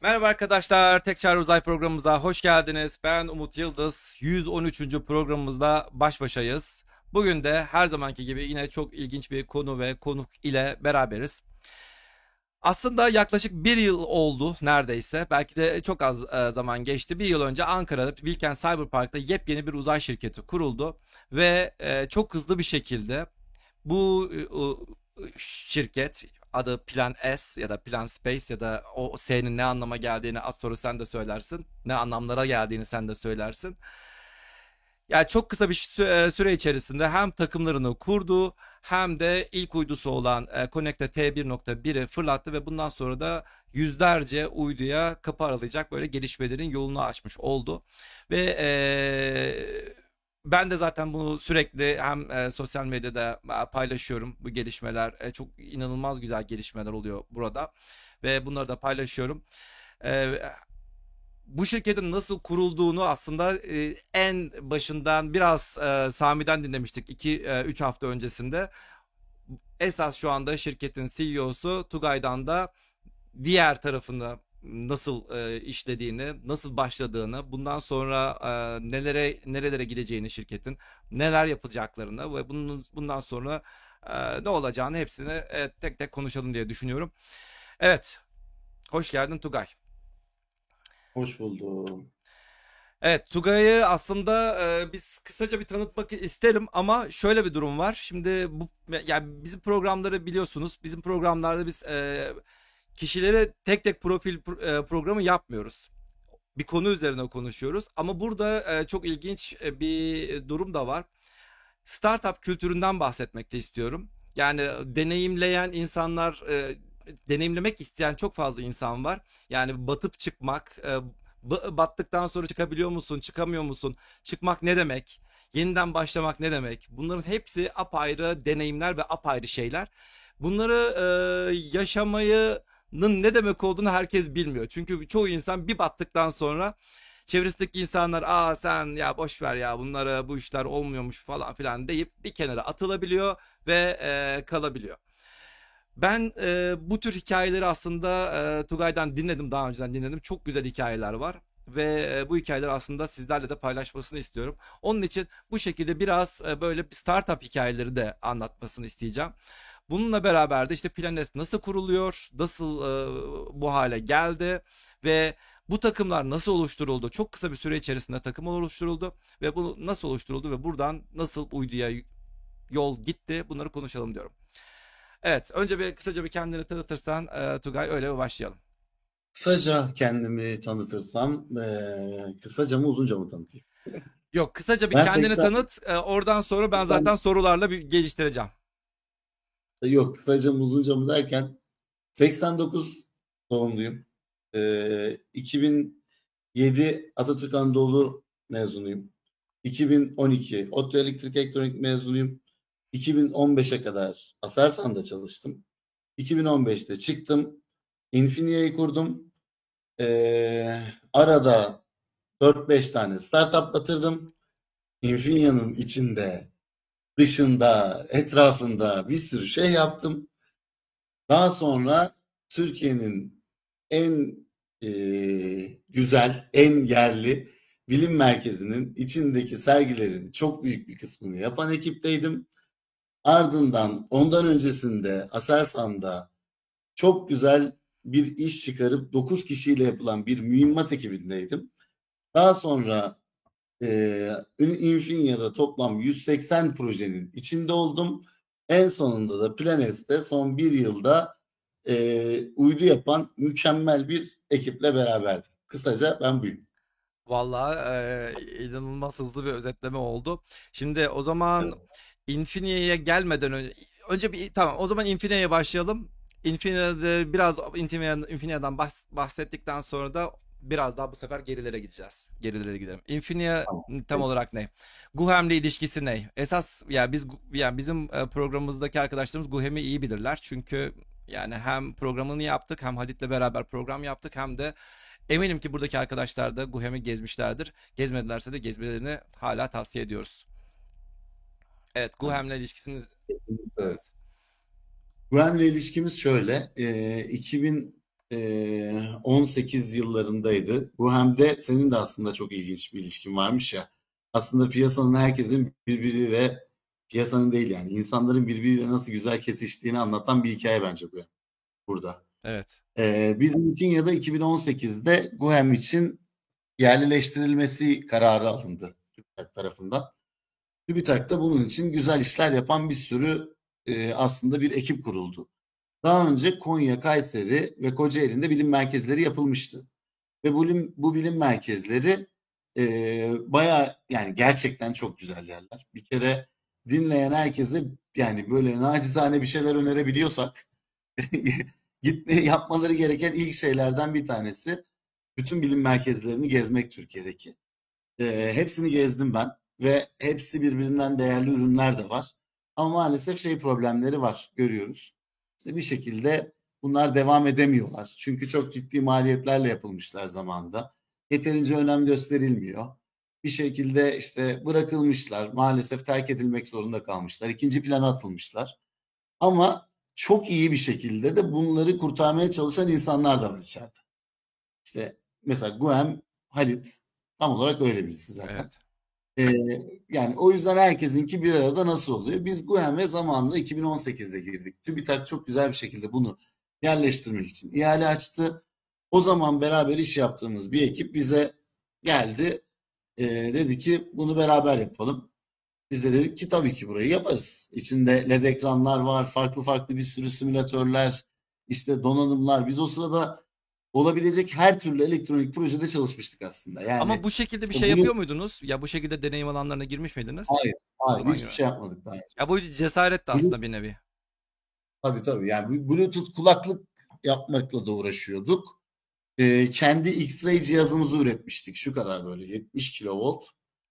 Merhaba arkadaşlar, Tekçar Uzay programımıza hoş geldiniz. Ben Umut Yıldız, 113. programımızda baş başayız. Bugün de her zamanki gibi yine çok ilginç bir konu ve konuk ile beraberiz. Aslında yaklaşık bir yıl oldu neredeyse. Belki de çok az zaman geçti. Bir yıl önce Ankara'da Bilkent Cyberpark'ta yepyeni bir uzay şirketi kuruldu. Ve çok hızlı bir şekilde bu şirket adı Plan S ya da Plan Space ya da o S'nin ne anlama geldiğini az sonra sen de söylersin. Ne anlamlara geldiğini sen de söylersin. Yani çok kısa bir süre içerisinde hem takımlarını kurdu hem de ilk uydusu olan Connecta T1.1'i fırlattı ve bundan sonra da yüzlerce uyduya kapı aralayacak böyle gelişmelerin yolunu açmış oldu. Ve ben de zaten bunu sürekli hem sosyal medyada paylaşıyorum. Bu gelişmeler çok inanılmaz güzel gelişmeler oluyor burada ve bunları da paylaşıyorum. E, Bu şirketin nasıl kurulduğunu aslında en başından biraz Sami'den dinlemiştik 2-3 hafta öncesinde. Esas şu anda şirketin CEO'su Tugay'dan da diğer tarafını nasıl işlediğini, nasıl başladığını, bundan sonra nerelere gideceğini şirketin, neler yapacaklarını ve bundan sonra ne olacağını hepsini tek tek konuşalım diye düşünüyorum. Evet, hoş geldin Tugay. Hoş buldum. Evet, Tugay'ı aslında biz kısaca bir tanıtmak isterim ama şöyle bir durum var. Şimdi bu yani bizim programları biliyorsunuz. Bizim programlarda biz kişilere tek tek programı yapmıyoruz. Bir konu üzerine konuşuyoruz ama burada çok ilginç bir durum da var. Startup kültüründen bahsetmek de istiyorum. Yani deneyimleyen insanlar, deneyimlemek isteyen çok fazla insan var. Yani batıp çıkmak, battıktan sonra çıkabiliyor musun, çıkamıyor musun? Çıkmak ne demek? Yeniden başlamak ne demek? Bunların hepsi apayrı deneyimler ve apayrı şeyler. Bunları yaşamayının ne demek olduğunu herkes bilmiyor. Çünkü çoğu insan bir battıktan sonra çevresindeki insanlar sen ya boş ver ya bunlara bu işler olmuyormuş falan filan deyip bir kenara atılabiliyor ve kalabiliyor. Ben bu tür hikayeleri aslında Tugay'dan dinledim, daha önceden dinledim. Çok güzel hikayeler var ve bu hikayeleri aslında sizlerle de paylaşmasını istiyorum. Onun için bu şekilde biraz böyle bir startup hikayeleri de anlatmasını isteyeceğim. Bununla beraber de işte Planes nasıl kuruluyor, nasıl bu hale geldi ve bu takımlar nasıl oluşturuldu? Çok kısa bir süre içerisinde takım oluşturuldu ve bu nasıl oluşturuldu ve buradan nasıl uyduya yol gitti? Bunları konuşalım diyorum. Evet, önce kısaca bir kendini tanıtırsan Tugay öyle bir başlayalım. Kısaca kendimi tanıtırsam, kısaca mı uzunca mı tanıtayım? Yok, kısaca bir Ben kendini 80, tanıt. Oradan sonra ben zaten 80 sorularla bir geliştireceğim. yok kısaca mı uzunca mı derken 89 doğumluyum. 2007 Atatürk Anadolu mezunuyum. 2012 ODTÜ Elektrik Elektronik mezunuyum. 2015'e kadar Aselsan'da çalıştım. 2015'te çıktım. Infinia'yı kurdum. Arada 4-5 tane startup batırdım. Infinia'nın içinde, dışında, etrafında bir sürü şey yaptım. Daha sonra Türkiye'nin en güzel, en yerli bilim merkezinin içindeki sergilerin çok büyük bir kısmını yapan ekipteydim. Ardından ondan öncesinde Aselsan'da çok güzel bir iş çıkarıp 9 kişiyle yapılan bir mühimmat ekibindeydim. Daha sonra Infinia'da toplam 180 projenin içinde oldum. En sonunda da Planes'te son bir yılda uydu yapan mükemmel bir ekiple beraberdim. Kısaca ben buyum. Vallahi inanılmaz hızlı bir özetleme oldu. Şimdi o zaman Evet. Infinia'ya gelmeden önce bir tamam o zaman Infinia'ya başlayalım. Infinia'da biraz Infinia'dan bahsettikten sonra da biraz daha bu sefer gerilere gideceğiz. Gerilere gidelim. Infinia Tamam. tam olarak ne? Guhem'le ilişkisi ne? Esas ya yani bizim programımızdaki arkadaşlarımız Guhem'i iyi bilirler. Çünkü yani hem programını yaptık hem Halit'le beraber program yaptık hem de eminim ki buradaki arkadaşlar da Guhem'i gezmişlerdir. Gezmedilerse de gezmelerini hala tavsiye ediyoruz. Evet, Tamam. Guhem'le ilişkisiniz. Kesinlikle öyle. Evet. Güvenle ilişkimiz şöyle. 2000, 18 yıllarındaydı. Bu hem de senin de aslında çok ilginç bir ilişkin varmış ya. Aslında piyasanın herkesin birbiriyle, piyasanın değil yani insanların birbiriyle nasıl güzel kesiştiğini anlatan bir hikaye bence bu burada. Evet. Bizim için ya da 2018'de Guhem için yerlileştirilmesi kararı alındı TÜBİTAK tarafından. TÜBİTAK da bunun için güzel işler yapan bir sürü aslında bir ekip kuruldu. Daha önce Konya, Kayseri ve Kocaeli'nde bilim merkezleri yapılmıştı. Ve bu bilim merkezleri bayağı yani gerçekten çok güzel yerler. Bir kere dinleyen herkese yani böyle nacizane bir şeyler önerebiliyorsak yapmaları gereken ilk şeylerden bir tanesi bütün bilim merkezlerini gezmek Türkiye'deki. Hepsini gezdim ben ve hepsi birbirinden değerli ürünler de var. Ama maalesef şey problemleri var görüyoruz. İşte bir şekilde bunlar devam edemiyorlar. Çünkü çok ciddi maliyetlerle yapılmışlar zamanında. Yeterince önem gösterilmiyor. Bir şekilde işte bırakılmışlar. Maalesef terk edilmek zorunda kalmışlar. İkinci plana atılmışlar. Ama çok iyi bir şekilde de bunları kurtarmaya çalışan insanlar da var içeride. İşte mesela Guem Halit tam olarak öyle birisi zaten. Evet. Ee, Yani o yüzden herkesinki bir arada nasıl oluyor? Biz Guem'e zamanında 2018'de girdik. TÜBİTAK çok güzel bir şekilde bunu yerleştirmek için ihale açtı. O zaman beraber iş yaptığımız bir ekip bize geldi. Dedi ki bunu beraber yapalım. Biz de dedik ki tabii ki burayı yaparız. İçinde LED ekranlar var, farklı farklı bir sürü simülatörler, işte donanımlar. Biz o sırada olabilecek her türlü elektronik projede çalışmıştık aslında. Ama Yani bu şekilde bir işte şey bunu yapıyor muydunuz? Ya bu şekilde deneyim alanlarına girmiş miydiniz? hayır, O hayır zaman hiçbir göre. şey yapmadık daha önce. Ya bu cesaret de Blu- aslında bir nevi. tabii tabii yani Bluetooth kulaklık yapmakla da uğraşıyorduk. Kendi X-ray cihazımızı üretmiştik. Şu kadar böyle 70 kilovolt.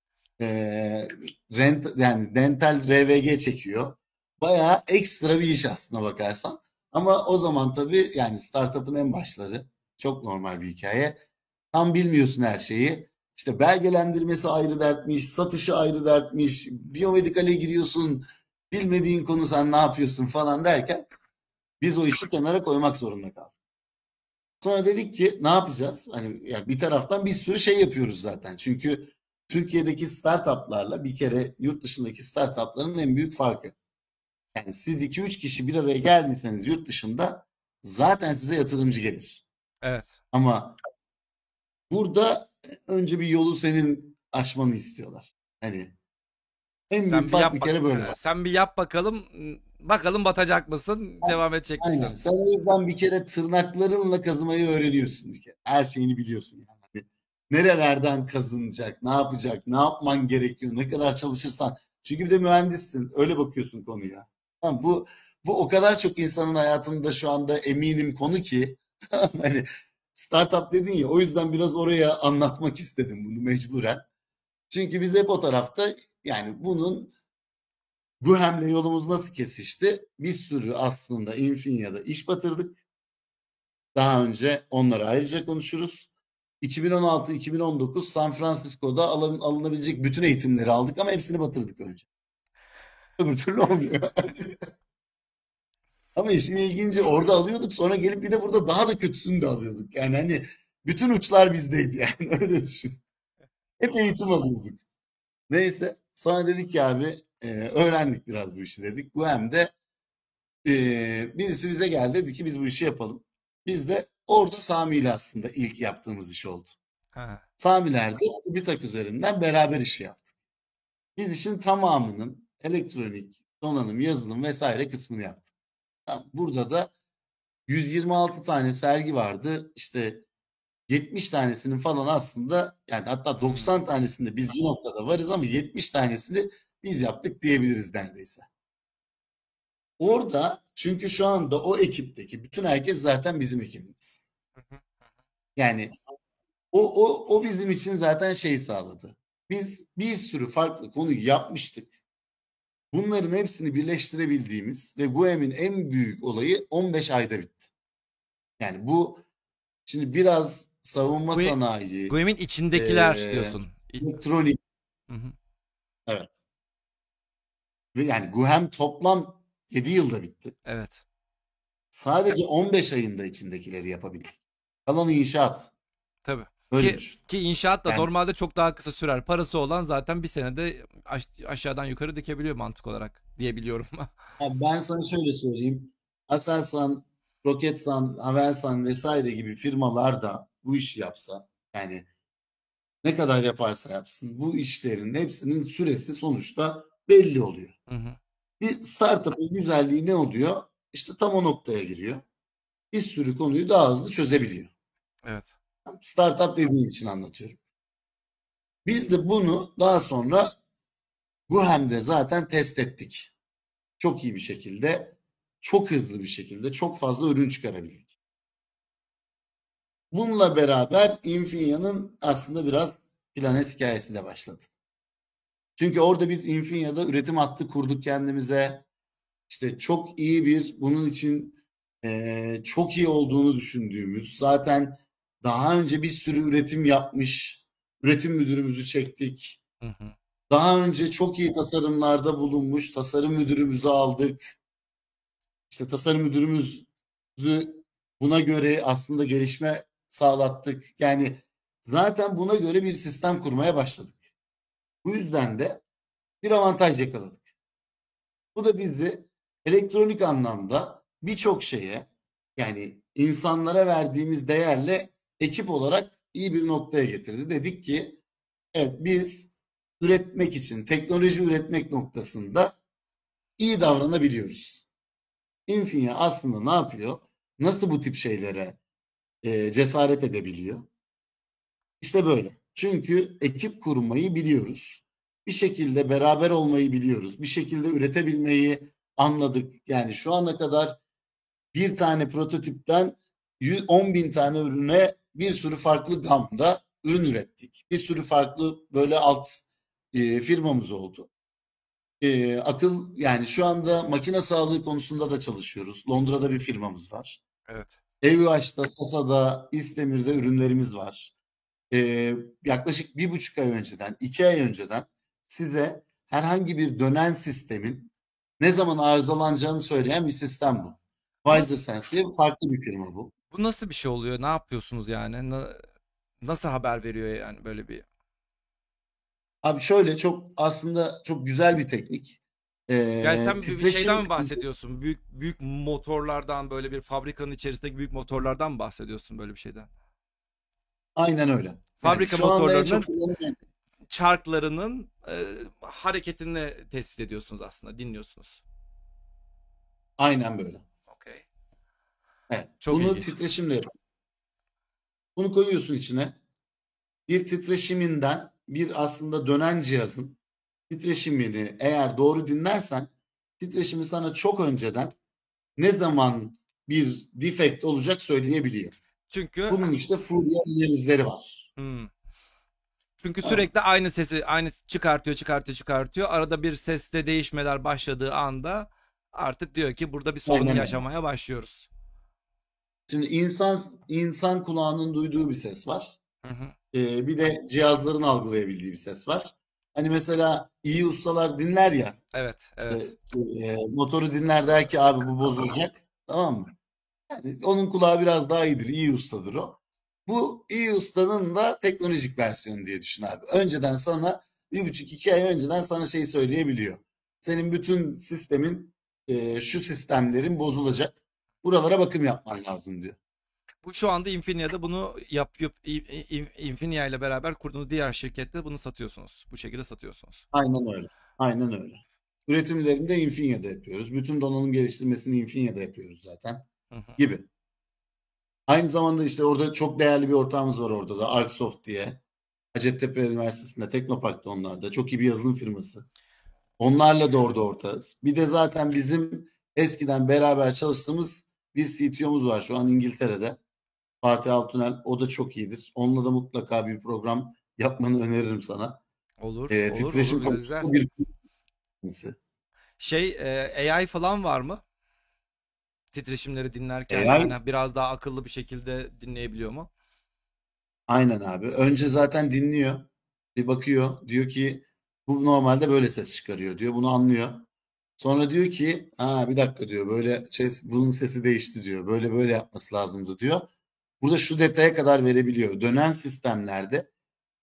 Yani dental RVG çekiyor. Bayağı ekstra bir iş aslına bakarsan. Ama o zaman tabii yani startup'ın en başları çok normal bir hikaye. Tam bilmiyorsun her şeyi. İşte belgelendirmesi ayrı dertmiş, satışı ayrı dertmiş, biyomedikale giriyorsun, bilmediğin konu sen ne yapıyorsun falan derken biz o işi kenara koymak zorunda kaldık. Sonra dedik ki ne yapacağız? Hani ya bir taraftan bir sürü şey yapıyoruz zaten. Çünkü Türkiye'deki startuplarla bir kere yurt dışındaki startupların en büyük farkı. Yani siz iki üç kişi bir araya geldiyseniz yurt dışında zaten size yatırımcı gelir. Evet. Ama burada önce bir yolu senin aşmanı istiyorlar. Hani en büyük Sen bir fark yap bir bak. kere böyle. Sen bir yap bakalım. Bakalım batacak mısın? Devam edecek Aynen. misin? Sen o yüzden bir kere tırnaklarınla kazımayı öğreniyorsun bir kere. Her şeyini biliyorsun yani. Hani nerelerden kazınacak, ne yapacak, ne yapman gerekiyor, ne kadar çalışırsan. Çünkü bir de mühendissin. Öyle bakıyorsun konuya. Tamam, bu o kadar çok insanın hayatında şu anda eminim konu ki hani startup dedin ya o yüzden biraz oraya anlatmak istedim bunu mecburen. Çünkü biz hep o tarafta yani bunun Guhem'le yolumuz nasıl kesişti? Bir sürü aslında Infineon'da iş batırdık. Daha önce onları ayrıca konuşuruz. 2016-2019 San Francisco'da alınabilecek bütün eğitimleri aldık ama hepsini batırdık önce. Öbür türlü olmuyor. Ama işin ilginci orada alıyorduk sonra gelip bir de burada daha da kötüsünü de alıyorduk. Yani hani bütün uçlar bizdeydi yani öyle düşün. Hep eğitim alıyorduk. Neyse sonra dedik ki abi öğrendik biraz bu işi dedik. Bu hem de birisi bize geldi dedi ki biz bu işi yapalım. Biz de orada Sami ile aslında ilk yaptığımız iş oldu. Ha. Samiler'de TÜBİTAK üzerinden beraber işi yaptık. Biz işin tamamının elektronik, donanım, yazılım vesaire kısmını yaptık. Tamam, burada da 126 tane sergi vardı. İşte 70 tanesinin falan aslında yani hatta Hmm. 90 tanesinde biz bir noktada varız ama 70 tanesini biz yaptık diyebiliriz neredeyse. Orada çünkü şu anda o ekipteki bütün herkes zaten bizim ekibimiz. Hı hı. Yani o bizim için zaten şey sağladı. Biz bir sürü farklı konuyu yapmıştık. Bunların hepsini birleştirebildiğimiz ve GUEM'in en büyük olayı 15 ayda bitti. Yani bu şimdi biraz savunma Gu- sanayi, Guem'in içindekiler eee, diyorsun. elektronik, Hı hı. evet. Ve yani GUEM toplam 7 yılda bitti. Evet. Sadece 15 ayında içindekileri yapabildik. Kalan inşaat. Tabii. Öyle düşün. Ki inşaat da Yani normalde çok daha kısa sürer. Parası olan zaten bir senede aşağıdan yukarı dikebiliyor mantık olarak diyebiliyorum. abi ben sana şöyle söyleyeyim. Aselsan, Roketsan, Havelsan vesaire gibi firmalar da bu işi yapsa, yani ne kadar yaparsa yapsın, bu işlerin hepsinin süresi sonuçta belli oluyor. Hı hı. Bir startup'ın güzelliği ne oluyor? İşte tam o noktaya giriyor. Bir sürü konuyu daha hızlı çözebiliyor. Evet. Startup dediğim için anlatıyorum. Biz de bunu daha sonra Guhem'de zaten test ettik. Çok iyi bir şekilde, çok hızlı bir şekilde çok fazla ürün çıkarabildik. Bununla beraber Infineon'un aslında biraz Planes hikayesi de başladı. Çünkü orada biz Infineon'da üretim hattı kurduk kendimize. İşte çok iyi bunun için çok iyi olduğunu düşündüğümüz, zaten daha önce bir sürü üretim yapmış üretim müdürümüzü çektik. Hı hı. Daha önce çok iyi tasarımlarda bulunmuş tasarım müdürümüzü aldık. İşte tasarım müdürümüzü buna göre aslında gelişme sağlattık. Yani zaten buna göre bir sistem kurmaya başladık. Bu yüzden de bir avantaj yakaladık. Bu da bizi elektronik anlamda birçok şeye, yani insanlara verdiğimiz değerle ekip olarak iyi bir noktaya getirdi. Dedik ki evet, biz üretmek için, teknoloji üretmek noktasında iyi davranabiliyoruz. Infineon aslında ne yapıyor? Nasıl bu tip şeylere cesaret edebiliyor? İşte böyle. Çünkü ekip kurmayı biliyoruz. Bir şekilde beraber olmayı biliyoruz. Bir şekilde üretebilmeyi anladık. Yani şu ana kadar bir tane prototipten 10 bin tane ürüne bir sürü farklı gamda ürün ürettik. Bir sürü farklı böyle alt firmamız oldu. Akıl, yani şu anda makine sağlığı konusunda da çalışıyoruz. Londra'da bir firmamız var. Evet. EÜH'da, SASA'da, İzdemir'de ürünlerimiz var. Yaklaşık 1,5 ay önceden, 2 ay önceden size herhangi bir dönen sistemin ne zaman arızalanacağını söyleyen bir sistem bu. Bu nasıl WiderSense diye farklı bir firma bu. bu nasıl bir şey oluyor? Ne yapıyorsunuz yani? Nasıl haber veriyor yani böyle bir? Abi şöyle, çok aslında çok güzel bir teknik. Yani sen bir Titreşim şeyden mi bahsediyorsun? Büyük motorlardan böyle bir fabrikanın içerisindeki büyük motorlardan mı bahsediyorsun böyle bir şeyden? aynen öyle. Yani Fabrika şu anda en çok motorlarının kullanılan çarklarının hareketini tespit ediyorsunuz aslında, dinliyorsunuz. aynen böyle. Okey. Evet. Çok Bunu ilginç. titreşimle yapıyor. Bunu koyuyorsun içine. Bir titreşiminden bir aslında dönen cihazın titreşimini eğer doğru dinlersen, titreşimi sana çok önceden ne zaman bir defekt olacak söyleyebiliyor. Çünkü Bunun işte Fourier analizleri var. hmm, çünkü Tamam. sürekli aynı sesi aynı çıkartıyor. Arada bir seste değişmeler başladığı anda artık diyor ki burada bir sorun Aynen öyle. yaşamaya başlıyoruz. Şimdi insan kulağının duyduğu bir ses var. Hı hı. Bir de cihazların algılayabildiği bir ses var. Hani mesela iyi ustalar dinler ya, Evet, işte evet. motoru dinler, der ki abi bu bozulacak. Tamam mı? Yani onun kulağı biraz daha iyidir. İyi ustadır o. Bu iyi ustanın da teknolojik versiyonu diye düşün abi. Önceden sana 1,5-2 ay önceden sana şeyi söyleyebiliyor. Senin bütün sistemin, şu sistemlerin bozulacak. Buralara bakım yapman lazım diyor. Bu şu anda Infineon'da bunu yapıp Infineon ile beraber kurduğunuz diğer şirkette bunu satıyorsunuz. Bu şekilde satıyorsunuz. Aynen öyle. Aynen öyle. Üretimlerini de Infineon'da yapıyoruz. Bütün donanım geliştirmesini Infineon'da yapıyoruz zaten Hı hı. gibi. Aynı zamanda işte orada çok değerli bir ortağımız var orada da, Arcsoft diye. Hacettepe Üniversitesi'nde, Teknopark'ta onlar da. Çok iyi bir yazılım firması. Onlarla da orada ortağız. Bir de zaten bizim eskiden beraber çalıştığımız bir CTO'muz var şu an İngiltere'de. Fatih Altunel. O da çok iyidir. Onunla da mutlaka bir program yapmanı öneririm sana. Olur Titreşim güzel. konusunda bir bilgisi. AI falan var mı? Titreşimleri dinlerken AI, yani biraz daha akıllı bir şekilde dinleyebiliyor mu? aynen abi. Önce zaten dinliyor. Bir bakıyor. Diyor ki bu normalde böyle ses çıkarıyor diyor. Bunu anlıyor. Sonra diyor ki ha bir dakika diyor böyle bunun sesi değişti diyor. Böyle böyle yapması lazımdı diyor. Burada şu detaya kadar verebiliyor. Dönen sistemlerde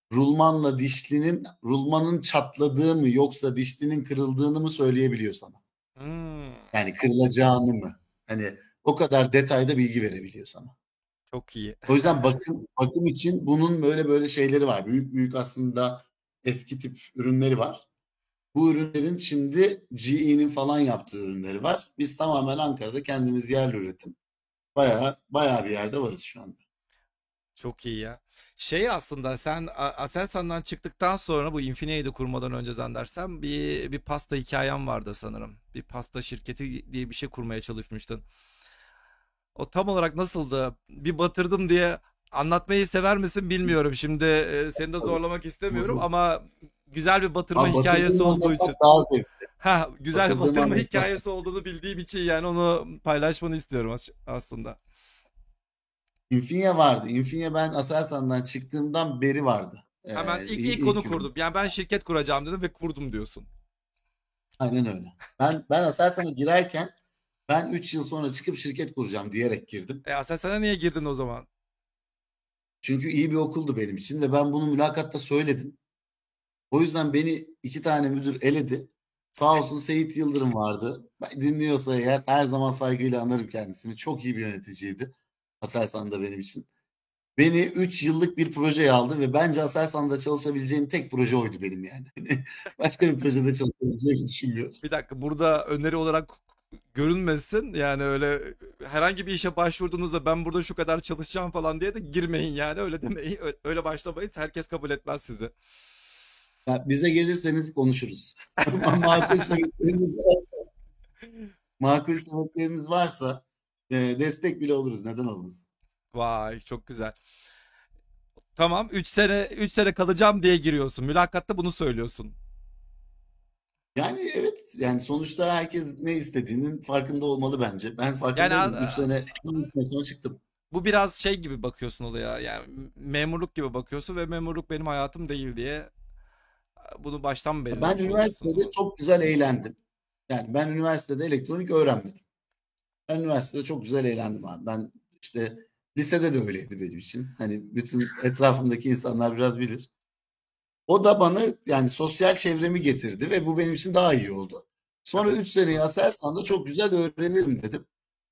rulmanın çatladığı mı yoksa dişlinin kırıldığını mı söyleyebiliyor sana. Hmm, Yani kırılacağını mı? Hani o kadar detayda bilgi verebiliyor sana. çok iyi. O yüzden bakım için bunun böyle böyle şeyleri var. Büyük büyük aslında eski tip ürünleri var. Bu ürünlerin şimdi GE'nin falan yaptığı ürünleri var. Biz tamamen Ankara'da kendimiz yerli üretim. Bayağı bayağı bir yerde varız şu anda. Çok iyi ya. Şey aslında sen Aselsan'dan çıktıktan sonra bu Infineon'u kurmadan önce zannedersem bir pasta hikayem vardı sanırım. Bir pasta şirketi diye bir şey kurmaya çalışmıştın. O tam olarak nasıldı? Bir batırdım diye anlatmayı sever misin bilmiyorum. Şimdi seni de Tabii. zorlamak istemiyorum Buyurun. ama güzel bir batırma Abi hikayesi batırdığımı olduğu anlatmak için. daha zevkli. Ha, güzel bir Batırdığımı batırma anlatmak. hikayesi olduğunu bildiğim için yani onu paylaşmanı istiyorum aslında. Infinia vardı. Infinia ben Aselsan'dan çıktığımdan beri vardı. Hemen ilk konu İlk ürün. kurdum. Yani ben şirket kuracağım dedim ve kurdum diyorsun. Aynen öyle. Ben Aselsan'a girerken ben 3 yıl sonra çıkıp şirket kuracağım diyerek girdim. Aselsan'a niye girdin o zaman? Çünkü iyi bir okuldu benim için ve ben bunu mülakatta söyledim. O yüzden beni 2 tane müdür eledi. Sağ olsun Seyit Yıldırım vardı. Dinliyorsa eğer her zaman saygıyla anarım kendisini. Çok iyi bir yöneticiydi. Aselsan'da benim için. Beni 3 yıllık bir projeye aldı ve bence Aselsan'da çalışabileceğim tek proje oydu benim yani. Hani başka bir projede çalışabileceğimi düşünmüyordum. Bir dakika, burada öneri olarak görünmesin. Yani öyle herhangi bir işe başvurduğunuzda ben burada şu kadar çalışacağım falan diye de girmeyin yani, öyle demeyin. Öyle başlamayın. Herkes kabul etmez sizi. Ya bize gelirseniz konuşuruz. Ama makul sebepleriniz varsa destek bile oluruz. Neden olmasın? Vay, çok güzel. Tamam, 3 sene kalacağım diye giriyorsun. Mülakatta bunu söylüyorsun. Yani evet yani sonuçta herkes ne istediğinin farkında olmalı bence. Ben Yani farkındaydım. 3 sene sonra çıktım. bu biraz şey gibi bakıyorsun olaya. Yani memurluk gibi bakıyorsun ve memurluk benim hayatım değil diye bunu baştan Ben belirlemiş oluyorsun o üniversitede zaman. çok güzel eğlendim. Yani ben üniversitede elektronik öğrenmedim. Ben üniversitede çok güzel eğlendim abi. Ben işte lisede de öyleydi benim için. Hani bütün etrafımdaki insanlar biraz bilir. O da bana yani sosyal çevremi getirdi ve bu benim için daha iyi oldu. Sonra Tabii. 3 seneyi Aselsan'da çok güzel öğrenirim dedim.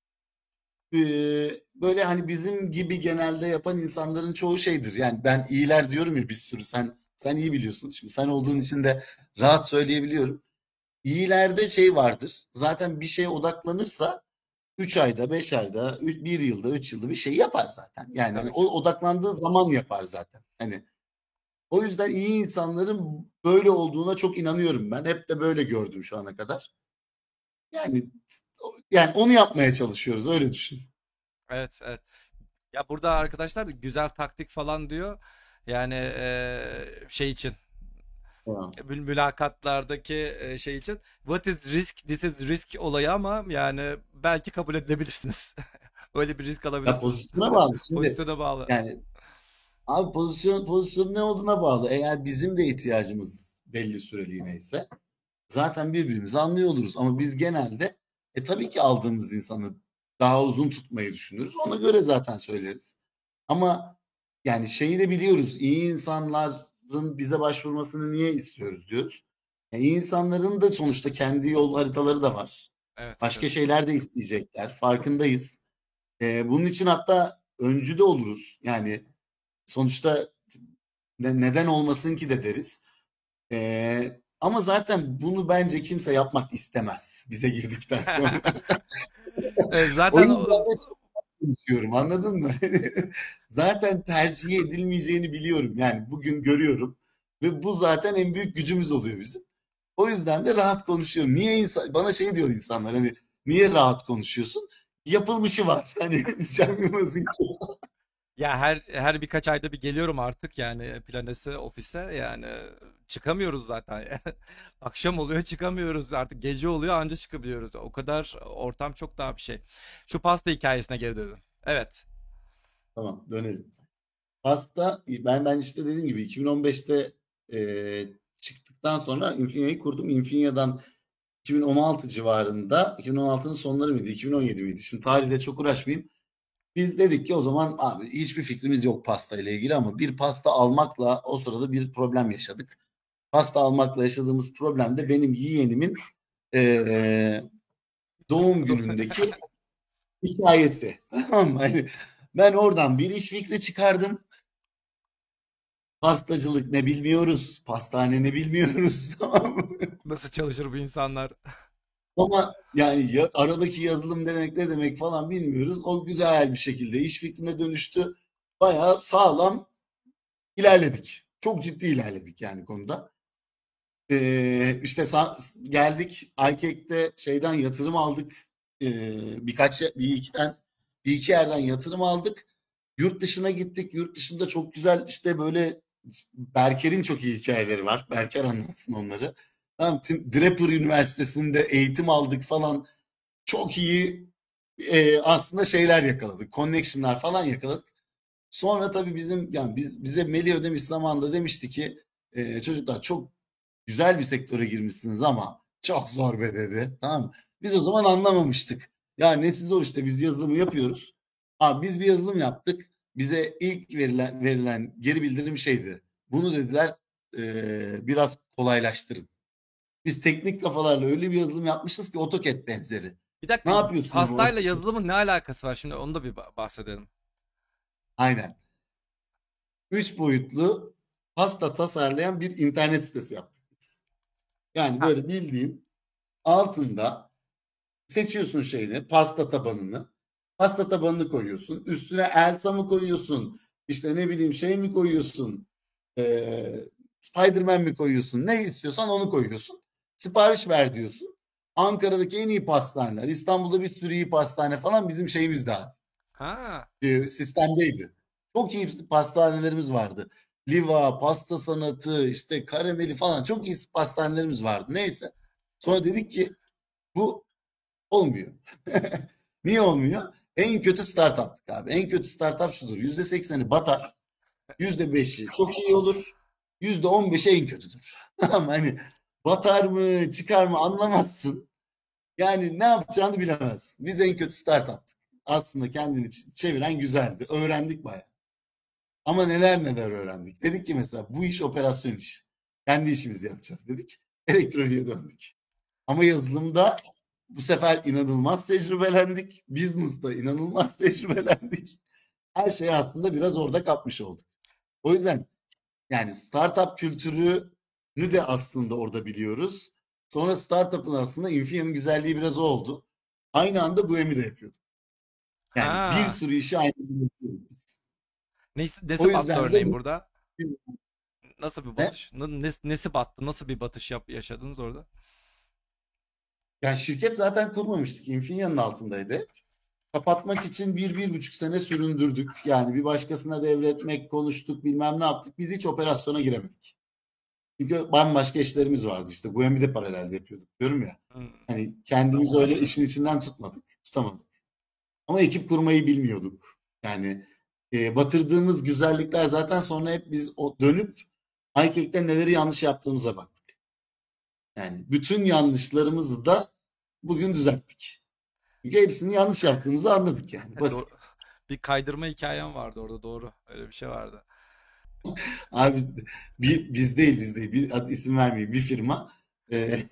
Böyle hani bizim gibi genelde yapan insanların çoğu şeydir. Yani ben iyiler diyorum ya bir sürü. Sen iyi biliyorsun. Şimdi sen olduğun için de rahat söyleyebiliyorum. İyilerde şey vardır. Zaten bir şeye odaklanırsa 3 ayda, 5 ayda, 1 yılda, 3 yılda bir şey yapar zaten. Yani hani Tabii o ki. odaklandığı zaman yapar zaten. Hani o yüzden iyi insanların böyle olduğuna çok inanıyorum ben. Hep de böyle gördüm şu ana kadar. Yani yani onu yapmaya çalışıyoruz öyle düşün. Evet, evet. Ya burada arkadaşlar da güzel taktik falan diyor. Yani şey için, Tamam. mülakatlardaki şey için, what is risk, this is risk olayı, ama yani belki kabul edebilirsiniz. Öyle bir risk Ya alabilirsiniz. pozisyona bağlı. Şimdi Pozisyona bağlı. yani abi pozisyon ne olduğuna bağlı. Eğer bizim de ihtiyacımız belli süreliğine ise zaten birbirimizi anlıyor oluruz. Ama biz genelde tabii ki aldığımız insanı daha uzun tutmayı düşünürüz. Ona göre zaten söyleriz. Ama yani şeyi de biliyoruz. İyi insanların bize başvurmasını niye istiyoruz diyoruz. İyi insanların da sonuçta kendi yol haritaları da var. Evet, Başka evet. şeyler de isteyecekler. Farkındayız. Bunun için hatta öncü de oluruz. Yani sonuçta neden olmasın ki de deriz. Ama zaten bunu bence kimse yapmak istemez bize girdikten sonra. Evet, O zaten yüzden de çok konuşuyorum anladın mı? Zaten tercih edilmeyeceğini biliyorum. Yani bugün görüyorum. Ve bu zaten en büyük gücümüz oluyor bizim. O yüzden de rahat konuşuyorum. Niye bana şey diyor insanlar hani niye rahat konuşuyorsun? Yapılmışı var. Hani Cem Yılmaz'ın ya her birkaç ayda bir geliyorum artık yani Planes'e, ofise, yani çıkamıyoruz zaten. Akşam oluyor çıkamıyoruz, artık gece oluyor anca çıkabiliyoruz. O kadar ortam çok daha bir şey. Şu pasta hikayesine geri dönelim. Evet. Tamam dönelim. Pasta ben işte dediğim gibi 2015'te çıktıktan sonra Infinia'yı kurdum. Infinia'dan 2016 civarında, 2016'nın sonları mıydı, 2017 miydi? Şimdi tarihle çok uğraşmayayım. Biz dedik ki o zaman abi hiçbir fikrimiz yok pasta ile ilgili ama bir pasta almakla o sırada bir problem yaşadık. Pasta almakla yaşadığımız problem de benim yeğenimin eee, doğum günündeki hikayesi. Tamam mı? Hani ben oradan bir iş fikri çıkardım. Pastacılık ne bilmiyoruz, pastane ne bilmiyoruz. Tamam mı? Nasıl çalışır bu insanlar? Ama yani aradaki yazılım demek ne demek falan bilmiyoruz. O güzel bir şekilde iş fikrine dönüştü. Bayağı sağlam ilerledik. Çok ciddi ilerledik yani konuda. İşte geldik iCake'de şeyden yatırım aldık. Bir iki yerden yatırım aldık. Yurt dışına gittik. Yurt dışında çok güzel işte böyle Berker'in çok iyi hikayeleri var. Berker anlatsın onları. Tamam, Draper Üniversitesi'nde eğitim aldık falan. Çok iyi aslında şeyler yakaladık. Connection'lar falan yakaladık. Sonra tabii bize Melih Ödemiş zamanında demişti ki çocuklar çok güzel bir sektöre girmişsiniz ama çok zor be dedi. Tamam mı? Biz o zaman anlamamıştık. Ya nesi zor işte biz yazılımı yapıyoruz. Abi biz bir yazılım yaptık. Bize ilk verilen geri bildirim şeydi. Bunu dediler biraz kolaylaştırın. Biz teknik kafalarla öyle bir yazılım yapmışız ki AutoCAD benzeri. Bir Ne dakika, yapıyorsunuz orada? pastayla yazılımın ne alakası var? Şimdi onu da bir bahsedelim. Aynen. Üç boyutlu pasta tasarlayan bir internet sitesi yaptık biz. Yani Ha, böyle bildiğin altında seçiyorsun şeyini, pasta tabanını. Pasta tabanını koyuyorsun. Üstüne Elsa mı koyuyorsun? İşte ne bileyim şey mi koyuyorsun? Spider-Man mi koyuyorsun? Ne istiyorsan onu koyuyorsun. Sipariş ver diyorsun. Ankara'daki en iyi pastaneler, İstanbul'da bir sürü iyi pastane falan bizim şeyimiz daha. ha. Sistemdeydi. Çok iyi pastanelerimiz vardı. Liva, pasta sanatı, işte karameli falan çok iyi pastanelerimiz vardı. Neyse. Sonra dedik ki bu olmuyor. Niye olmuyor? En kötü startup'tık abi. En kötü startup şudur. %80'i batar. %5'i çok iyi olur. %15'i en kötüdür. Tamam hani batar mı çıkar mı anlamazsın. Yani ne yapacağını bilemezsin. Biz en kötü startup'tık. Aslında kendini çeviren güzeldi. Öğrendik bayağı. Ama neler neler öğrendik. Dedik ki mesela bu iş operasyon iş. Kendi işimizi yapacağız dedik. Elektroniğe döndük. Ama yazılımda bu sefer inanılmaz tecrübelendik. Business'ta inanılmaz tecrübelendik. Her şeyi aslında biraz orada kapmış olduk. O yüzden yani startup kültürünü de aslında orada biliyoruz. Sonra startup'ın aslında Infineon'un güzelliği biraz o oldu. Aynı anda bu de yapıyorduk. Yani bir Ha. sürü işi aynı anda yapıyorduk biz. O Nesi battı yüzden de örneğin burada? Nasıl bir ne? batış? Nesi battı? Nasıl bir batış yaşadınız orada? Yani şirket zaten kurmamıştık. Infineon'un altındaydı. Kapatmak için bir buçuk sene süründürdük. Yani bir başkasına devretmek, konuştuk, bilmem ne yaptık. Biz hiç operasyona giremedik. Çünkü bambaşka işlerimiz vardı işte. Bu de paralelde yapıyorduk diyorum ya. Hmm. Hani kendimiz öyle işin içinden tutamadık. Ama ekip kurmayı bilmiyorduk. Yani batırdığımız güzellikler zaten sonra hep biz dönüp iCake'de neleri yanlış yaptığımıza baktık. Yani bütün yanlışlarımızı da bugün düzelttik. Çünkü hepsini yanlış yaptığımızı anladık yani. Basit. Bir kaydırma hikayem vardı orada, doğru. Öyle bir şey vardı. Abi biz değil. İsim vermeyeyim bir firma. Ee,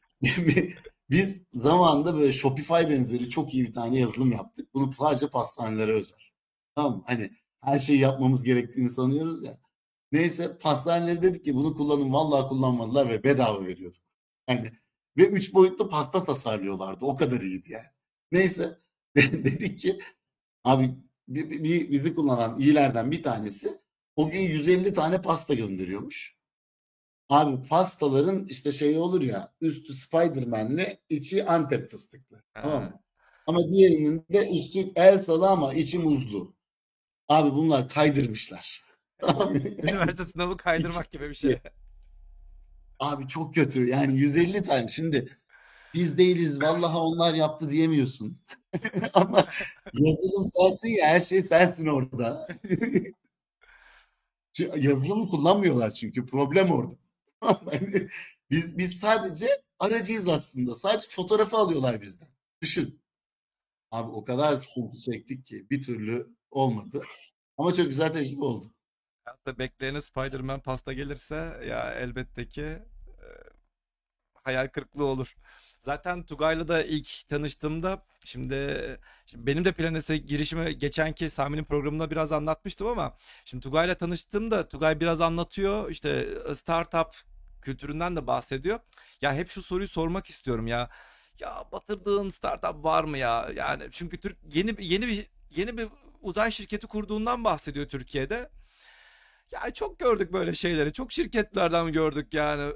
biz zamanında böyle Shopify benzeri çok iyi bir tane yazılım yaptık. Bunu sadece pastanelere özel. Tamam mı? Hani her şeyi yapmamız gerektiğini sanıyoruz ya. Neyse pastaneleri dedik ki bunu kullanın. Vallahi kullanmadılar ve bedava veriyorduk. Yani ve üç boyutlu pasta tasarlıyorlardı. O kadar iyiydi yani. Neyse dedik ki abi bizi kullanan iyilerden bir tanesi o gün 150 tane pasta gönderiyormuş. Abi pastaların işte şeyi olur ya üstü Spider-Man'li içi Antep fıstıklı. Tamam Ha. mı? Ama diğerinin de üstü Elsa'lı ama içi muzlu. Abi bunlar kaydırmışlar. Tamam mı? Üniversite sınavı İç- kaydırmak gibi bir şey. Abi çok kötü. Yani 150 tane. Şimdi biz değiliz vallahi onlar yaptı diyemiyorsun. Ama yazılım sensin ya her şey sensin orada. Yazılımı kullanmıyorlar çünkü problem orada. Yani biz sadece aracıyız aslında. Sadece fotoğrafı alıyorlar bizden. Düşün. Abi o kadar sıkıntı çektik ki bir türlü olmadı. Ama çok güzel tecrübe oldu. Hatta bekleyene Spider-Man pasta gelirse ya elbette ki hayal kırıklığı olur. Zaten Tugay'la da ilk tanıştığımda şimdi benim de Planes'e girişimi geçenki Sami'nin programında biraz anlatmıştım ama şimdi Tugay'la tanıştığımda Tugay biraz anlatıyor işte startup kültüründen de bahsediyor. Ya hep şu soruyu sormak istiyorum ya. Ya batırdığın startup var mı ya? Yani çünkü Türk yeni bir uzay şirketi kurduğundan bahsediyor Türkiye'de. Ya çok gördük böyle şeyleri. Çok şirketlerden gördük yani.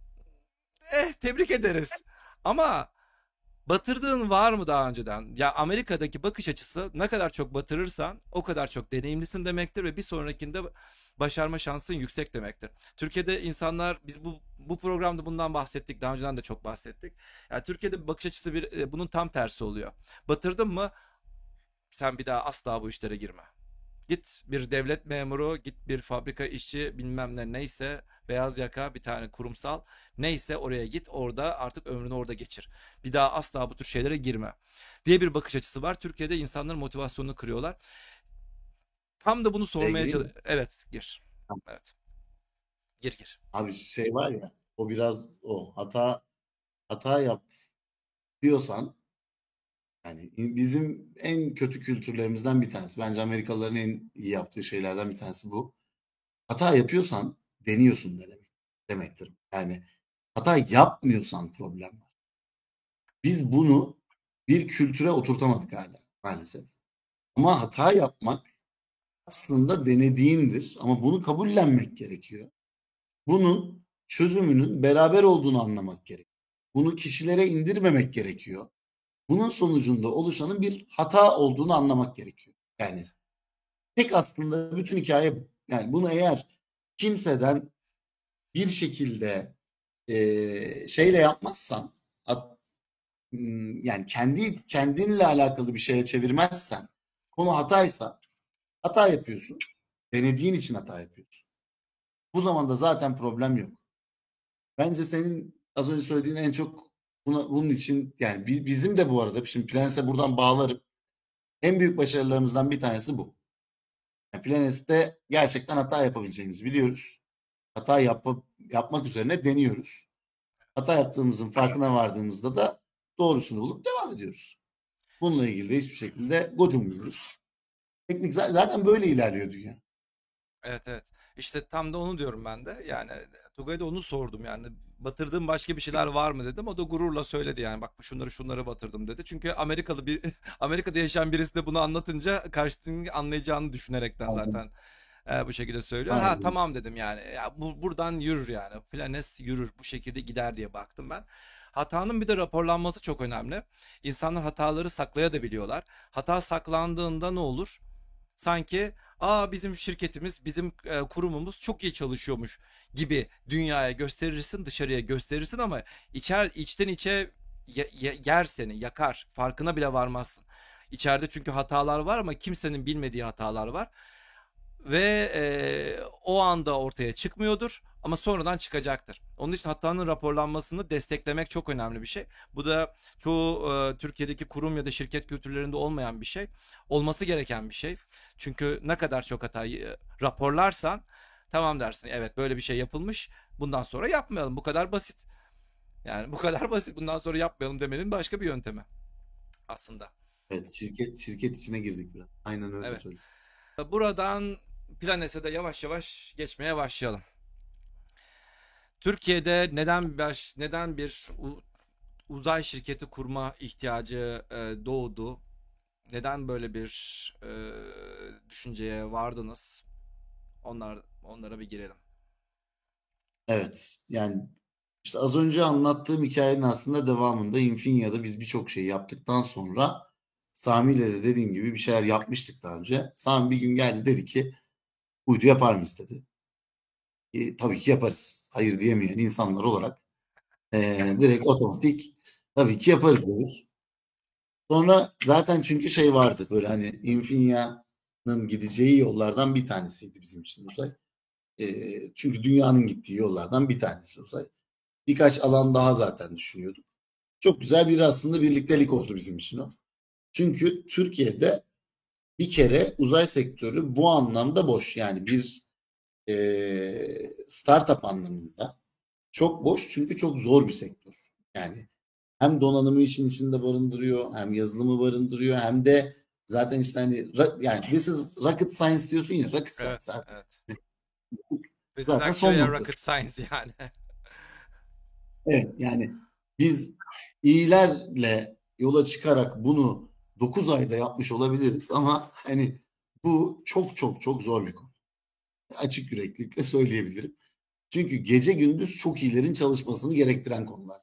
Tebrik ederiz. Ama batırdığın var mı daha önceden? Ya Amerika'daki bakış açısı ne kadar çok batırırsan o kadar çok deneyimlisin demektir ve bir sonrakinde başarma şansın yüksek demektir. Türkiye'de insanlar biz bu programda bundan bahsettik. Daha önceden de çok bahsettik. Yani Türkiye'de bir bakış açısı bunun tam tersi oluyor. Batırdın mı sen bir daha asla bu işlere girme. Git bir devlet memuru, git bir fabrika işçi bilmem ne neyse beyaz yaka bir tane kurumsal neyse oraya git orada artık ömrünü orada geçir. Bir daha asla bu tür şeylere girme diye bir bakış açısı var. Türkiye'de insanların motivasyonunu kırıyorlar. Tam da bunu sormaya Gireyim mi? Evet gir. Evet gir. Abi şey var ya, o biraz o hata yapıyorsan, yani bizim en kötü kültürlerimizden bir tanesi. Bence Amerikalıların en iyi yaptığı şeylerden bir tanesi bu. Hata yapıyorsan deniyorsun demektir. Yani hata yapmıyorsan problem var. Biz bunu bir kültüre oturtamadık hala maalesef. Ama hata yapmak aslında denediğindir. Ama bunu kabullenmek gerekiyor. Bunun çözümünün beraber olduğunu anlamak gerekiyor. Bunu kişilere indirmemek gerekiyor. Bunun sonucunda oluşanın bir hata olduğunu anlamak gerekiyor. Yani tek aslında bütün hikaye bu. Yani bunu eğer kimseden bir şekilde şeyle yapmazsan, yani kendinle alakalı bir şeye çevirmezsen, konu hataysa hata yapıyorsun. Denediğin için hata yapıyorsun. Bu zamanda zaten problem yok. Bence senin az önce söylediğin en çok bunun için, yani bizim de bu arada şimdi Planes'e buradan bağlarım. En büyük başarılarımızdan bir tanesi bu. Yani Planes'te gerçekten hata yapabileceğimizi biliyoruz. Yapmak üzerine deniyoruz. Hata yaptığımızın farkına vardığımızda da doğrusunu bulup devam ediyoruz. Bununla ilgili de hiçbir şekilde gocunmuyoruz. Teknik zaten böyle ilerliyor dünya. Evet. İşte tam da onu diyorum ben de. Yani Tugay'a da onu sordum yani. Batırdığım başka bir şeyler var mı dedim. O da gururla söyledi yani. Bak şunları batırdım dedi. Çünkü Amerika'da yaşayan birisi de bunu anlatınca karşıdakinin anlayacağını düşünerekten Aynen. zaten bu şekilde söylüyor. Ha Aynen. tamam dedim yani. Ya buradan yürür yani. Planes yürür. Bu şekilde gider diye baktım ben. Hatanın bir de raporlanması çok önemli. İnsanlar hataları saklayabiliyorlar. Hata saklandığında ne olur? Sanki bizim şirketimiz, bizim kurumumuz çok iyi çalışıyormuş gibi dünyaya gösterirsin, dışarıya gösterirsin ama içten içe yer seni, yakar. Farkına bile varmazsın. İçeride çünkü hatalar var ama kimsenin bilmediği hatalar var ve o anda ortaya çıkmıyordur ama sonradan çıkacaktır. Onun için hatanın raporlanmasını desteklemek çok önemli bir şey. Bu da çoğu Türkiye'deki kurum ya da şirket kültürlerinde olmayan bir şey. Olması gereken bir şey. Çünkü ne kadar çok hatayı raporlarsan tamam dersin. Evet böyle bir şey yapılmış. Bundan sonra yapmayalım. Bu kadar basit. Yani bu kadar basit. Bundan sonra yapmayalım demenin başka bir yöntemi aslında. Evet, şirket içine girdik biraz. Aynen öyle Evet. söyleyeyim. Buradan Planes'e de yavaş yavaş geçmeye başlayalım. Türkiye'de neden bir uzay şirketi kurma ihtiyacı doğdu? Neden böyle bir e, düşünceye vardınız? Onlara bir girelim. Evet, yani işte az önce anlattığım hikayenin aslında devamında Infineon'da biz birçok şey yaptıktan sonra Sami ile de dediğim gibi bir şeyler yapmıştık daha önce. Sami bir gün geldi, dedi ki uydu yapar mıyız dedi. Tabii ki yaparız. Hayır diyemeyen insanlar olarak direkt otomatik tabii ki yaparız dedik. Sonra zaten çünkü şey vardı, böyle hani Infineon'ın gideceği yollardan bir tanesiydi bizim için uzay. Çünkü dünyanın gittiği yollardan bir tanesi uzay. Birkaç alan daha zaten düşünüyorduk. Çok güzel bir aslında birliktelik oldu bizim için o. Çünkü Türkiye'de bir kere uzay sektörü bu anlamda boş. Yani bir startup anlamında çok boş çünkü çok zor bir sektör. Yani hem donanımı işin içinde barındırıyor, hem yazılımı barındırıyor, hem de zaten işte hani yani this is rocket science diyorsun ya, rocket science Evet, abi. evet. This is Zaten actually son a noktası. rocket science yani. Evet yani biz iyilerle yola çıkarak bunu 9 ayda yapmış olabiliriz ama hani bu çok çok çok zor bir konu. Açık yüreklilikle söyleyebilirim. Çünkü gece gündüz çok iyilerin çalışmasını gerektiren konular.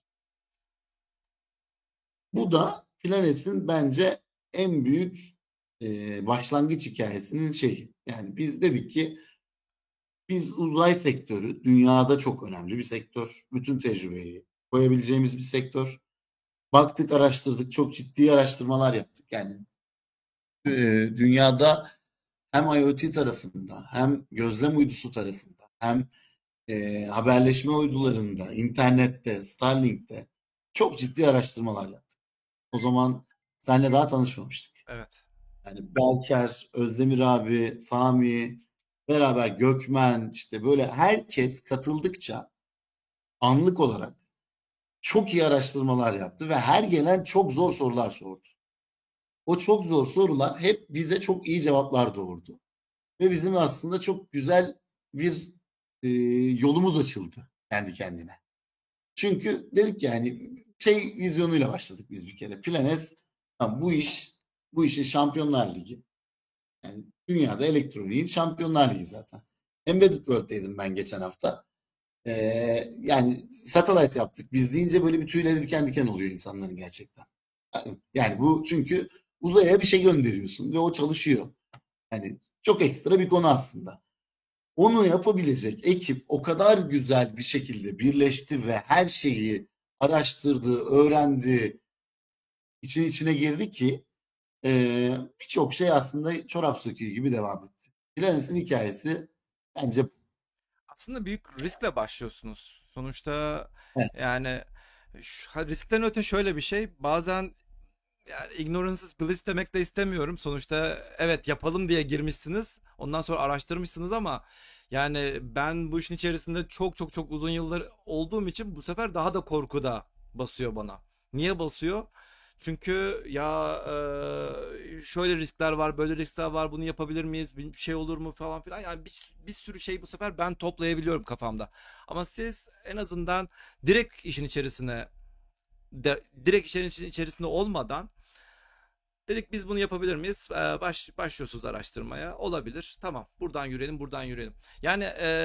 Bu da Planes'in bence en büyük başlangıç hikayesinin şeyi. Yani biz dedik ki biz uzay sektörü dünyada çok önemli bir sektör. Bütün tecrübeyi koyabileceğimiz bir sektör. Baktık, araştırdık, çok ciddi araştırmalar yaptık. Yani e, dünyada hem IoT tarafında hem gözlem uydusu tarafında hem haberleşme uydularında, internette, Starlink'te çok ciddi araştırmalar yaptık. O zaman seninle daha tanışmamıştık. Evet. Yani Belker, Özdemir abi, Sami, beraber Gökmen, işte böyle herkes katıldıkça anlık olarak çok iyi araştırmalar yaptı ve her gelen çok zor sorular sordu. O çok zor sorular hep bize çok iyi cevaplar doğurdu. Ve bizim aslında çok güzel bir yolumuz açıldı kendi kendine. Çünkü dedik yani şey vizyonuyla başladık biz bir kere. Planes, tamam, bu işin Şampiyonlar Ligi. Yani dünyada elektroniğin Şampiyonlar Ligi zaten. Embedded World'deydim ben geçen hafta. Yani satellite yaptık. Biz deyince böyle bir tüyleri diken diken oluyor insanların gerçekten. Yani bu çünkü uzaya bir şey gönderiyorsun ve o çalışıyor. Yani çok ekstra bir konu aslında. Onu yapabilecek ekip o kadar güzel bir şekilde birleşti ve her şeyi araştırdı, öğrendi, için içine girdi ki birçok şey aslında çorap söküğü gibi devam etti. Planes'in hikayesi bence Aslında büyük riskle başlıyorsunuz. Sonuçta evet, yani riskten öte şöyle bir şey. Bazen yani ignorance is bliss demek de istemiyorum. Sonuçta evet yapalım diye girmişsiniz. Ondan sonra araştırmışsınız ama yani ben bu işin içerisinde çok çok çok uzun yıllar olduğum için bu sefer daha da korku da basıyor bana. Niye basıyor? Çünkü ya şöyle riskler var, böyle riskler var. Bunu yapabilir miyiz? Bir şey olur mu falan filan. Yani bir sürü şey bu sefer ben toplayabiliyorum kafamda. Ama siz en azından direkt işin içerisine direkt işin içerisinde olmadan dedik biz bunu yapabilir miyiz? Başlıyorsunuz araştırmaya. Olabilir. Tamam. Buradan yürüyelim, buradan yürüyelim. Yani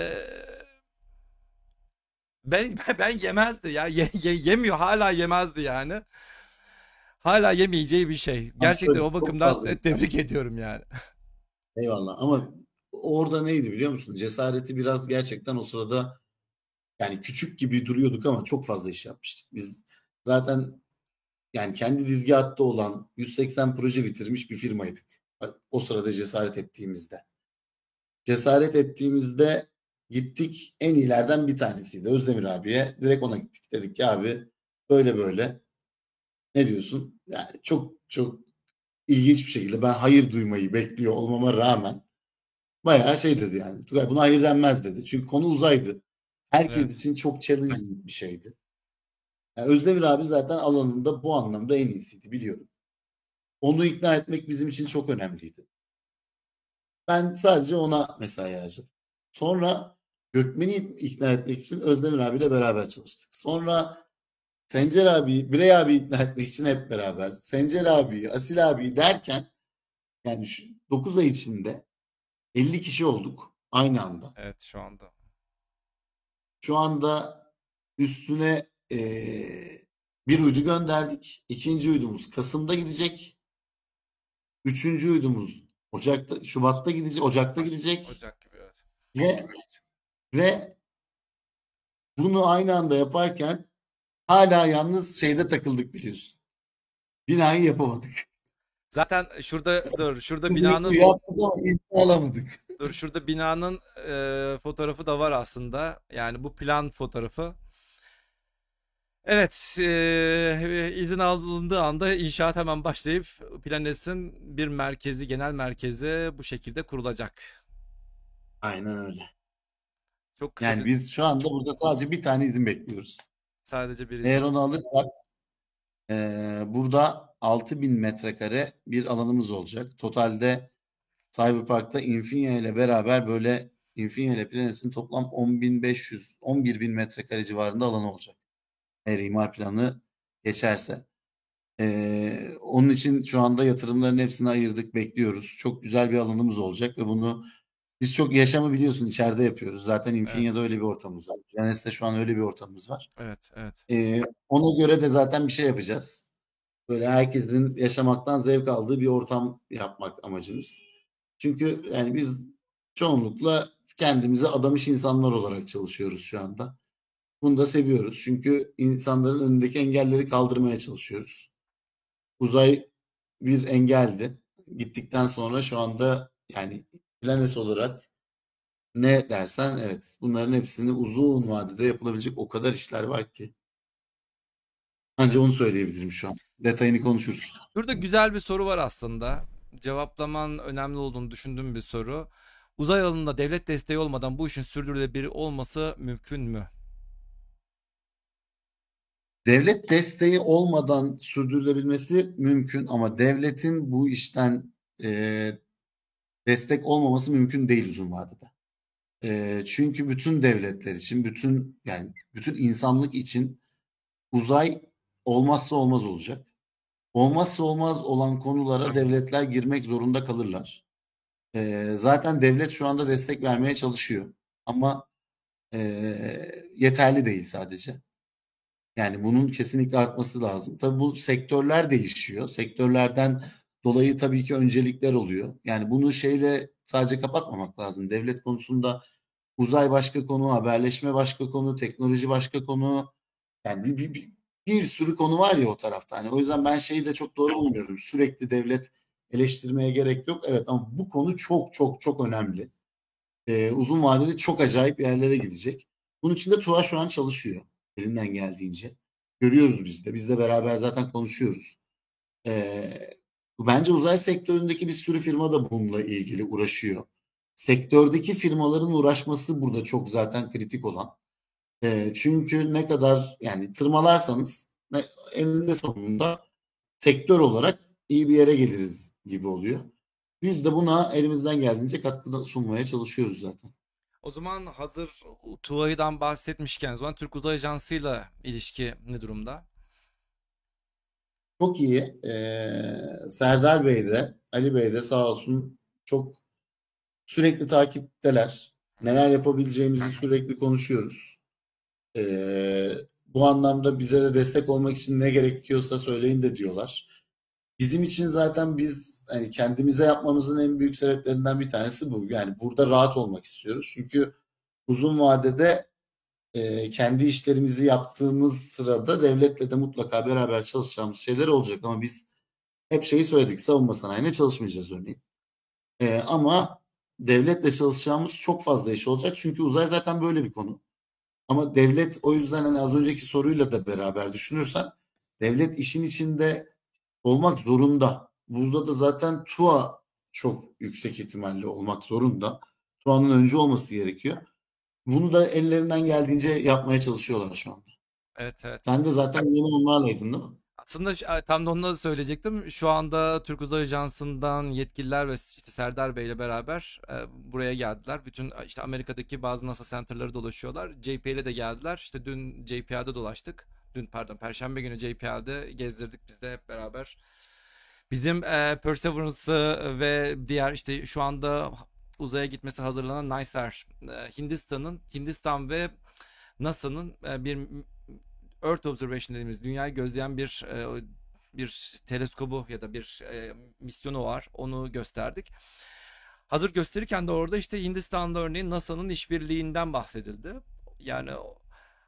ben yemezdi ya. Yemiyor. Hala yemezdi yani. Hala yemeyeceği bir şey. Gerçekten o çok bakımdan fazla imkan. tebrik ediyorum yani. Eyvallah ama orada neydi biliyor musun? Cesareti biraz gerçekten o sırada yani küçük gibi duruyorduk ama çok fazla iş yapmıştık. Biz zaten yani kendi dizgahta olan 180 proje bitirmiş bir firmaydık. O sırada cesaret ettiğimizde. Cesaret ettiğimizde gittik, en iyilerden bir tanesiydi Özdemir abiye. Direkt ona gittik. Dedik ki abi böyle böyle ne diyorsun? Yani çok çok ilginç bir şekilde ben hayır duymayı bekliyor olmama rağmen bayağı şey dedi yani. Tugay buna hayır denmez dedi. Çünkü konu uzaydı. Herkes Evet. için çok challenging bir şeydi. Yani Özdemir abi zaten alanında bu anlamda en iyisiydi biliyorum. Onu ikna etmek bizim için çok önemliydi. Ben sadece ona mesai harcadım. Sonra Gökmen'i ikna etmek için Özdemir abiyle beraber çalıştık. Sonra Sencer abi, Birey abi ikna etmek için hep beraber. Sencer abi, Asil abi derken yani şu 9 ay içinde 50 kişi olduk aynı anda. Evet şu anda. Şu anda üstüne bir uydu gönderdik. İkinci uydumuz Kasım'da gidecek. Üçüncü uydumuz Şubat'ta gidecek, Ocak'ta gidecek. Ocak gibi evet. Ve ve bunu aynı anda yaparken hala yalnız şeyde takıldık biliyorsun. Binayı yapamadık. Zaten şurada dur. Şurada Projeyi binanın yaptık ama izni alamadık. dur şurada binanın fotoğrafı da var aslında. Yani bu plan fotoğrafı. Evet, izin alındığı anda inşaat hemen başlayıp Planes'in bir merkezi, genel merkezi bu şekilde kurulacak. Aynen öyle. Çok kısa Yani bir biz şu anda burada sadece bir tane izin bekliyoruz. sadece bir Eğer izin. onu alırsak burada 6.000 metrekare bir alanımız olacak. Totalde Cyberpark'ta Infinia ile beraber böyle Infinia ile Planes'in toplam 10.500, 11.000 metrekare civarında alanı olacak. Eğer imar planı geçerse. Onun için şu anda yatırımların hepsini ayırdık, bekliyoruz. Çok güzel bir alanımız olacak ve bunu biz çok yaşamı biliyorsun içeride yapıyoruz. Zaten Evet, Infinia'da öyle bir ortamımız var. Planes'te şu an öyle bir ortamımız var. evet, evet. Ona göre de zaten bir şey yapacağız. Böyle herkesin yaşamaktan zevk aldığı bir ortam yapmak amacımız. Çünkü yani biz çoğunlukla kendimize adamış insanlar olarak çalışıyoruz şu anda. Bunu da seviyoruz. Çünkü insanların önündeki engelleri kaldırmaya çalışıyoruz. Uzay bir engeldi. Gittikten sonra şu anda yani Planes olarak ne dersen evet bunların hepsini uzun vadede yapılabilecek o kadar işler var ki. Ancak Evet. onu söyleyebilirim şu an. Detayını konuşuruz. Burada güzel bir soru var aslında. Cevaplaman önemli olduğunu düşündüğüm bir soru. Uzay alanında devlet desteği olmadan bu işin sürdürülebilir olması mümkün mü? Devlet desteği olmadan sürdürülebilmesi mümkün ama devletin bu işten e, destek olmaması mümkün değil uzun vadede. Çünkü bütün devletler için, bütün yani bütün insanlık için uzay olmazsa olmaz olacak. Olmazsa olmaz olan konulara devletler girmek zorunda kalırlar. Zaten devlet şu anda destek vermeye çalışıyor ama e, yeterli değil sadece. Yani bunun kesinlikle artması lazım. Tabii bu sektörler değişiyor. Sektörlerden dolayı tabii ki öncelikler oluyor. Yani bunu şeyle sadece kapatmamak lazım. Devlet konusunda uzay başka konu, haberleşme başka konu, teknoloji başka konu. Yani bir sürü konu var ya o tarafta. Hani o yüzden ben şeyi de çok doğru bulmuyorum. Sürekli devlet eleştirmeye gerek yok. Evet ama bu konu çok çok çok önemli. Uzun vadede çok acayip yerlere gidecek. Bunun için de TUA şu an çalışıyor elinden geldiğince. Görüyoruz biz de. Biz de beraber zaten konuşuyoruz. Ee, Bence uzay sektöründeki bir sürü firma da bununla ilgili uğraşıyor. Sektördeki firmaların uğraşması burada çok zaten kritik olan. Çünkü ne kadar yani tırmalarsanız eninde sonunda sektör olarak iyi bir yere geliriz gibi oluyor. Biz de buna elimizden geldiğince katkıda sunmaya çalışıyoruz zaten. O zaman hazır TUA'dan bahsetmişken o zaman Türk Uzay Ajansı'yla ilişki ne durumda? Çok iyi. Serdar Bey de Ali Bey de sağ olsun çok sürekli takipteler. Neler yapabileceğimizi sürekli konuşuyoruz. Bu anlamda bize de destek olmak için ne gerekiyorsa söyleyin de diyorlar. Bizim için zaten biz hani kendimize yapmamızın en büyük sebeplerinden bir tanesi bu. Yani burada rahat olmak istiyoruz. Çünkü uzun vadede kendi işlerimizi yaptığımız sırada devletle de mutlaka beraber çalışacağımız şeyler olacak. Ama biz hep şeyi söyledik, savunma sanayine çalışmayacağız örneğin. Ama devletle çalışacağımız çok fazla iş olacak. Çünkü uzay zaten böyle bir konu. Ama devlet o yüzden hani az önceki soruyla da beraber düşünürsen devlet işin içinde olmak zorunda. Burada da zaten TUA çok yüksek ihtimalle olmak zorunda. TUA'nın önce olması gerekiyor. Bunu da ellerinden geldiğince yapmaya çalışıyorlar şu anda. Evet, evet. Sen de zaten yeni onlarlaydın değil mi? Aslında tam da onu da söyleyecektim. Şu anda Türk Uzay Ajansı'ndan yetkililer ve işte Serdar Bey ile beraber buraya geldiler. Bütün işte Amerika'daki bazı NASA center'ları dolaşıyorlar. JPL'e de geldiler. İşte dün JPL'de dolaştık. Dün pardon Perşembe günü JPL'de gezdirdik biz de hep beraber. Bizim Perseverance'ı ve diğer işte şu anda uzaya gitmesi hazırlanan NICER, Hindistan ve NASA'nın bir Earth Observation dediğimiz dünyayı gözleyen bir teleskobu ya da bir misyonu var. Onu gösterdik. Hazır gösterirken de orada işte Hindistan'da örneğin NASA'nın işbirliğinden bahsedildi. Yani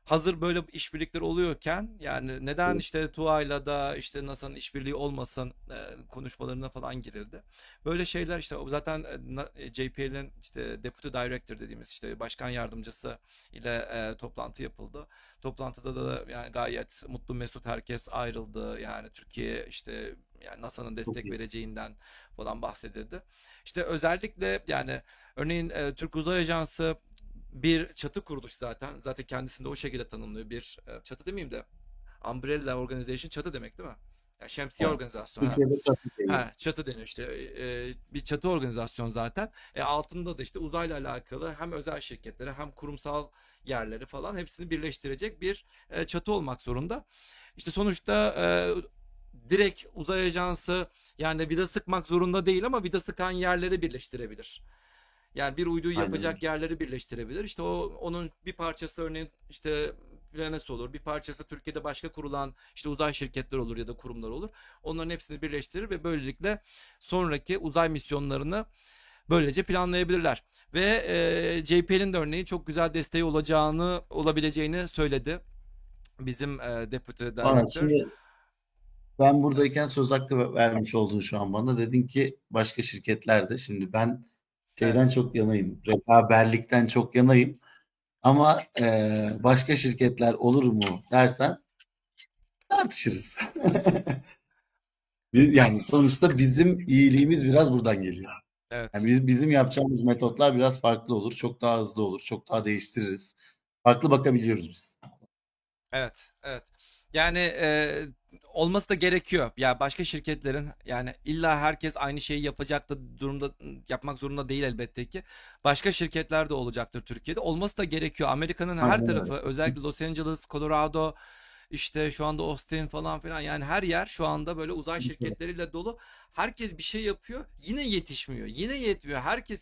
hazır böyle işbirlikleri oluyorken yani neden Evet. işte TUA'yla da işte NASA'nın işbirliği olmasın konuşmalarına falan girildi. Böyle şeyler işte zaten JPL'in işte Deputy Director dediğimiz işte başkan yardımcısı ile toplantı yapıldı. Toplantıda da yani gayet mutlu mesut herkes ayrıldı. Yani Türkiye işte yani NASA'nın Çok destek iyi. vereceğinden falan bahsedildi. İşte özellikle yani örneğin Türk Uzay Ajansı bir çatı kuruluş zaten. Zaten kendisini de o şekilde tanımlıyor. Bir çatı demeyeyim de Umbrella Organization çatı demek değil mi? Yani şemsiye Evet. organizasyon. Ha. Türkiye'de çatı deniyor. Ha, çatı deniyor işte. Bir çatı organizasyon zaten. Altında da işte uzayla alakalı hem özel şirketleri hem kurumsal yerleri falan hepsini birleştirecek bir çatı olmak zorunda. İşte sonuçta direkt uzay ajansı yani vida sıkmak zorunda değil ama vida sıkan yerleri birleştirebilir. Yani bir uyduyu Aynen yapacak öyle. yerleri birleştirebilir. İşte onun bir parçası örneğin işte Planes olur. Bir parçası Türkiye'de başka kurulan işte uzay şirketleri olur ya da kurumlar olur. Onların hepsini birleştirir ve böylelikle sonraki uzay misyonlarını böylece planlayabilirler. Ve JPL'in de örneğin çok güzel desteği olabileceğini söyledi. Bizim Deputy Aa, Director. şimdi ben Evet. buradayken söz hakkı vermiş oldun şu an bana. Dedin ki başka şirketlerde. Şimdi ben şeyden Evet. çok yanayım. Rekaberlikten çok yanayım. Ama başka şirketler olur mu dersen tartışırız. Yani sonuçta bizim iyiliğimiz biraz buradan geliyor. Yani Evet. bizim yapacağımız metotlar biraz farklı olur. Çok daha hızlı olur. Çok daha değiştiririz. Farklı bakabiliyoruz biz. Evet, evet. Yani olması da gerekiyor. Ya başka şirketlerin yani illa herkes aynı şeyi yapacak da durumda yapmak zorunda değil elbette ki. Başka şirketler de olacaktır Türkiye'de. Olması da gerekiyor. Amerika'nın her Aynen öyle. tarafı özellikle Los Angeles, Colorado, işte şu anda Austin falan filan yani her yer şu anda böyle uzay şirketleriyle dolu. Herkes bir şey yapıyor. Yine yetişmiyor. Yine yetmiyor. Herkes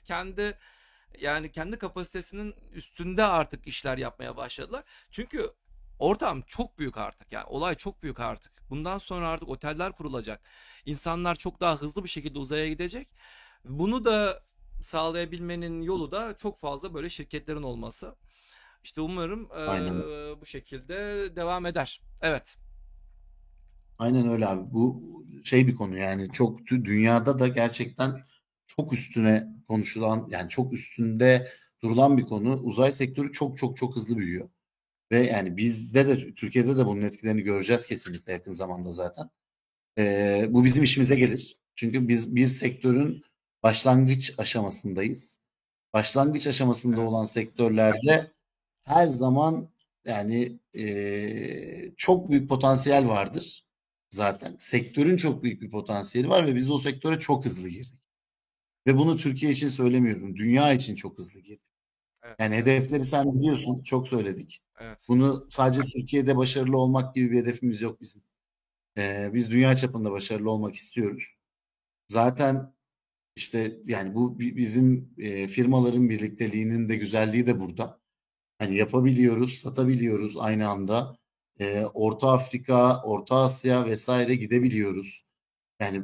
kendi kapasitesinin üstünde artık işler yapmaya başladılar. Çünkü ortam çok büyük artık. Yani olay çok büyük artık. Bundan sonra artık oteller kurulacak. İnsanlar çok daha hızlı bir şekilde uzaya gidecek. Bunu da sağlayabilmenin yolu da çok fazla böyle şirketlerin olması. İşte umarım Aynen. bu şekilde devam eder. Evet. Aynen öyle abi. Bu şey bir konu yani çok dünyada da gerçekten çok üstüne konuşulan yani çok üstünde durulan bir konu. Uzay sektörü çok çok çok hızlı büyüyor. Ve yani bizde de Türkiye'de de bunun etkilerini göreceğiz kesinlikle yakın zamanda zaten. Bu bizim işimize gelir. Çünkü biz bir sektörün başlangıç aşamasındayız. Başlangıç aşamasında Evet. olan sektörlerde her zaman yani çok büyük potansiyel vardır zaten. Sektörün çok büyük bir potansiyeli var ve biz bu sektöre çok hızlı girdik. Ve bunu Türkiye için söylemiyorum. Dünya için çok hızlı girdik. Evet. Yani Evet. hedefleri sen biliyorsun, çok söyledik. Evet. Bunu sadece Türkiye'de başarılı olmak gibi bir hedefimiz yok bizim. Biz dünya çapında başarılı olmak istiyoruz. Zaten işte yani bu bizim firmaların birlikteliğinin de güzelliği de burada. Hani yapabiliyoruz, satabiliyoruz aynı anda. Orta Afrika, Orta Asya vesaire gidebiliyoruz. Yani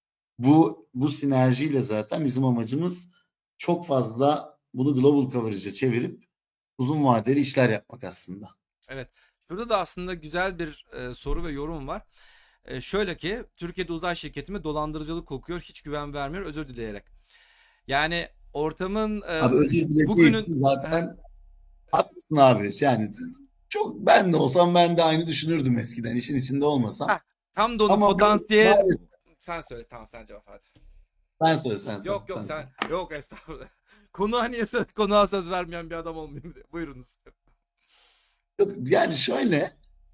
bu sinerjiyle zaten bizim amacımız çok fazla bunu global coverage'e çevirip uzun vadeli işler yapmak aslında. Evet. Şurada da aslında güzel bir soru ve yorum var. Şöyle ki Türkiye'de uzay şirketimi dolandırıcılık kokuyor, hiç güven vermiyor, özür dileyerek. Yani ortamın Abi özür dilediği bugünün için zaten haklısın abi. Yani çok ben de olsam ben de aynı düşünürdüm eskiden işin içinde olmasam. heh, tam da onu Ama bu potansiyel maalesef sen söyle tamam sen cevap hadi. sen söyle sen Yok yok sen sen söyle. yok estağfurullah. Konuğa söz vermeyen bir adam olmayayım diye. Buyurunuz. Yok, yani şöyle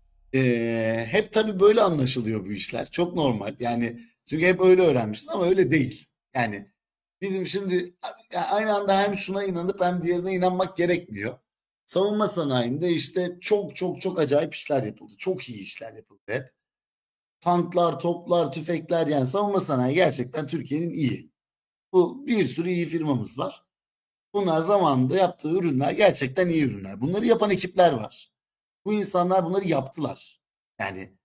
hep tabii böyle anlaşılıyor bu işler. Çok normal. Yani çünkü hep öyle öğrenmişiz ama öyle değil. Yani bizim şimdi aynı anda hem şuna inanıp hem diğerine inanmak gerekmiyor. Savunma sanayinde işte çok çok çok acayip işler yapıldı. Çok iyi işler yapıldı hep. Tanklar, toplar, tüfekler yani savunma sanayi gerçekten Türkiye'nin iyi. Bu bir sürü iyi firmamız var. Bunlar zamanında yaptığı ürünler gerçekten iyi ürünler. Bunları yapan ekipler var. Bu insanlar bunları yaptılar. Yani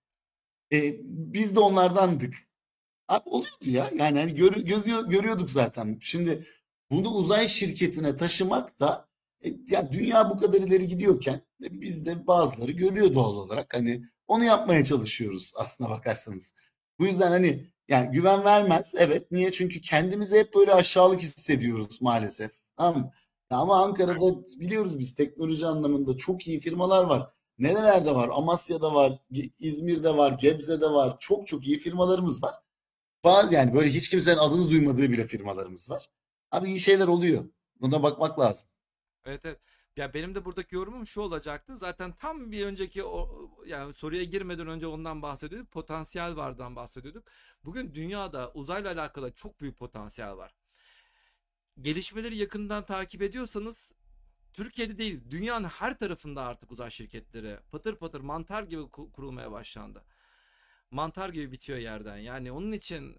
biz de onlardandık. Abi oluyordu ya. Yani hani görüyorduk zaten. Şimdi bunu uzay şirketine taşımak da Ya dünya bu kadar ileri gidiyorken biz de bazıları görüyor doğal olarak. Hani onu yapmaya çalışıyoruz aslına bakarsanız. Bu yüzden hani yani güven vermez. Evet. Niye? Çünkü kendimizi hep böyle aşağılık hissediyoruz maalesef. Tamam mı? Ya ama Ankara'da biliyoruz biz teknoloji anlamında çok iyi firmalar var. Nerelerde var? Amasya'da var, İzmir'de var, Gebze'de var. Çok çok iyi firmalarımız var. Bazı yani böyle hiç kimsenin adını duymadığı bile firmalarımız var. Abi iyi şeyler oluyor. Buna bakmak lazım. Evet, evet. Ya benim de buradaki yorumum şu olacaktı. Zaten tam bir önceki yani soruya girmeden önce ondan bahsediyorduk. Potansiyel vardan bahsediyorduk. Bugün dünyada uzayla alakalı çok büyük potansiyel var. Gelişmeleri yakından takip ediyorsanız Türkiye'de değil, dünyanın her tarafında artık uzay şirketleri patır patır mantar gibi kurulmaya başlandı. Mantar gibi bitiyor yerden. Yani onun için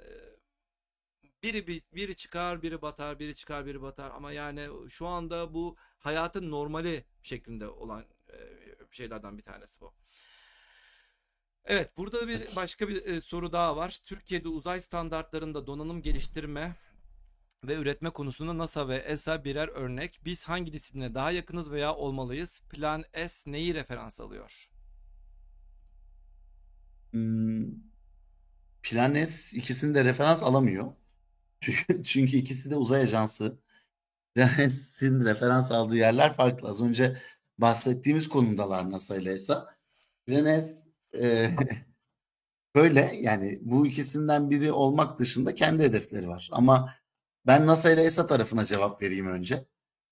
biri çıkar, biri batar, biri çıkar, biri batar. Ama yani şu anda bu hayatın normali şeklinde olan şeylerden bir tanesi bu. Evet, burada bir Evet. başka bir soru daha var. Türkiye'de uzay standartlarında donanım geliştirme ve üretme konusunda NASA ve ESA birer örnek. Biz hangi disipline daha yakınız veya olmalıyız? Plan S neyi referans alıyor? Hmm, Planes ikisini de referans alamıyor. Çünkü ikisi de uzay ajansı. Planes'in referans aldığı yerler farklı. Az önce bahsettiğimiz konumdalar NASA ile ESA. Planes böyle yani bu ikisinden biri olmak dışında kendi hedefleri var. Ama ben NASA ile ESA tarafına cevap vereyim önce.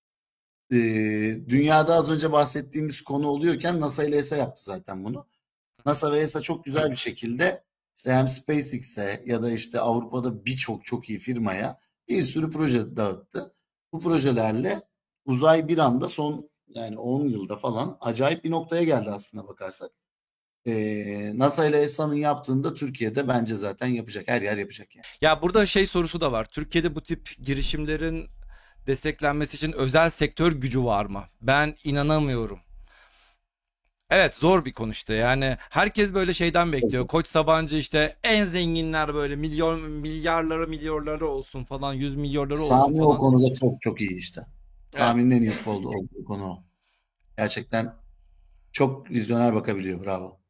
Dünyada az önce bahsettiğimiz konu oluyorken NASA ile ESA yaptı zaten bunu. NASA ve ESA çok güzel bir şekilde işte hem SpaceX'e ya da işte Avrupa'da birçok çok iyi firmaya bir sürü proje dağıttı. Bu projelerle uzay bir anda son yani 10 yılda falan acayip bir noktaya geldi aslına bakarsak. NASA ile ESA'nın yaptığını da Türkiye'de bence zaten yapacak. Her yer yapacak yani. Ya burada şey sorusu da var. Türkiye'de bu tip girişimlerin desteklenmesi için özel sektör gücü var mı? Ben inanamıyorum. Evet, zor bir konu işte. Yani herkes böyle şeyden bekliyor. Koç Sabancı işte en zenginler böyle milyon milyarları olsun falan, 100 milyarları olsun Sami o falan. konuda çok çok iyi işte. Evet. Sami'nin en iyi olduğu konu o. Gerçekten çok vizyoner bakabiliyor. Bravo.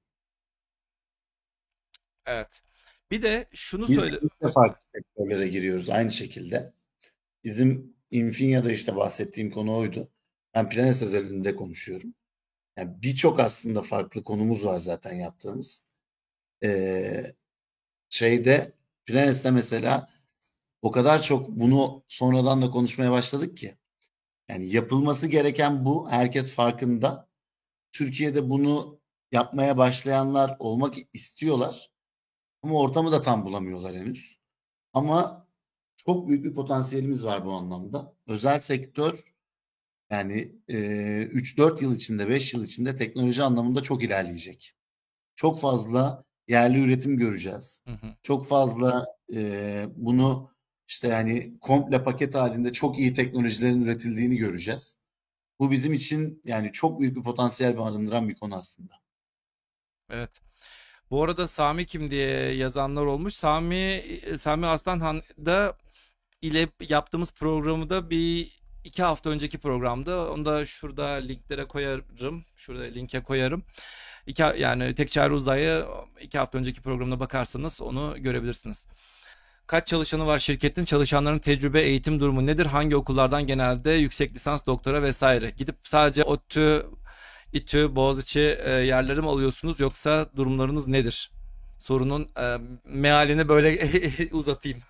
Evet. Bir de şunu Biz, söyle. biz de farklı sektörlere giriyoruz aynı şekilde. Bizim Infineon'da işte bahsettiğim konu oydu. Ben Planes özelinde konuşuyorum. Yani birçok aslında farklı konumuz var zaten yaptığımız. Ee, şeyde Planes'te mesela o kadar çok bunu sonradan da konuşmaya başladık ki. Yani yapılması gereken bu. Herkes farkında. Türkiye'de bunu yapmaya başlayanlar olmak istiyorlar. Ama ortamı da tam bulamıyorlar henüz. Ama çok büyük bir potansiyelimiz var bu anlamda. Özel sektör yani 3-4 yıl içinde, 5 yıl içinde teknoloji anlamında çok ilerleyecek. Çok fazla yerli üretim göreceğiz. Hı hı. Çok fazla bunu işte yani komple paket halinde çok iyi teknolojilerin üretildiğini göreceğiz. Bu bizim için yani çok büyük bir potansiyel barındıran bir konu aslında. Evet. Bu arada Sami kim diye yazanlar olmuş. Sami Aslanhan da ile yaptığımız programı da bir 2 hafta önceki programda. Onu da şurada linklere koyarım. Şurada linke koyarım. Yani Tek Çare Uzay'ı 2 hafta önceki programına bakarsanız onu görebilirsiniz. Kaç çalışanı var şirketin? Çalışanların tecrübe, eğitim durumu nedir? Hangi okullardan genelde yüksek lisans, doktora vesaire? Gidip sadece ODTÜ, İTÜ, Boğaziçi yerleri mi alıyorsunuz yoksa durumlarınız nedir? Sorunun mealini böyle uzatayım.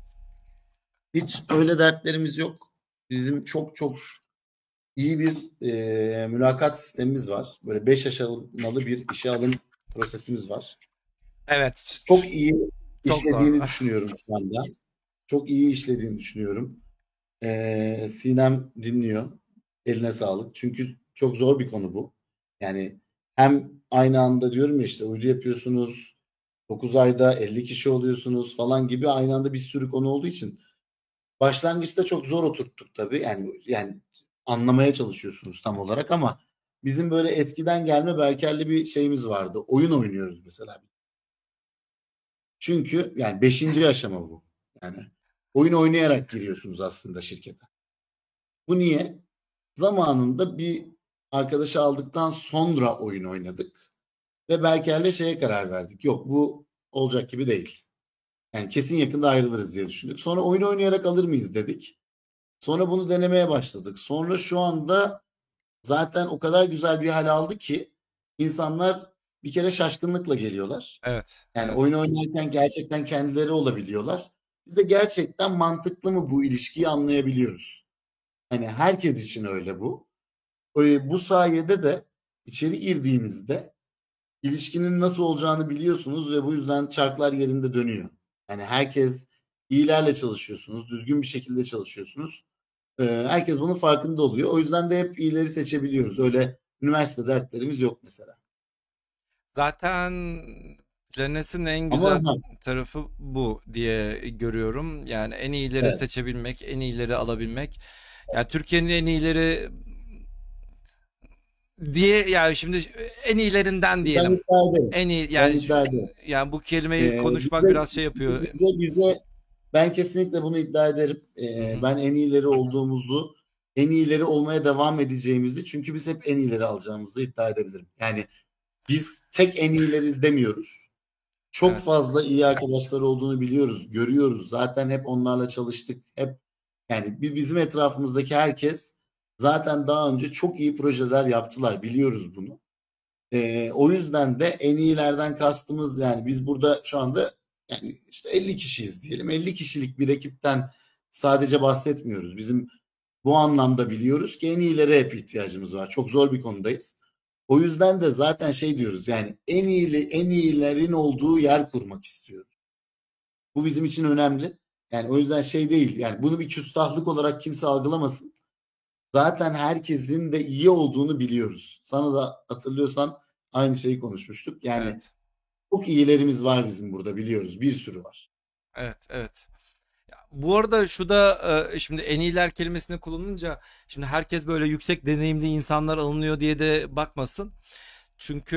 Hiç öyle dertlerimiz yok. Bizim çok çok iyi bir mülakat sistemimiz var. Böyle 5 aşamalı bir işe alım prosesimiz var. Evet, Çok iyi çok zor. işlediğini düşünüyorum şu anda. Çok iyi işlediğini düşünüyorum. Sinem dinliyor. Eline sağlık. Çünkü çok zor bir konu bu. Yani hem aynı anda diyorum ya işte uydu yapıyorsunuz, 9 ayda 50 kişi oluyorsunuz falan gibi aynı anda bir sürü konu olduğu için başlangıçta çok zor oturttuk tabii. Yani anlamaya çalışıyorsunuz tam olarak ama bizim böyle eskiden gelme berkerli bir şeyimiz vardı. Oyun oynuyoruz mesela biz. Çünkü yani beşinci aşama bu. Yani oyun oynayarak giriyorsunuz aslında şirkete. Bu niye? Zamanında bir arkadaşı aldıktan sonra oyun oynadık. Ve Berker'le şeye karar verdik. Yok, bu olacak gibi değil. Yani kesin yakında ayrılırız diye düşündük. Sonra oyun oynayarak alır mıyız dedik. Sonra bunu denemeye başladık. Sonra şu anda zaten o kadar güzel bir hal aldı ki insanlar bir kere şaşkınlıkla geliyorlar. Evet, Yani evet. oyun oynarken gerçekten kendileri olabiliyorlar. Biz de gerçekten mantıklı mı bu ilişkiyi anlayabiliyoruz. Hani herkes için öyle bu. Bu sayede de içeri girdiğinizde ilişkinin nasıl olacağını biliyorsunuz ve bu yüzden çarklar yerinde dönüyor. Yani herkes iyilerle çalışıyorsunuz, düzgün bir şekilde çalışıyorsunuz. Herkes bunun farkında oluyor. O yüzden de hep iyileri seçebiliyoruz. Öyle üniversite dertlerimiz yok mesela. Zaten Planes'in en Ama güzel tarafı bu diye görüyorum. Yani en iyileri evet, seçebilmek, en iyileri alabilmek. Yani Türkiye'nin en iyileri diye, yani şimdi en iyilerinden ben diyelim. iddia ederim. En iyi Ben yani iddia ederim. yani bu kelimeyi konuşmak Bize, biraz şey yapıyor. bize ben kesinlikle bunu iddia ederim. Hı hı. Ben en iyileri olduğumuzu, en iyileri olmaya devam edeceğimizi, çünkü biz hep en iyileri alacağımızı iddia edebilirim. Yani biz tek en iyileriz demiyoruz. Çok Evet. fazla iyi arkadaşlar olduğunu biliyoruz, görüyoruz. Zaten hep onlarla çalıştık. Hep yani bizim etrafımızdaki herkes zaten daha önce çok iyi projeler yaptılar. Biliyoruz bunu. O yüzden de en iyilerden kastımız, yani biz burada şu anda yani işte 50 kişiyiz diyelim. 50 kişilik bir ekipten sadece bahsetmiyoruz. Bizim bu anlamda biliyoruz ki en iyilere hep ihtiyacımız var. Çok zor bir konudayız. O yüzden de zaten şey diyoruz, yani en iyilerin olduğu yer kurmak istiyoruz. Bu bizim için önemli. Yani o yüzden şey değil. Yani bunu bir küstahlık olarak kimse algılamasın. Zaten herkesin de iyi olduğunu biliyoruz. Sana da hatırlıyorsan aynı şeyi konuşmuştuk. Yani Evet. çok iyilerimiz var bizim burada, biliyoruz. Bir sürü var. Evet. Evet. Bu arada şu da şimdi en iyiler kelimesini kullanınca şimdi herkes böyle yüksek deneyimli insanlar alınıyor diye de bakmasın. Çünkü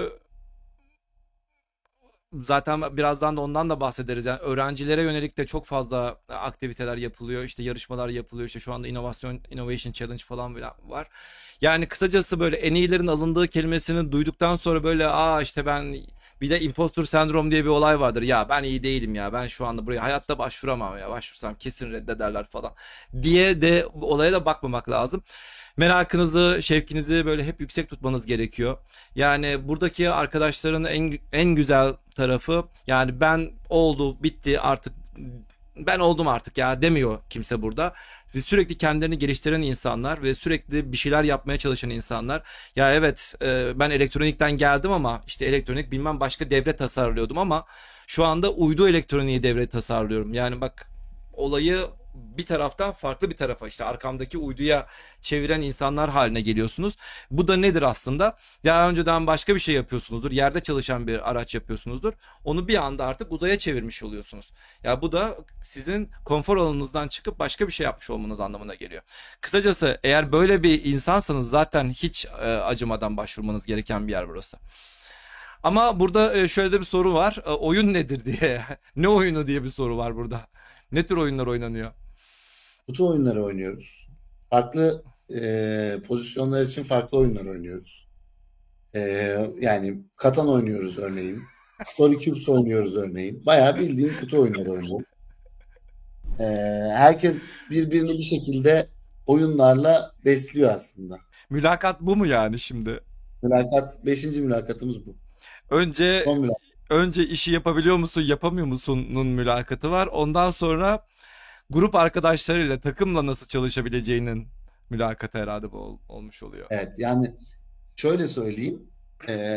zaten birazdan da ondan da bahsederiz. Yani öğrencilere yönelik de çok fazla aktiviteler yapılıyor. İşte yarışmalar yapılıyor. İşte şu anda Innovation Challenge falan var. Yani kısacası böyle en iyilerin alındığı kelimesini duyduktan sonra böyle işte ben, bir de impostor sendrom diye bir olay vardır. Ya ben iyi değilim ya. Ben şu anda buraya hayatta başvuramam ya. Başvursam kesin reddederler falan diye de olaya da bakmamak lazım. Merakınızı, şevkinizi böyle hep yüksek tutmanız gerekiyor. Yani buradaki arkadaşların en güzel tarafı, yani ben oldu bitti artık, ben oldum artık ya demiyor kimse burada. Ve sürekli kendilerini geliştiren insanlar ve sürekli bir şeyler yapmaya çalışan insanlar. Ya evet, ben elektronikten geldim ama işte elektronik bilmem başka devre tasarlıyordum ama şu anda uydu elektroniği devre tasarlıyorum. Yani bak, olayı bir taraftan farklı bir tarafa, işte arkamdaki uyduya çeviren insanlar haline geliyorsunuz. Bu da nedir aslında? Ya önceden başka bir şey yapıyorsunuzdur. Yerde çalışan bir araç yapıyorsunuzdur. Onu bir anda artık uzaya çevirmiş oluyorsunuz. Ya bu da sizin konfor alanınızdan çıkıp başka bir şey yapmış olmanız anlamına geliyor. Kısacası eğer böyle bir insansanız zaten hiç acımadan başvurmanız gereken bir yer burası. Ama burada şöyle de bir soru var. Oyun nedir diye. Ne oyunu diye bir soru var burada. Ne tür oyunlar oynanıyor? Kutu oyunları oynuyoruz. Farklı pozisyonlar için farklı oyunlar oynuyoruz. E, Yani Katan oynuyoruz örneğin. Story Cubes oynuyoruz örneğin. Bayağı bildiğin kutu oyunları oynuyoruz. E, Herkes birbirini bir şekilde oyunlarla besliyor aslında. Mülakat bu mu yani şimdi? Beşinci mülakatımız bu. Önce Son mülakat. önce işi yapabiliyor musun, yapamıyor musunun mülakatı var. Ondan sonra grup arkadaşlarıyla, takımla nasıl çalışabileceğinin mülakatı herhalde bu olmuş oluyor. Evet, yani şöyle söyleyeyim. E,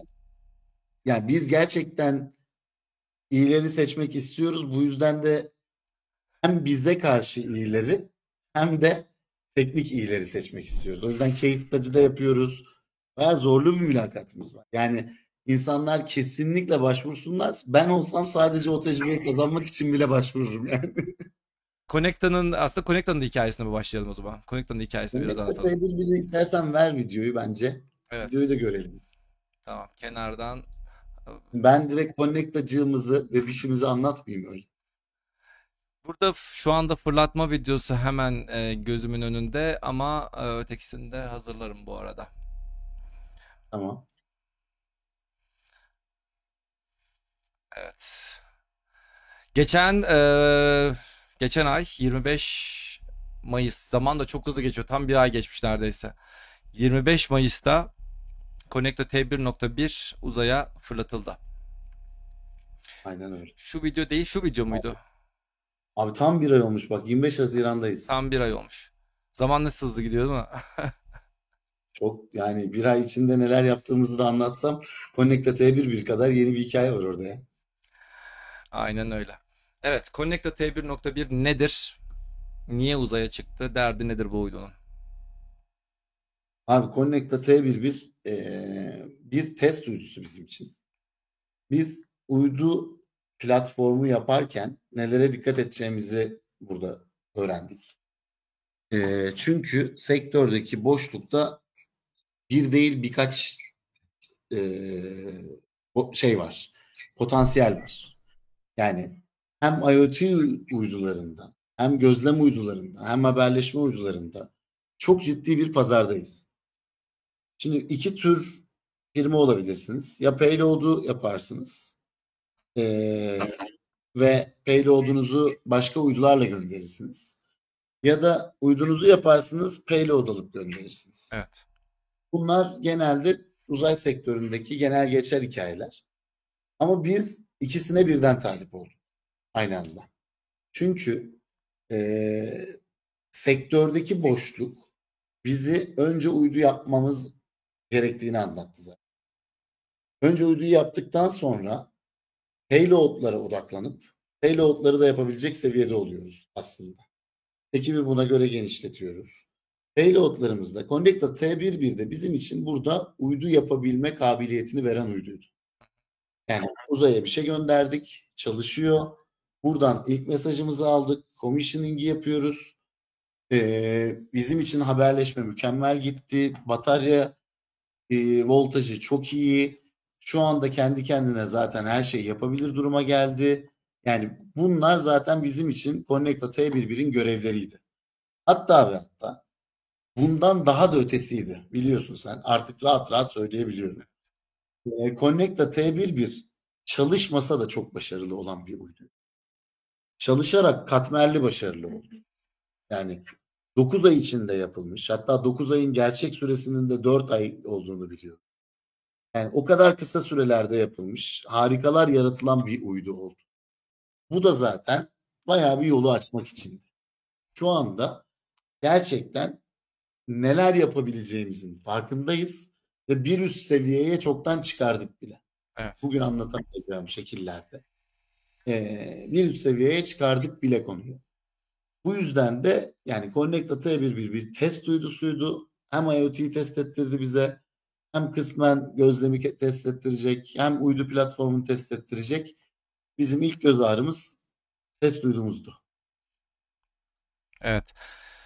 Yani biz gerçekten iyileri seçmek istiyoruz. Bu yüzden de hem bize karşı iyileri hem de teknik iyileri seçmek istiyoruz. O yüzden case study de yapıyoruz. Bayağı zorlu bir mülakatımız var. Yani insanlar kesinlikle başvursunlar. Ben olsam sadece o tecrübeyi kazanmak için bile başvururum yani. Connecta'nın da hikayesine bir başlayalım o zaman. Connecta'nın hikayesini biraz Connected anlatalım. Table bile istersen ver videoyu bence. Evet. Videoyu da görelim. Tamam. Kenardan Ben direkt Connectacığımızı ve fişimizi anlatmayayım öyle. Burada şu anda fırlatma videosu hemen gözümün önünde ama ötekisini de hazırlarım bu arada. Tamam. Evet. Geçen geçen ay 25 Mayıs, zaman da çok hızlı geçiyor. Tam bir ay geçmiş neredeyse. 25 Mayıs'ta Connecto T1.1 uzaya fırlatıldı. Aynen öyle. Şu video değil, şu video muydu? Abi tam bir ay olmuş bak, 25 Haziran'dayız. Tam bir ay olmuş. Zaman nasıl hızlı gidiyor değil mi? Çok, yani bir ay içinde neler yaptığımızı da anlatsam Connecta T11 kadar yeni bir hikaye var orada ya. Aynen öyle. Evet, Connecta T1.1 nedir? Niye uzaya çıktı? Derdi nedir bu uydunun? Abi Connecta T11 bir test uydusu bizim için. Biz uydu platformu yaparken nelere dikkat edeceğimizi burada öğrendik. Çünkü sektördeki boşlukta bir değil birkaç şey var. Potansiyel var. Yani hem IoT uydularında, hem gözlem uydularında, hem haberleşme uydularında çok ciddi bir pazardayız. Şimdi iki tür firma olabilirsiniz. Ya payload'u yaparsınız ve payload'unuzu başka uydularla gönderirsiniz. Ya da uydunuzu yaparsınız, payload alıp gönderirsiniz. Evet. Bunlar genelde uzay sektöründeki genel geçer hikayeler. Ama biz ikisine birden talip olduk aynı anda. Çünkü e, sektördeki boşluk bizi önce uydu yapmamız gerektiğini anlattı zaten. Önce uyduyu yaptıktan sonra payload'lara odaklanıp payload'ları da yapabilecek seviyede oluyoruz aslında. Ekibi buna göre genişletiyoruz. Payload'larımızda Connecta T11'de bizim için burada uydu yapabilme kabiliyetini veren uyduydu. Yani uzaya bir şey gönderdik, çalışıyor. Buradan ilk mesajımızı aldık, commissioning'i yapıyoruz. Bizim için haberleşme mükemmel gitti. Batarya voltajı çok iyi. Şu anda kendi kendine zaten her şeyi yapabilir duruma geldi. Yani bunlar zaten bizim için Connecta T11'in görevleriydi. Hatta ve hatta bundan daha da ötesiydi. Biliyorsun sen, artık rahat rahat söyleyebiliyorum. Connecta T11 çalışmasa da çok başarılı olan bir uydu. Çalışarak katmerli başarılı oldu. Yani 9 ay içinde yapılmış. Hatta 9 ayın gerçek süresinin de 4 ay olduğunu biliyorum. Yani o kadar kısa sürelerde yapılmış, harikalar yaratılan bir uydu oldu. Bu da zaten bayağı bir yolu açmak için. Şu anda gerçekten neler yapabileceğimizin farkındayız ve bir üst seviyeye çoktan çıkardık bile. Evet. Bugün anlatamayacağım şekillerde. Bir üst seviyeye çıkardık bile konuyu. Bu yüzden de yani Connecta T11 bir test uydusuydu. Hem IoT'yi test ettirdi bize, hem kısmen gözlemi test ettirecek, hem uydu platformunu test ettirecek. Bizim ilk göz ağrımız test uydumuzdu. Evet.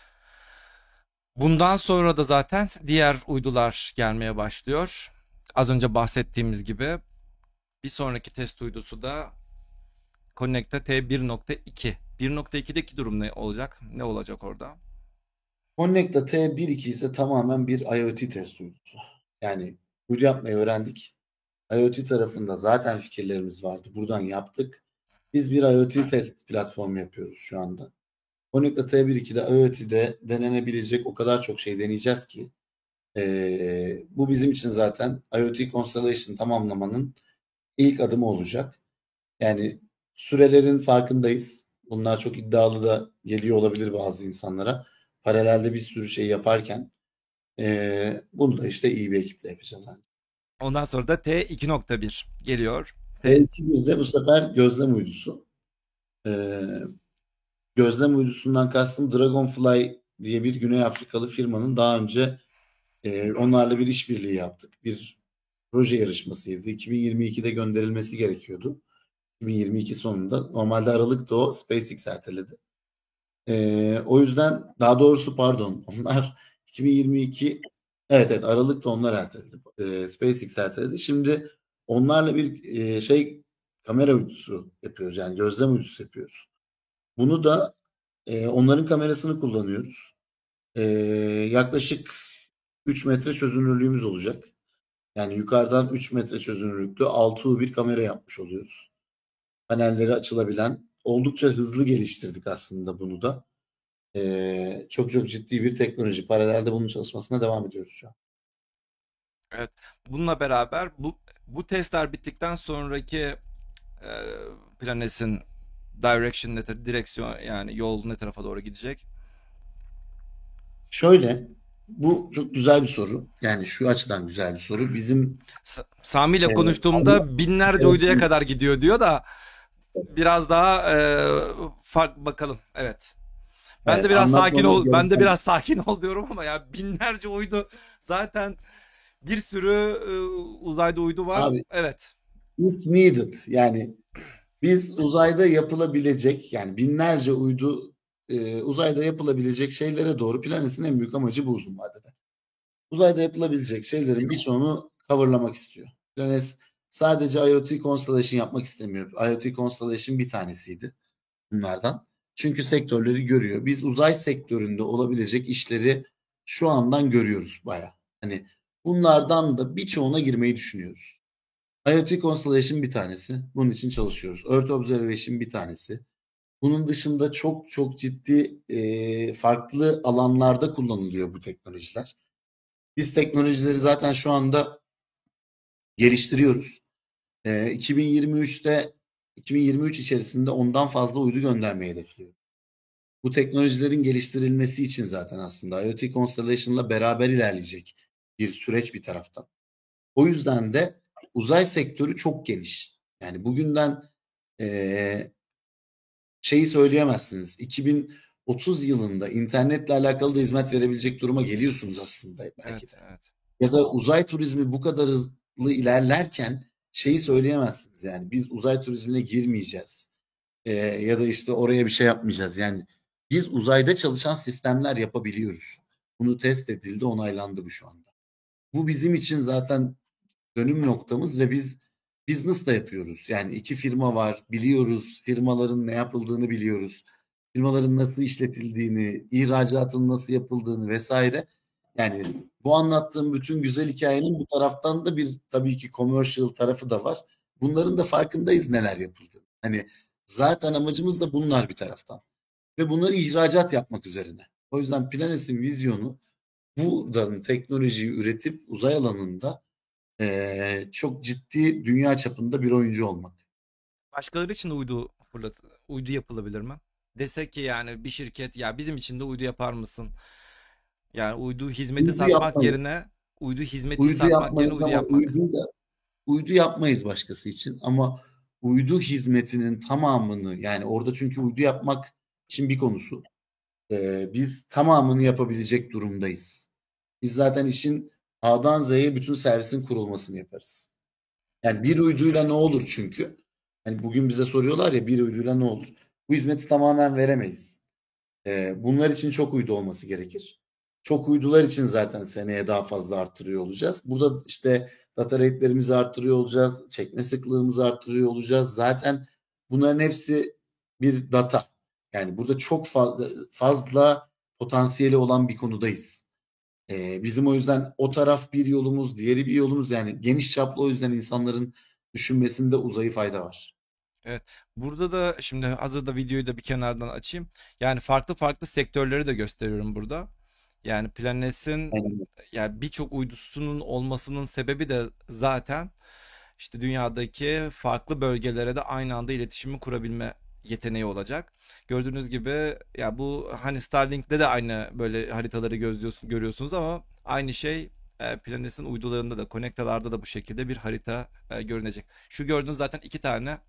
Bundan sonra da zaten diğer uydular gelmeye başlıyor. Az önce bahsettiğimiz gibi bir sonraki test uydusu da Connecta T1.2. 1.2'deki durum ne olacak? Ne olacak orada? Connecta T12 ise tamamen bir IoT test uydusu. Yani uydu yapmayı öğrendik. IoT tarafında zaten fikirlerimiz vardı. Buradan yaptık. Biz bir IoT test platformu yapıyoruz şu anda. Connecta T12'de IoT'de denenebilecek o kadar çok şey deneyeceğiz ki bu bizim için zaten IoT Constellation tamamlamanın ilk adımı olacak. Yani sürelerin farkındayız. Bunlar çok iddialı da geliyor olabilir bazı insanlara. Paralelde bir sürü şey yaparken bunu da işte iyi bir ekiple yapacağız. Yani. Ondan sonra da T2.1 geliyor. T2.1 de bu sefer gözlem uydusu. E, Gözlem uydusundan kastım Dragonfly diye bir Güney Afrikalı firmanın daha önce onlarla bir işbirliği yaptık. Bir proje yarışmasıydı. 2022'de gönderilmesi gerekiyordu. 2022 sonunda. Normalde Aralık'ta o. SpaceX erteledi. O yüzden daha doğrusu pardon onlar 2022 evet Aralık'ta onlar erteledi. SpaceX erteledi. Şimdi onlarla bir kamera uydusu yapıyoruz. Yani gözlem uydusu yapıyoruz. Bunu da onların kamerasını kullanıyoruz. E, Yaklaşık 3 metre çözünürlüğümüz olacak. Yani yukarıdan 3 metre çözünürlüklü 6U bir kamera yapmış oluyoruz. Panelleri açılabilen, oldukça hızlı geliştirdik aslında bunu da. Çok çok ciddi bir teknoloji. Paralelde bunun çalışmasına devam ediyoruz şu an. Evet. Bununla beraber bu testler bittikten sonraki e, Planes'in direction direksiyon yani yol ne tarafa doğru gidecek? Şöyle, bu çok güzel bir soru. Yani şu açıdan güzel bir soru. Bizim Sami ile Allah konuştuğumda binlerce uyduya yaratım- kadar gidiyor diyor da biraz daha fark bakalım. Evet. Ben de biraz sakin anlatmamız ol, ben de gereken biraz sakin ol diyorum ama ya binlerce uydu zaten bir sürü uzayda uydu var. abi, Evet. if needed, yani biz uzayda yapılabilecek, yani binlerce uydu uzayda yapılabilecek şeylere doğru Planes'in en büyük amacı bu uzun vadede. Uzayda yapılabilecek şeylerin birçoğunu coverlamak istiyor. Planes sadece IoT Constellation yapmak istemiyor. IoT Constellation bir tanesiydi bunlardan. Çünkü sektörleri görüyor. Biz uzay sektöründe olabilecek işleri şu andan görüyoruz baya. Hani bunlardan da birçoğuna girmeyi düşünüyoruz. IoT Constellation bir tanesi. Bunun için çalışıyoruz. Earth Observation bir tanesi. Bunun dışında çok çok ciddi farklı alanlarda kullanılıyor bu teknolojiler. Biz teknolojileri zaten şu anda geliştiriyoruz. 2023'te 2023 içerisinde ondan fazla uydu göndermeyi hedefliyoruz. Bu teknolojilerin geliştirilmesi için zaten aslında IoT Constellation'la beraber ilerleyecek bir süreç bir taraftan. O yüzden de uzay sektörü çok geniş. Yani bugünden eee, şeyi söyleyemezsiniz. 2030 yılında internetle alakalı da hizmet verebilecek duruma geliyorsunuz aslında belki Evet, de. evet. Ya da uzay turizmi bu kadar hızlı ilerlerken şeyi söyleyemezsiniz. Yani biz uzay turizmine girmeyeceğiz. Ya da işte oraya bir şey yapmayacağız. Yani biz uzayda çalışan sistemler yapabiliyoruz. Bunu test edildi, onaylandı bu şu anda. Bu bizim için zaten dönüm noktamız ve biz business da yapıyoruz. Yani iki firma var, biliyoruz. Firmaların ne yapıldığını biliyoruz. Firmaların nasıl işletildiğini, ihracatın nasıl yapıldığını vesaire. Yani bu anlattığım bütün güzel hikayenin bir taraftan da bir tabii ki commercial tarafı da var. Bunların da farkındayız neler yapıldığını. Hani zaten amacımız da bunlar bir taraftan. Ve bunları ihracat yapmak üzerine. O yüzden Planes'in vizyonu buradan teknolojiyi üretip uzay alanında çok ciddi dünya çapında bir oyuncu olmak. Başkaları için de uydu yapılabilir mi? Desek ki yani bir şirket ya bizim için de uydu yapar mısın? Yani uydu hizmeti Uydu satmak yapmayız. yerine uydu hizmeti Uydu satmak yerine yapmayız uydu ama yapmak. uydu yapmayız başkası için. Ama uydu hizmetinin tamamını, yani orada çünkü uydu yapmak için bir konusu. Biz tamamını yapabilecek durumdayız. Biz zaten işin A'dan Z'ye bütün servisin kurulmasını yaparız. Yani bir uyduyla ne olur çünkü? Hani bugün bize soruyorlar ya, bir uyduyla ne olur? Bu hizmeti tamamen veremeyiz. Bunlar için çok uydu olması gerekir. Çok uydular için zaten seneye daha fazla arttırıyor olacağız. Burada işte data rate'lerimizi arttırıyor olacağız. Çekme sıklığımızı arttırıyor olacağız. Zaten bunların hepsi bir data. Yani burada çok fazla potansiyeli olan bir konudayız. Bizim o yüzden o taraf bir yolumuz, diğeri bir yolumuz. Yani geniş çaplı, o yüzden insanların düşünmesinde uzayı fayda var. Evet. Burada da şimdi hazırda videoyu da bir kenardan açayım. Yani farklı farklı sektörleri de gösteriyorum burada. Yani Planes'in Aynen. yani birçok uydusunun olmasının sebebi de zaten işte dünyadaki farklı bölgelere de aynı anda iletişimi kurabilme yeteneği olacak. Gördüğünüz gibi ya bu hani Starlink'te de aynı böyle haritaları görüyorsunuz ama aynı şey Planes'in uydularında da Connecta'larda da bu şekilde bir harita görünecek. Şu gördüğünüz zaten iki tane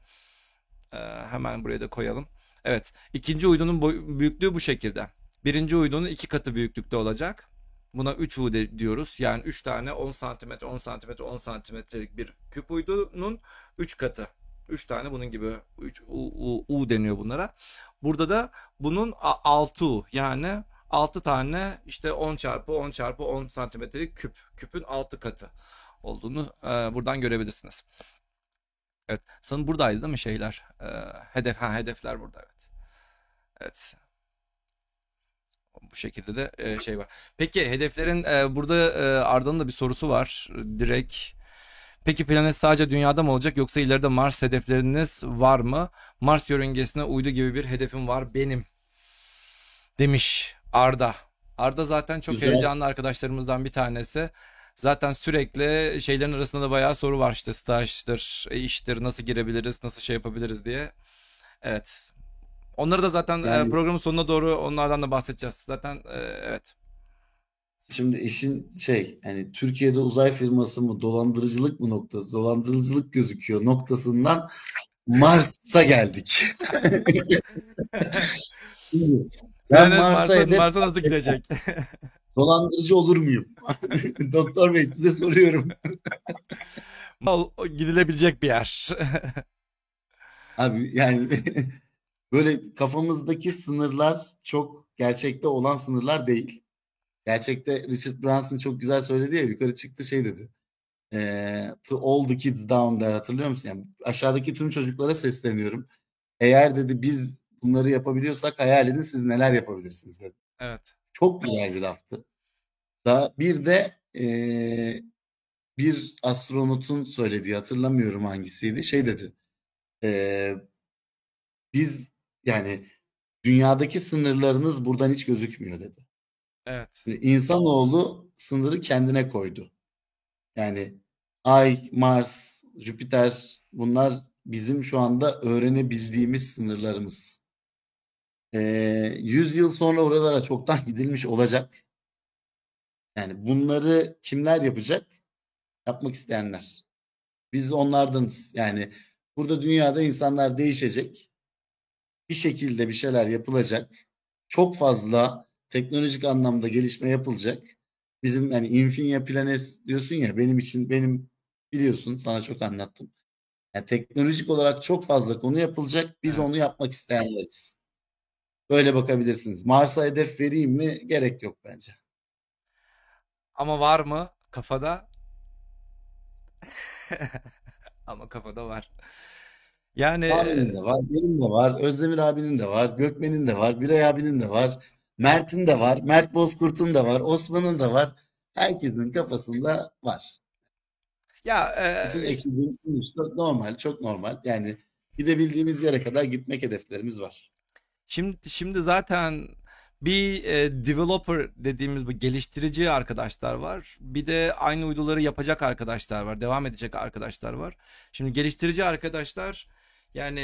hemen buraya da koyalım. Evet, ikinci uydunun büyüklüğü bu şekilde. Birinci uydunun iki katı büyüklükte olacak. Buna 3U diyoruz. Yani 3 tane 10 santimetre, 10 santimetre, 10 santimetrelik bir küp uydunun 3 katı. 3 tane bunun gibi 3 U deniyor bunlara. Burada da bunun 6U yani 6 tane işte 10 çarpı 10 çarpı 10 santimetrelik küp. Küpün 6 katı olduğunu buradan görebilirsiniz. Evet. Sanırım buradaydı değil mi şeyler? Hedefler burada evet. Evet. Bu şekilde de şey var. Peki hedeflerin burada Arda'nın da bir sorusu var direkt. Peki planet sadece dünyada mı olacak yoksa ileride Mars hedefleriniz var mı? Mars yörüngesine uydu gibi bir hedefim var benim demiş Arda. Arda zaten çok Güzel. heyecanlı arkadaşlarımızdan bir tanesi. Zaten sürekli şeylerin arasında da bayağı soru var işte stajdır, iştir, nasıl girebiliriz, nasıl şey yapabiliriz diye. Evet. Onları da zaten Yani programın sonuna doğru onlardan da bahsedeceğiz. Zaten evet. şimdi işin hani Türkiye'de uzay firması mı dolandırıcılık mı noktası, dolandırıcılık gözüküyor noktasından Mars'a geldik. Şimdi ben Planet Mars'a hedef Mars'a nasıl gidecek? dolandırıcı olur muyum? Doktor Bey size soruyorum. Gidilebilecek bir yer. Abi yani böyle kafamızdaki sınırlar çok gerçekte olan sınırlar değil. Gerçekte Richard Branson çok güzel söyledi ya, yukarı çıktı şey dedi. To all the kids down there, hatırlıyor musun? Yani aşağıdaki tüm çocuklara sesleniyorum. Eğer dedi biz bunları yapabiliyorsak hayal edin siz neler yapabilirsiniz dedi. Evet. Çok güzel bir laftı. Daha bir de bir astronotun söylediği, hatırlamıyorum hangisiydi, şey dedi. Ee, Biz yani dünyadaki sınırlarınız buradan hiç gözükmüyor dedi. Evet. İnsanoğlu sınırı kendine koydu. Yani Ay, Mars, Jüpiter, bunlar bizim şu anda öğrenebildiğimiz sınırlarımız. 100 yıl sonra oralara çoktan gidilmiş olacak. Yani bunları kimler yapacak? Yapmak isteyenler. Biz onlardanız. Yani burada dünyada insanlar değişecek. Bir şekilde bir şeyler yapılacak. Çok fazla teknolojik anlamda gelişme yapılacak. Bizim yani Infinia Planes diyorsun ya, benim için, benim biliyorsun, sana çok anlattım. Yani teknolojik olarak çok fazla konu yapılacak. Biz onu Evet. yapmak isteyenleriz. Böyle bakabilirsiniz. Mars'a hedef vereyim mi? Gerek yok bence. Ama var mı kafada? Ama kafada var. Yani Tahmin'in de var, benim de var, Özdemir abinin de var, Gökmen'in de var, Biray abinin de var, Mert'in de var, Mert Bozkurt'un da var, Osman'ın da var. Herkesin kafasında var. ya Bütün ekibin sonuçta normal, çok normal. Yani gidebildiğimiz yere kadar gitmek hedeflerimiz var. şimdi zaten bir developer dediğimiz bu geliştirici arkadaşlar var. Bir de aynı uyduları yapacak arkadaşlar var. Devam edecek arkadaşlar var. Şimdi geliştirici arkadaşlar yani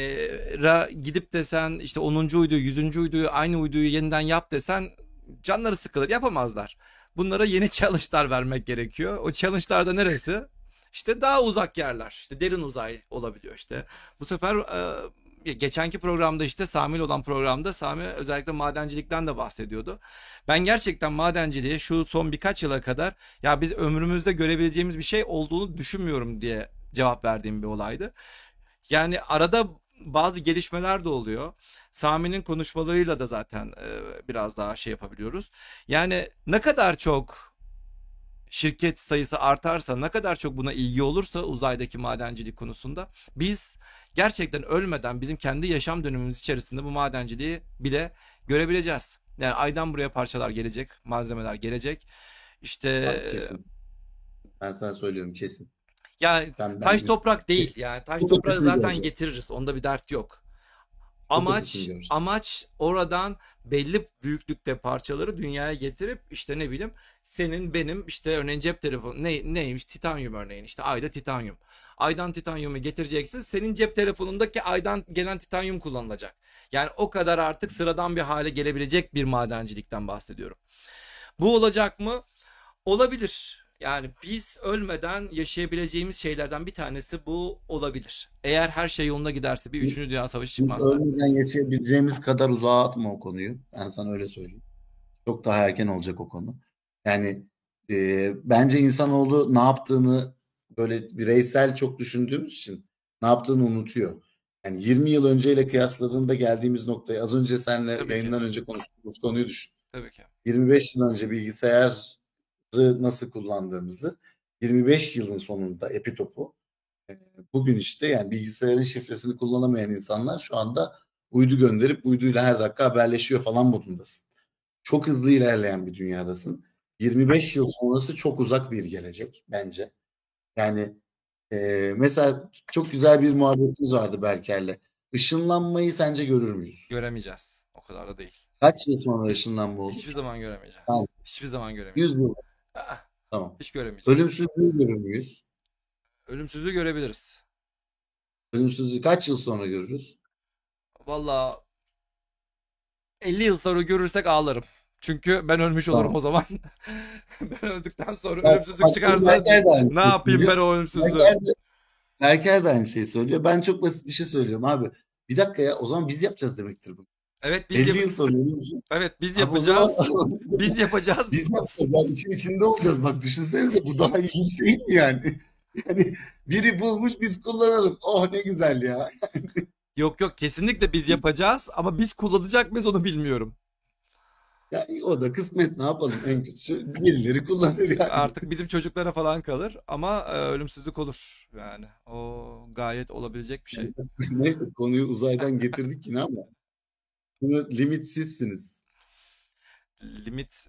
gidip desen işte 10. uyduyu, 100. uyduyu, aynı uyduyu yeniden yap desen canları sıkılır. Yapamazlar. Bunlara yeni challenge'lar vermek gerekiyor. O challenge'lar da neresi? İşte daha uzak yerler. İşte derin uzay olabiliyor işte. Bu sefer geçenki programda işte Sami ile olan programda Sami özellikle madencilikten de bahsediyordu. Ben gerçekten madenciliği şu son birkaç yıla kadar ya biz ömrümüzde görebileceğimiz bir şey olduğunu düşünmüyorum diye cevap verdiğim bir olaydı. Yani arada bazı gelişmeler de oluyor. Sami'nin konuşmalarıyla da zaten biraz daha şey yapabiliyoruz. Yani ne kadar çok şirket sayısı artarsa, ne kadar çok buna ilgi olursa uzaydaki madencilik konusunda biz gerçekten ölmeden bizim kendi yaşam dönemimiz içerisinde bu madenciliği bile görebileceğiz. Yani aydan buraya parçalar gelecek, malzemeler gelecek. İşte Abi kesin. Ben sana söylüyorum, kesin. yani Ben taş toprak değil. Yani taş çok toprağı ötesini zaten göreceğiz. getiririz. Onda bir dert yok. Çok ötesini Amaç göreceğiz. amaç oradan belli büyüklükte parçaları dünyaya getirip işte ne bileyim senin benim işte örneğin cep telefonu neymiş titanyum örneğin işte ayda titanyum. Aydan titanyumu getireceksin. Senin cep telefonundaki aydan gelen titanyum kullanılacak. Yani o kadar artık sıradan bir hale gelebilecek bir madencilikten bahsediyorum. Bu olacak mı? Olabilir. Yani biz ölmeden yaşayabileceğimiz şeylerden bir tanesi bu olabilir. Eğer her şey yoluna giderse bir üçüncü Dünya Savaşı Biz çıkmazsa. ölmeden yaşayabileceğimiz kadar uzağa atma o konuyu. Ben sana öyle söyleyeyim. Çok daha erken olacak o konu. Yani bence insanoğlu ne yaptığını böyle bireysel çok düşündüğümüz için ne yaptığını unutuyor. Yani 20 yıl önceyle kıyasladığında geldiğimiz noktayı, az önce seninle Tabii ki. yayından önce konuştuğumuz konuyu düşün. Tabii ki. 25 yıl önce bilgisayarı nasıl kullandığımızı, 25 yılın sonunda Epitop'u, bugün işte yani bilgisayarın şifresini kullanamayan insanlar şu anda uydu gönderip uyduyla her dakika haberleşiyor falan modundasın. Çok hızlı ilerleyen bir dünyadasın. 25 yıl sonrası çok uzak bir gelecek bence. Yani mesela çok güzel bir muhabbetimiz vardı Berker'le. Işınlanmayı sence görür müyüz? Göremeyeceğiz. O kadar da değil. Kaç yıl sonra ışınlanma Hiçbir olur? zaman göremeyeceğiz. Tamam. Hiçbir zaman 100 göremeyeceğiz. yıl. Aa, Tamam. hiç göremeyeceğiz. Ölümsüzlüğü görür müyüz? Ölümsüzlüğü görebiliriz. Ölümsüzlüğü kaç yıl sonra görürüz? Valla 50 yıl sonra görürsek ağlarım. Çünkü ben ölmüş olurum Tamam. o zaman. Ben öldükten sonra ölümsüzlük Bak çıkarsa Berker de aynı ne şeyi yapayım ben söylüyor. o ölümsüzlüğü? Berker de, Berker de aynı şeyi söylüyor. Ben çok basit bir şey söylüyorum abi. Bir dakika ya, o zaman biz yapacağız demektir bu. Evet biz 50 yap yıl sonra öyle bir şey. evet biz Abi o zaman yapacağız. Biz yapacağız. biz yapacağız. Yani işin içinde olacağız. Bak düşünsenize, bu daha ilginç değil mi yani? Yani biri bulmuş, biz kullanalım. Oh ne güzel ya. Yok yok, kesinlikle biz yapacağız ama biz kullanacak mıyız onu bilmiyorum. Yani o da kısmet, ne yapalım, en kötüsü birileri kullanır yani. Artık bizim çocuklara falan kalır ama ölümsüzlük olur. Yani o gayet olabilecek bir şey. Neyse, konuyu uzaydan getirdik yine ama bunu limitsizsiniz. Limit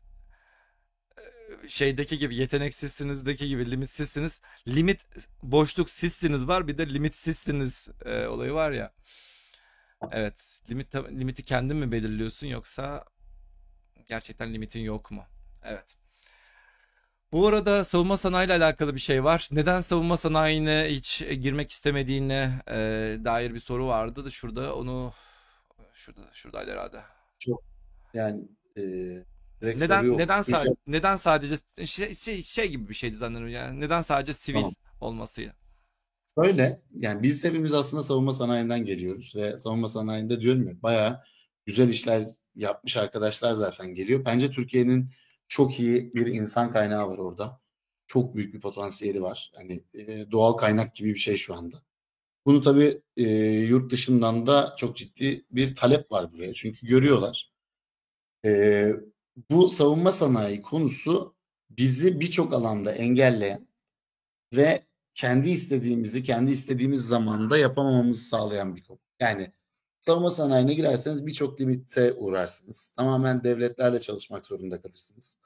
şeydeki gibi, yeteneksizsinizdeki gibi limitsizsiniz. Limit boşluk sizsiniz var, bir de limitsizsiniz olayı var ya. Evet, limiti kendin mi belirliyorsun yoksa gerçekten limitin yok mu? Evet. Bu arada savunma sanayiyle alakalı bir şey var. Neden savunma sanayine hiç girmek istemediğine dair bir soru vardı da şuradaydı herhalde. Çok yani, e, direkt soru Neden yok. neden Çünkü neden sadece şey gibi bir şeydi zannediyorum yani. Neden sadece sivil tamam. olması? Böyle yani biz hepimiz aslında savunma sanayinden geliyoruz ve savunma sanayinde diyorum ya, bayağı güzel işler yapmış arkadaşlar zaten geliyor. Bence Türkiye'nin çok iyi bir insan kaynağı var orada. Çok büyük bir potansiyeli var. Hani doğal kaynak gibi bir şey şu anda. Bunu tabii yurt dışından da çok ciddi bir talep var buraya. Çünkü görüyorlar. E, Bu savunma sanayi konusu bizi birçok alanda engelleyen ve kendi istediğimizi kendi istediğimiz zamanda yapamamamızı sağlayan bir konu. Yani savunma sanayine girerseniz birçok limite uğrarsınız. Tamamen devletlerle çalışmak zorunda kalırsınız.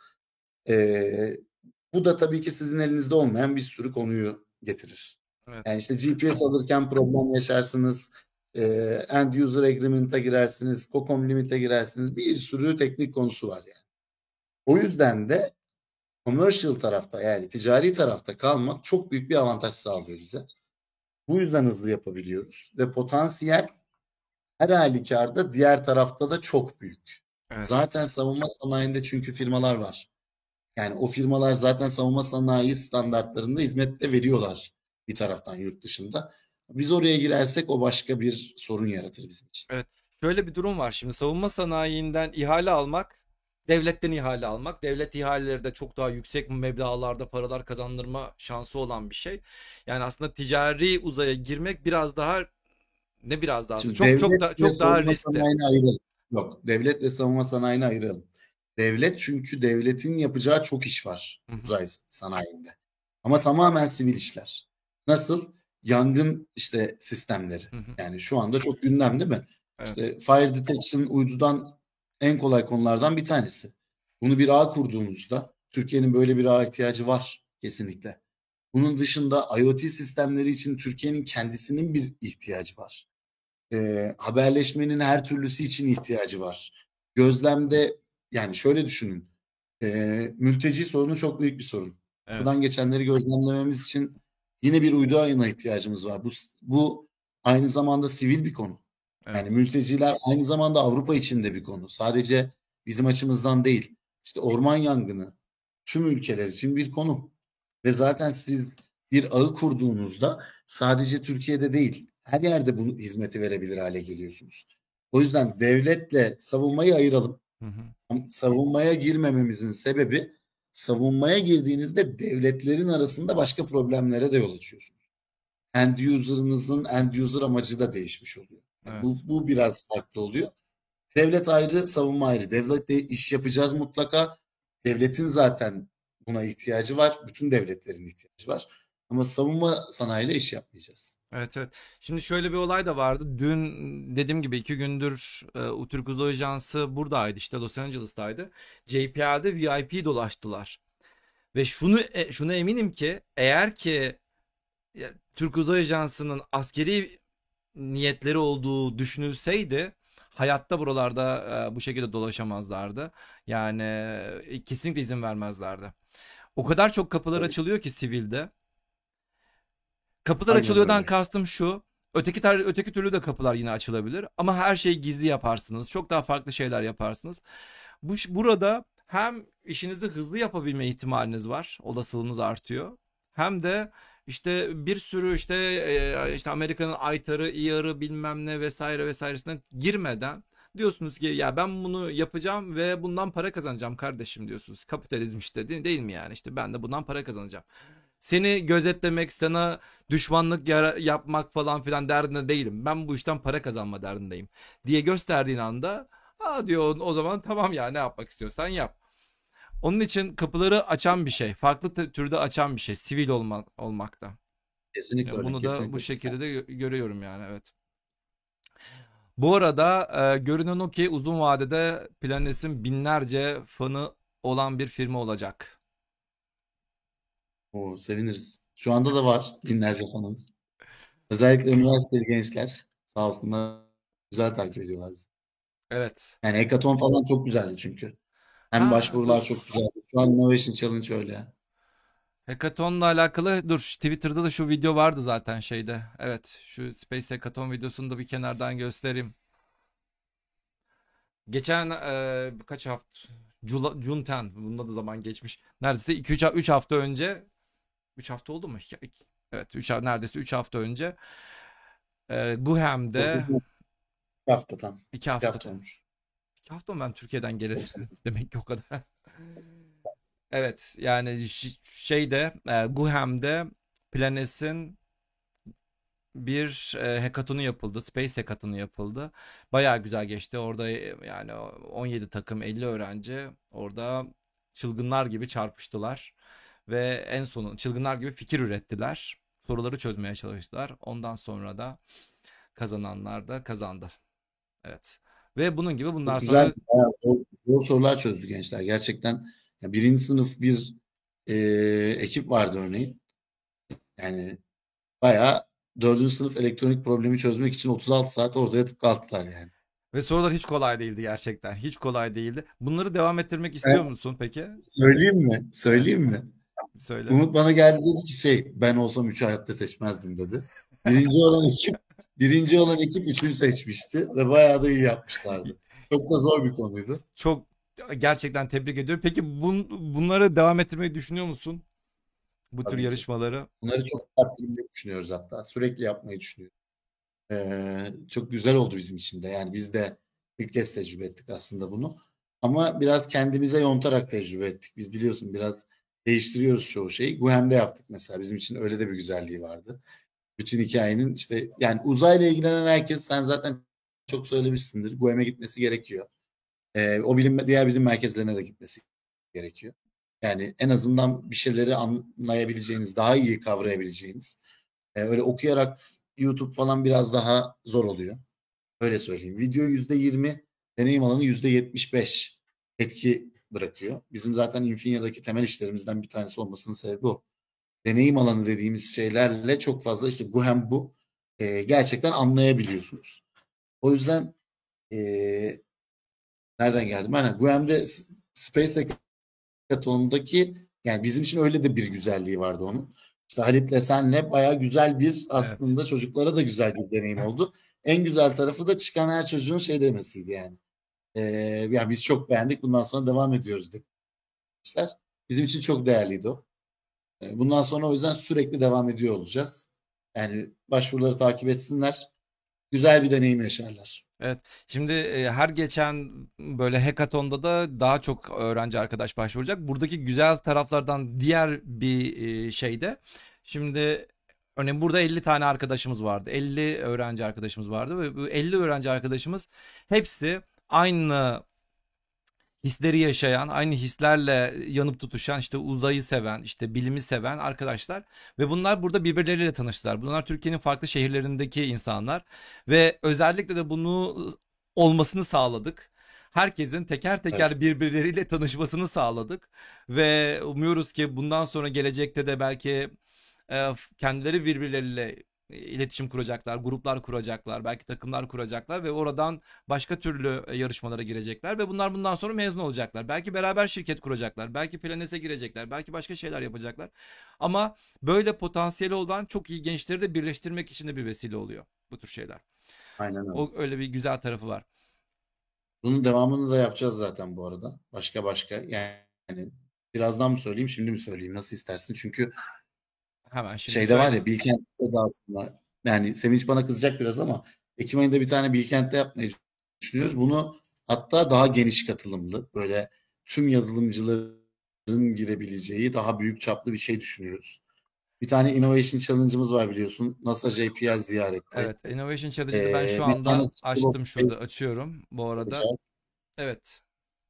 Ee, Bu da tabii ki sizin elinizde olmayan bir sürü konuyu getirir. Yani Evet. işte GPS alırken problem yaşarsınız. End user agreement'a girersiniz. COCOM limit'e girersiniz. Bir sürü teknik konusu var yani. O yüzden de commercial tarafta, yani ticari tarafta kalmak çok büyük bir avantaj sağlıyor bize. Bu yüzden hızlı yapabiliyoruz ve potansiyel her halükarda diğer tarafta da çok büyük. Evet. Zaten savunma sanayinde çünkü firmalar var. Yani o firmalar zaten savunma sanayi standartlarında hizmet de veriyorlar bir taraftan yurt dışında. Biz oraya girersek o başka bir sorun yaratır bizim için. Evet. Şöyle bir durum var şimdi. Savunma sanayinden ihale almak, devletten ihale almak. Devlet ihaleleri de çok daha yüksek meblağlarda paralar kazandırma şansı olan bir şey. Yani aslında ticari uzaya girmek biraz daha, ne biraz daha aslında, Şimdi çok çok devlet da ve çok daha savunma riskli. sanayini ayıralım. Yok, devlet ve savunma sanayini ayıralım. Devlet, çünkü devletin yapacağı çok iş var Hı hı, uzay sanayinde. Ama tamamen sivil işler. Nasıl? Yangın işte sistemleri. hı hı. Yani şu anda çok gündem değil mi? Evet. İşte fire detection uydudan en kolay konulardan bir tanesi. Bunu bir ağ kurduğunuzda, Türkiye'nin böyle bir ağa ihtiyacı var kesinlikle. Bunun dışında IoT sistemleri için Türkiye'nin kendisinin bir ihtiyacı var. Haberleşmenin her türlüsü için ihtiyacı var. Gözlemde, yani şöyle düşünün. Mülteci sorunu çok büyük bir sorun. Evet. Buradan geçenleri gözlemlememiz için yine bir uydu ağına ihtiyacımız var. Bu aynı zamanda sivil bir konu. Yani Evet. mülteciler aynı zamanda Avrupa için de bir konu. Sadece bizim açımızdan değil. İşte orman yangını tüm ülkeler için bir konu. Ve zaten siz bir ağı kurduğunuzda sadece Türkiye'de değil, her yerde bu hizmeti verebilir hale geliyorsunuz. O yüzden devletle savunmayı ayıralım. Hı hı. Savunmaya girmememizin sebebi, savunmaya girdiğinizde devletlerin arasında başka problemlere de yol açıyorsunuz. End user'ınızın end user amacı da değişmiş oluyor. Yani bu, Evet. bu biraz farklı oluyor. Devlet ayrı, savunma ayrı. Devletle iş yapacağız mutlaka. Devletin zaten buna ihtiyacı var. Bütün devletlerin ihtiyacı var. Ama savunma sanayiyle iş yapmayacağız. Evet, evet. Şimdi şöyle bir olay da vardı. Dün dediğim gibi 2 gündür Türk Uzay Ajansı buradaydı, işte Los Angeles'taydı. JPL'de VIP dolaştılar. Ve şunu eminim ki, eğer ki Türk Uzay Ajansı'nın askeri niyetleri olduğu düşünülseydi hayatta buralarda bu şekilde dolaşamazlardı. Yani kesinlikle izin vermezlerdi. O kadar çok kapılar Tabii. açılıyor ki sivilde. Kapılar Aynen açılıyordan öyle. kastım şu. Öteki türlü de kapılar yine açılabilir ama her şeyi gizli yaparsınız. Çok daha farklı şeyler yaparsınız. Burada hem işinizi hızlı yapabilme ihtimaliniz var, olasılığınız artıyor. Hem de işte bir sürü işte Amerika'nın aytarı, iyarı bilmem ne vesaire vesairesine girmeden diyorsunuz ki ya ben bunu yapacağım ve bundan para kazanacağım kardeşim diyorsunuz. Kapitalizm işte, değil mi yani? İşte ben de bundan para kazanacağım. Seni gözetlemek, sana düşmanlık yapmak falan filan derdinde değilim. Ben bu işten para kazanma derdindeyim diye gösterdiğin anda, aa diyor, o zaman tamam ya, ne yapmak istiyorsan yap. Onun için kapıları açan bir şey, farklı türde açan bir şey, sivil olmakta. Kesinlikle Yani öyle. bunu da bu Kesinlikle. şekilde de görüyorum yani, evet. Bu arada görünen o ki uzun vadede Planes'in binlerce fanı olan bir firma olacak. O seviniriz. Şu anda da var binlerce fanımız. Özellikle üniversiteli gençler sağ olsunlar, güzel takip ediyorlar bizi. Evet. Yani hackathon falan çok güzeldi çünkü. Hem Ha başvurular çok dur. güzeldi. Şu an Innovation Challenge öyle. Hackathon'la alakalı dur, Twitter'da da şu video vardı zaten şeyde. Evet, şu Space Hackathon videosunu da bir kenardan göstereyim. Geçen kaç hafta, Junten, bunda da zaman geçmiş. Neredeyse 2-3 hafta önce, 3 hafta oldu mu? Evet, neredeyse 3 hafta önce Yok, Guhem'de 2 hafta tam. 2 2 hafta hafta olmuş. 2 hafta mı, ben Türkiye'den geri Çok sağ ol. demek ki o kadar. Evet, yani şeyde Guhem'de Planes'in bir hackathonu yapıldı. Space hackathonu yapıldı. Bayağı güzel geçti. Orada yani 17 takım, 50 öğrenci orada çılgınlar gibi çarpıştılar. Ve en sonu çılgınlar gibi fikir ürettiler. Soruları çözmeye çalıştılar. Ondan sonra da kazananlar da kazandı. Evet. Ve bunun gibi bundan Çok güzel, sonra, bayağı zor sorular çözdü gençler. Gerçekten ya birinci sınıf bir e, ekip vardı örneğin. Yani bayağı dördüncü sınıf elektronik problemi çözmek için 36 saat orada yatıp kalktılar yani. ve sorular hiç kolay değildi gerçekten. Hiç kolay değildi. Bunları devam ettirmek istiyor Sen musun peki? söyleyeyim mi? Evet, Söyleyeyim mi? söyle. Umut bana geldi dedi ki ben olsam 3'ü hayatta seçmezdim dedi. Birinci olan ekip birinci olan ekip 3'ü seçmişti ve bayağı da iyi yapmışlardı. Çok da zor bir konuydu. Çok gerçekten tebrik ediyorum. Peki bunları devam ettirmeyi düşünüyor musun? Bu tür Tabii ki. yarışmaları. Bunları çok arttırmayı düşünüyoruz hatta. Sürekli yapmayı düşünüyoruz. Çok güzel oldu bizim için de. Yani biz de ilk kez tecrübe ettik aslında bunu. Ama biraz kendimize yontarak tecrübe ettik. Biz biliyorsun biraz değiştiriyoruz çoğu şeyi. Guhem'de yaptık mesela. Bizim için öyle de bir güzelliği vardı. Bütün hikayenin işte yani uzayla ilgilenen herkes, sen zaten çok söylemişsindir. Guhem'e gitmesi gerekiyor. Diğer bilim merkezlerine de gitmesi gerekiyor. Yani en azından bir şeyleri anlayabileceğiniz, daha iyi kavrayabileceğiniz. Öyle okuyarak YouTube falan biraz daha zor oluyor. Öyle söyleyeyim. Video %20, deneyim alanı %75 etki bırakıyor. Bizim zaten Infinia'daki temel işlerimizden bir tanesi olmasının sebebi o. Deneyim alanı dediğimiz şeylerle çok fazla işte bu gerçekten anlayabiliyorsunuz. O yüzden e, nereden geldim? Aynen Guhem'de Space Hackathon'daki yani bizim için öyle de bir güzelliği vardı onun. İşte Halit'le senle bayağı güzel bir, Evet. aslında çocuklara da güzel bir deneyim oldu. En güzel tarafı da çıkan her çocuğun şey demesiydi yani. Ee, Yani biz çok beğendik, bundan sonra devam ediyoruz demişler. Bizim için çok değerliydi o. Bundan sonra o yüzden sürekli devam ediyor olacağız. Yani başvuruları takip etsinler. Güzel bir deneyim yaşarlar. Evet. Şimdi her geçen böyle hackathon'da da daha çok öğrenci arkadaş başvuracak. Buradaki güzel taraflardan diğer bir şeyde. Şimdi örneğin burada 50 tane arkadaşımız vardı. 50 öğrenci arkadaşımız vardı ve bu 50 öğrenci arkadaşımız hepsi aynı hisleri yaşayan, aynı hislerle yanıp tutuşan, işte uzayı seven, işte bilimi seven arkadaşlar ve bunlar burada birbirleriyle tanıştılar. Bunlar Türkiye'nin farklı şehirlerindeki insanlar ve özellikle de bunu olmasını sağladık. Herkesin teker Evet. teker birbirleriyle tanışmasını sağladık ve umuyoruz ki bundan sonra gelecekte de belki kendileri birbirleriyle iletişim kuracaklar, gruplar kuracaklar, belki takımlar kuracaklar ve oradan başka türlü yarışmalara girecekler ve bunlar bundan sonra mezun olacaklar. Belki beraber şirket kuracaklar, belki Planes'e girecekler, belki başka şeyler yapacaklar. Ama böyle potansiyeli olan çok iyi gençleri de birleştirmek için de bir vesile oluyor bu tür şeyler. Aynen öyle. O öyle bir güzel tarafı var. Bunun devamını da yapacağız zaten bu arada. Başka yani birazdan mı söyleyeyim, şimdi mi söyleyeyim, nasıl istersin? Çünkü Hemen şimdi şeyde var söyle. ya, Bilkent'te de aslında, yani Sevinç bana kızacak biraz ama Ekim ayında bir tane Bilkent'te yapmayı düşünüyoruz. Bunu hatta daha geniş katılımlı, böyle tüm yazılımcıların girebileceği daha büyük çaplı bir şey düşünüyoruz. Bir tane Innovation Challenge'ımız var biliyorsun. NASA JPL ziyareti. Evet, Innovation Challenge'ı ben şu Bir tane anda School of açtım, Space şurada açıyorum bu arada. yapacağız. Evet,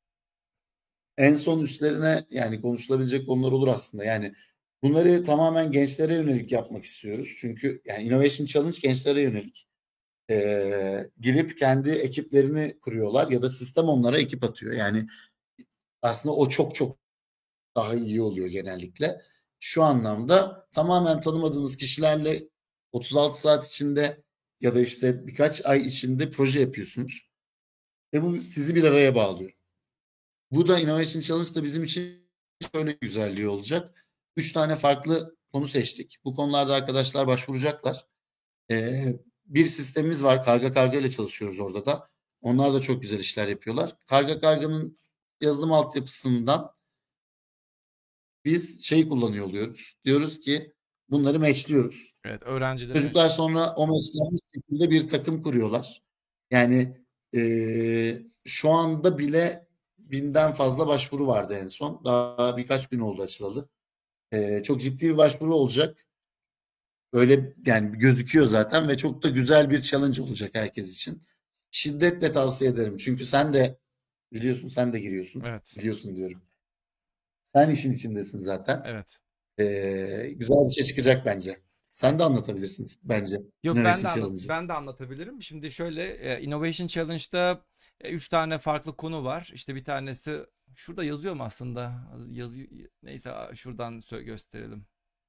En son üstlerine yani konuşulabilecek konular olur aslında. Yani bunları tamamen gençlere yönelik yapmak istiyoruz. Çünkü yani Innovation Challenge gençlere yönelik. Girip kendi ekiplerini kuruyorlar ya da sistem onlara ekip atıyor. Yani aslında o çok çok daha iyi oluyor genellikle. Şu anlamda tamamen tanımadığınız kişilerle 36 saat içinde ya da işte birkaç ay içinde proje yapıyorsunuz. Ve bu sizi bir araya bağlıyor. Bu da Innovation Challenge da bizim için şöyle bir güzelliği olacak. 3 tane farklı konu seçtik. Bu konularda arkadaşlar başvuracaklar. Bir sistemimiz var. Karga ile çalışıyoruz orada da. Onlar da çok güzel işler yapıyorlar. Karga'nın yazılım altyapısından biz şey kullanıyor oluyoruz. Diyoruz ki bunları matchliyoruz. evet, öğrencileri Çocuklar meşhur. sonra o matchlenmiş şekilde bir takım kuruyorlar. Yani şu anda bile 1000'den fazla başvuru vardı en son. Daha birkaç gün oldu açılalı. Çok ciddi bir başvuru olacak. Öyle yani gözüküyor zaten ve çok da güzel bir challenge olacak herkes için. Şiddetle tavsiye ederim. Çünkü sen de biliyorsun, sen de giriyorsun. Evet, Biliyorsun diyorum. Sen işin içindesin zaten. evet. Güzel bir şey çıkacak bence. Sen de anlatabilirsin bence Yok, Innovation Challenge'ı. ben de anlatabilirim. Şimdi şöyle Innovation Challenge'da 3 tane farklı konu var. İşte bir tanesi şurada yazıyor mu aslında? Yazıyor. Neyse, şuradan gösterelim.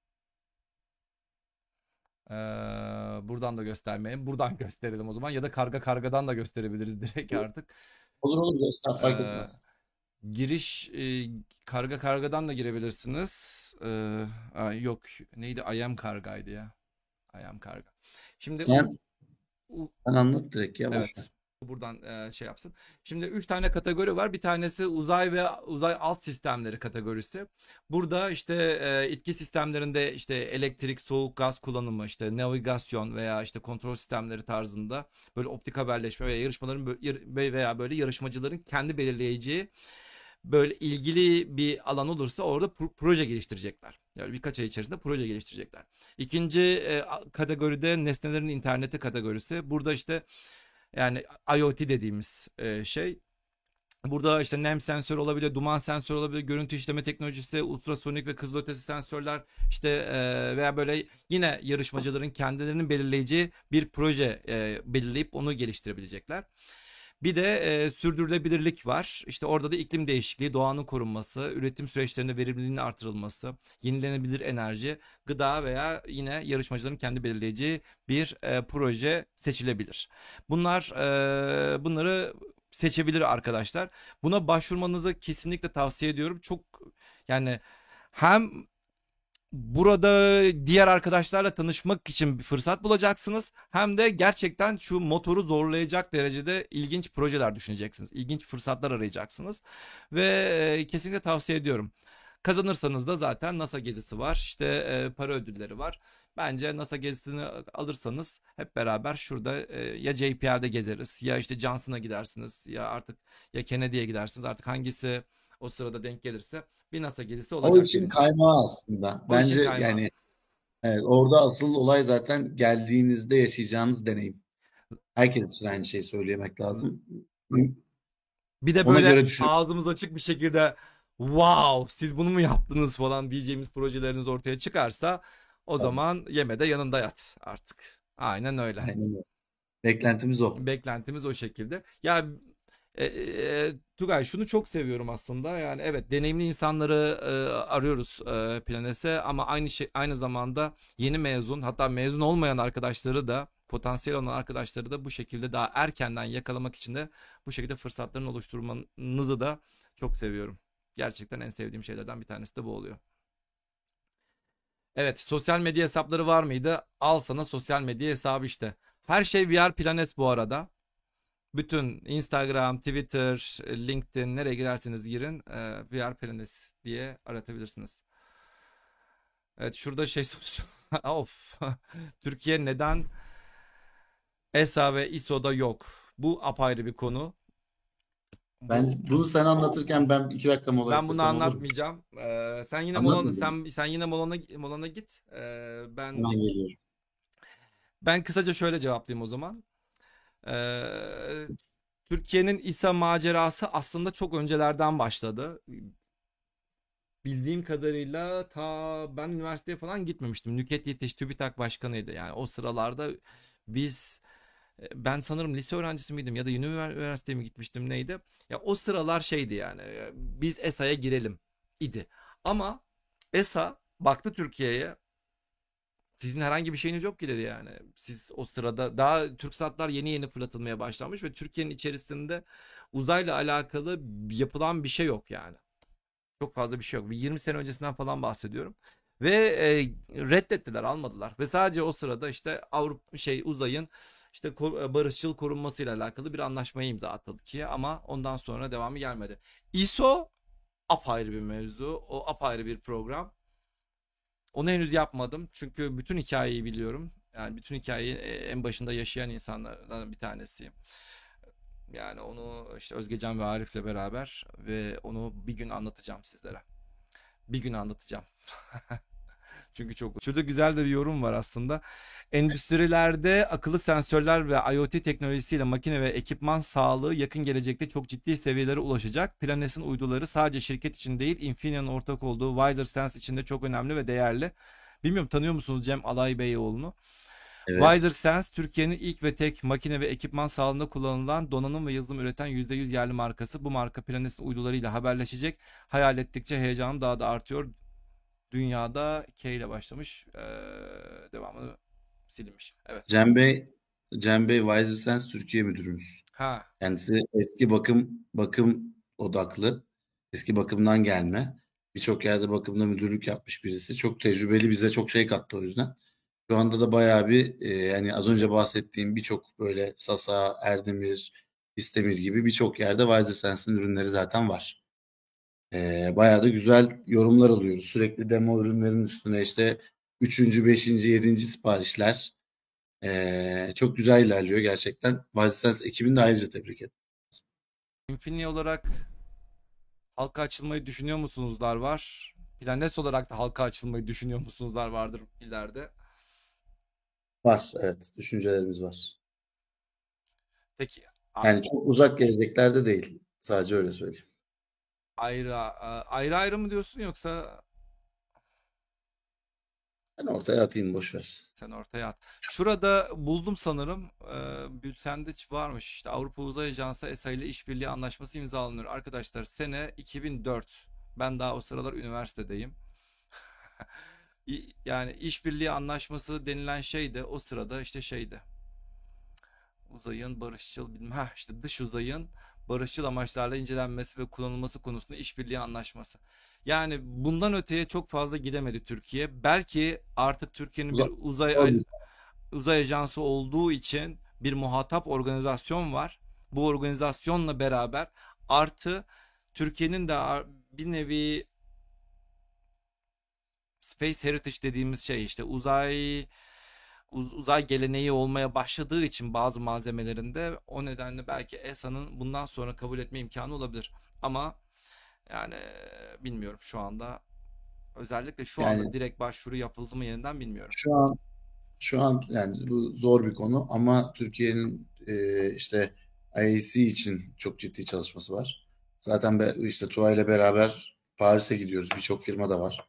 Ee, buradan da göstermeyelim. Buradan gösterelim o zaman. Ya da kargadan da gösterebiliriz direkt artık. Olur olur, göster, fark Ee, etmez. giriş kargadan da girebilirsiniz. Yok, neydi? I am kargaydı ya. I am karga. Şimdi Sen, u- sen anlat direkt ya, boş evet. ver. Buradan şey yapsın. Şimdi 3 tane kategori var. Bir tanesi uzay ve uzay alt sistemleri kategorisi. Burada işte itki sistemlerinde işte elektrik, soğuk, gaz kullanımı, işte navigasyon veya işte kontrol sistemleri tarzında böyle optik haberleşme veya yarışmaların veya böyle yarışmacıların kendi belirleyeceği böyle ilgili bir alan olursa orada proje geliştirecekler. Yani birkaç ay içerisinde proje geliştirecekler. İkinci kategoride nesnelerin interneti kategorisi. Burada işte yani IoT dediğimiz şey. Burada işte nem sensörü olabilir, duman sensörü olabilir, görüntü işleme teknolojisi, ultrasonik ve kızılötesi sensörler işte veya böyle yine yarışmacıların kendilerinin belirleyeceği bir proje belirleyip onu geliştirebilecekler. Bir de sürdürülebilirlik var. İşte orada da iklim değişikliği, doğanın korunması, üretim süreçlerinde verimliliğinin artırılması, yenilenebilir enerji, gıda veya yine yarışmacıların kendi belirleyeceği bir proje seçilebilir. Bunları seçebilir arkadaşlar. Buna başvurmanızı kesinlikle tavsiye ediyorum. Çok yani hem burada diğer arkadaşlarla tanışmak için bir fırsat bulacaksınız. Hem de gerçekten şu motoru zorlayacak derecede ilginç projeler düşüneceksiniz. İlginç fırsatlar arayacaksınız. Ve kesinlikle tavsiye ediyorum. Kazanırsanız da zaten NASA gezisi var. İşte para ödülleri var. Bence NASA gezisini alırsanız hep beraber şurada ya JPL'de gezeriz ya işte Johnson'a gidersiniz ya artık ya Kennedy'ye gidersiniz. Artık hangisi o sırada denk gelirse bir NASA gezisi O olacak işin benim için. kaymağı aslında. O işin Bence kaymağı. yani evet, orada asıl olay zaten geldiğinizde yaşayacağınız deneyim. Herkes için aynı şeyi söylemek lazım. Bir de Ona böyle göre düşünüp ağzımız açık bir şekilde wow siz bunu mu yaptınız falan diyeceğimiz projeleriniz ortaya çıkarsa o tabii. zaman yemede yanında yat artık. Aynen öyle. Aynen öyle. Beklentimiz o. Beklentimiz o şekilde. Ya Tugay şunu çok seviyorum aslında. Yani evet deneyimli insanları arıyoruz Planes'e ama aynı zamanda yeni mezun hatta mezun olmayan arkadaşları da potansiyel olan arkadaşları da bu şekilde daha erkenden yakalamak için de bu şekilde fırsatların oluşturmanızı da çok seviyorum. Gerçekten en sevdiğim şeylerden bir tanesi de bu oluyor. Evet, sosyal medya hesapları var mıydı? Al sana sosyal medya hesabı işte. Her şey VR Planes bu arada. Bütün Instagram, Twitter, LinkedIn nereye girerseniz girin VR Planes diye aratabilirsiniz. Evet şurada şey sorusu. Of. Türkiye neden ESA ve ISO'da yok? Bu apayrı bir konu. Bence Bu bunu sen anlatırken ben 2 dakika mola ben bunu istesem olur mu? anlatmayacağım. Sen yine Anlatmadın mı? sen yine molana git. Ben Hemen geliyorum. kısaca şöyle cevaplayayım o zaman. Ee, Türkiye'nin İSA macerası aslında çok öncelerden başladı. Bildiğim kadarıyla ta ben üniversiteye falan gitmemiştim. Nükhet Yetiş TÜBİTAK başkanıydı. Yani o sıralarda biz ben sanırım lise öğrencisi miydim ya da üniversiteye mi gitmiştim neydi? Ya o sıralar şeydi yani biz ESA'ya girelim idi. Ama ESA baktı Türkiye'ye sizin herhangi bir şeyiniz yok ki dedi yani. Siz o sırada daha TürkSatlar yeni yeni fırlatılmaya başlanmış ve Türkiye'nin içerisinde uzayla alakalı yapılan bir şey yok yani. Çok fazla bir şey yok. Bir 20 sene öncesinden falan bahsediyorum. Ve reddettiler, almadılar. Ve sadece o sırada işte Avrupa uzayın işte barışçıl korunmasıyla alakalı bir anlaşmaya imza atıldı ki ama ondan sonra devamı gelmedi. ISO apayrı bir mevzu. O apayrı bir program. Onu henüz yapmadım. Çünkü bütün hikayeyi biliyorum. Yani bütün hikayeyi en başında yaşayan insanlardan bir tanesiyim. Yani onu işte Özgecan ve Arif'le beraber ve onu bir gün anlatacağım sizlere. Bir gün anlatacağım. Çünkü çok. Şurada güzel de bir yorum var aslında. Endüstrilerde akıllı sensörler ve IoT teknolojisiyle makine ve ekipman sağlığı yakın gelecekte çok ciddi seviyelere ulaşacak. Planes'in uyduları sadece şirket için değil, Infineon'un ortak olduğu Wiser Sense için de çok önemli ve değerli. Bilmiyorum tanıyor musunuz Cem Alay Beyoğlu'nu? Evet. Wiser Sense Türkiye'nin ilk ve tek makine ve ekipman sağlığında kullanılan donanım ve yazılım üreten %100 yerli markası. Bu marka Planes'in uydularıyla haberleşecek. Hayal ettikçe heyecanım daha da artıyor. Dünyada K ile başlamış. Devamını silinmiş. Evet. Cem Bey Wiser Sense Türkiye müdürümüz. Ha. Kendisi eski bakım odaklı. Eski bakımdan gelme. Birçok yerde bakımda müdürlük yapmış birisi. Çok tecrübeli, bize çok şey kattı o yüzden. Şu anda da bayağı bir yani az önce bahsettiğim birçok böyle Sasa, Erdemir, İstemir gibi birçok yerde Wiser Sense'in ürünleri zaten var. Bayağı da güzel yorumlar alıyoruz. Sürekli demo ürünlerin üstüne işte üçüncü, beşinci, yedinci siparişler. Çok güzel ilerliyor gerçekten. Wiser Sense ekibini de ayrıca tebrik ederim. Infinity olarak halka açılmayı düşünüyor musunuzlar var. Planes olarak da halka açılmayı düşünüyor musunuzlar vardır ileride. Var, evet. Düşüncelerimiz var. Peki Yani çok uzak geleceklerde değil. Sadece öyle söyleyeyim. ayrı ayrı mı diyorsun yoksa Ben ortaya atayım, boş ver. sen ortaya at. Şurada buldum sanırım. Bültende varmış. İşte Avrupa Uzay Ajansı ESA ile işbirliği anlaşması imzalanıyor. Arkadaşlar sene 2004. Ben daha o sıralar üniversitedeyim. Yani işbirliği anlaşması denilen şey de o sırada işte şeydi. Uzayın barışçıl bilmem ha işte dış uzayın barışçıl amaçlarla incelenmesi ve kullanılması konusunda işbirliği anlaşması. Yani bundan öteye çok fazla gidemedi Türkiye. Belki artık Türkiye'nin bir Uzak, zor bir- uzay ajansı olduğu için bir muhatap organizasyon var. Bu organizasyonla beraber artı Türkiye'nin de bir nevi Space Heritage dediğimiz şey işte uzay geleneği olmaya başladığı için bazı malzemelerinde o nedenle belki ESA'nın bundan sonra kabul etme imkanı olabilir. Ama yani bilmiyorum şu anda özellikle şu anda Yani direkt başvuru yapıldı mı yeniden bilmiyorum. şu an yani bu zor bir konu ama Türkiye'nin işte IAC için çok ciddi çalışması var. Zaten işte Tuğay ile beraber Paris'e gidiyoruz. Birçok firma da var.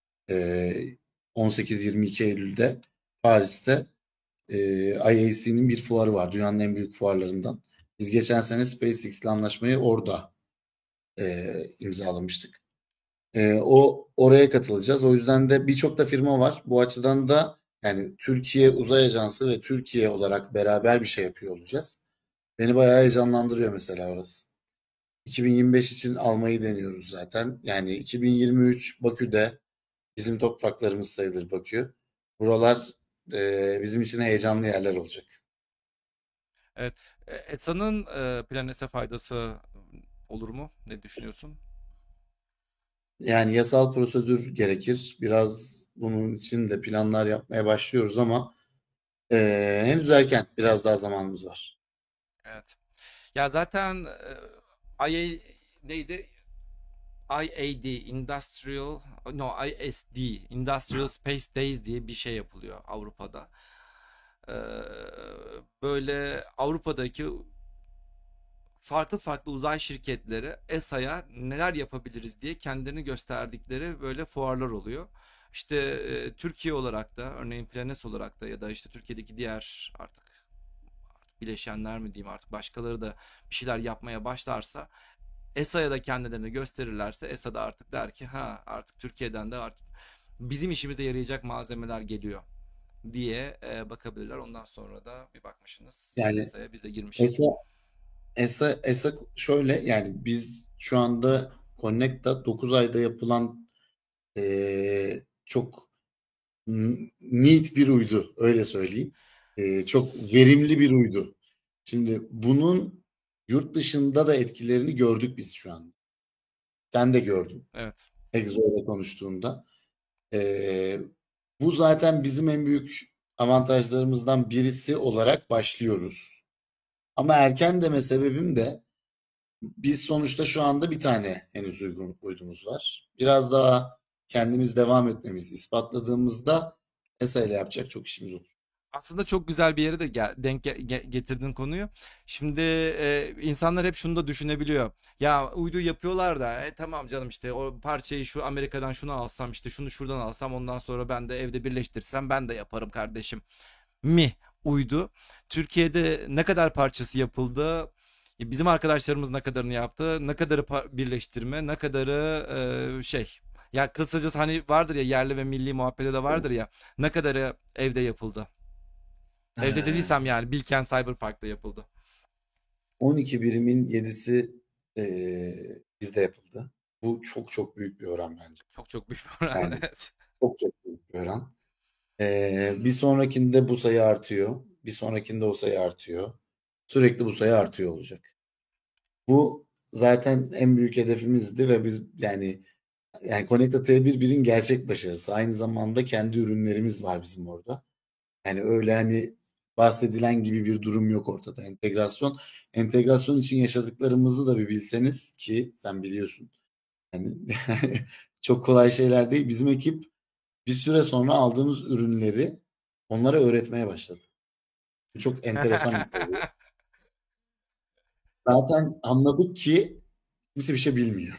18-22 Eylül'de Paris'te IAC'nin bir fuarı var. Dünyanın en büyük fuarlarından. Biz geçen sene SpaceX ile anlaşmayı orada imzalamıştık. O oraya katılacağız. O yüzden de birçok da firma var. Bu açıdan da yani Türkiye Uzay Ajansı ve Türkiye olarak beraber bir şey yapıyor olacağız. Beni bayağı heyecanlandırıyor mesela orası. 2025 için almayı deniyoruz zaten. Yani 2023 Bakü'de bizim topraklarımız sayılır Bakü. Buralar bizim için heyecanlı yerler olacak. Evet. ESA'nın Planes'e faydası olur mu? Ne düşünüyorsun? Yani yasal prosedür gerekir. Biraz bunun için de planlar yapmaya başlıyoruz ama henüz erken. Biraz daha zamanımız var. Evet. Ya zaten IA neydi? IAD Industrial ISD Industrial Space Days diye bir şey yapılıyor Avrupa'da. Ee, Böyle Avrupa'daki farklı farklı uzay şirketleri ESA'ya neler yapabiliriz diye kendilerini gösterdikleri böyle fuarlar oluyor. İşte Türkiye olarak da örneğin Planes olarak da ya da işte Türkiye'deki diğer artık bileşenler mi diyeyim artık başkaları da bir şeyler yapmaya başlarsa ESA'ya da kendilerini gösterirlerse ESA da artık der ki ha artık Türkiye'den de artık bizim işimize yarayacak malzemeler geliyor diye bakabilirler. Ondan sonra da bir bakmışsınız Yani ESA'ya biz de girmişiz. ESA, ESA şöyle yani biz şu anda Connect'ta 9 ayda yapılan çok neat bir uydu öyle söyleyeyim. Çok verimli bir uydu. Şimdi bunun yurt dışında da etkilerini gördük biz şu an. Sen de gördün Evet. Exo ile konuştuğunda. Ee, Bu zaten bizim en büyük avantajlarımızdan birisi olarak başlıyoruz. Ama erken deme sebebim de biz sonuçta şu anda bir tane henüz uygun uydumuz var. Biraz daha kendimiz devam etmemiz ispatladığımızda ESA ile yapacak çok işimiz olur. Aslında çok güzel bir yere de getirdin konuyu. Şimdi insanlar hep şunu da düşünebiliyor. Ya uydu yapıyorlar da tamam canım işte o parçayı şu Amerika'dan şunu alsam işte şunu şuradan alsam ondan sonra ben de evde birleştirsem ben de yaparım kardeşim mi uydu. Türkiye'de ne kadar parçası yapıldı? Bizim arkadaşlarımız ne kadarını yaptı? Ne kadarı birleştirme? Ne kadarı şey? Ya kısacası hani vardır ya yerli ve milli muhabbede de vardır ya ne kadarı evde yapıldı? Evde dediysem Ee, yani Bilkent Cyberpark'ta yapıldı. 12 birimin 7'si bizde yapıldı. Bu çok çok büyük bir oran bence. Çok çok büyük bir oran Yani evet. çok çok büyük bir oran. Bir sonrakinde bu sayı artıyor. Bir sonrakinde o sayı artıyor. Sürekli bu sayı artıyor olacak. Bu zaten en büyük hedefimizdi ve biz yani Connecta T11'in gerçek başarısı. Aynı zamanda kendi ürünlerimiz var bizim orada. Yani öyle hani bahsedilen gibi bir durum yok ortada. Entegrasyon için yaşadıklarımızı da bir bilseniz ki sen biliyorsun. Yani çok kolay şeyler değil. Bizim ekip bir süre sonra aldığımız ürünleri onlara öğretmeye başladı. Bu çok enteresan bir seviye. Zaten anladık ki kimse bir şey bilmiyor.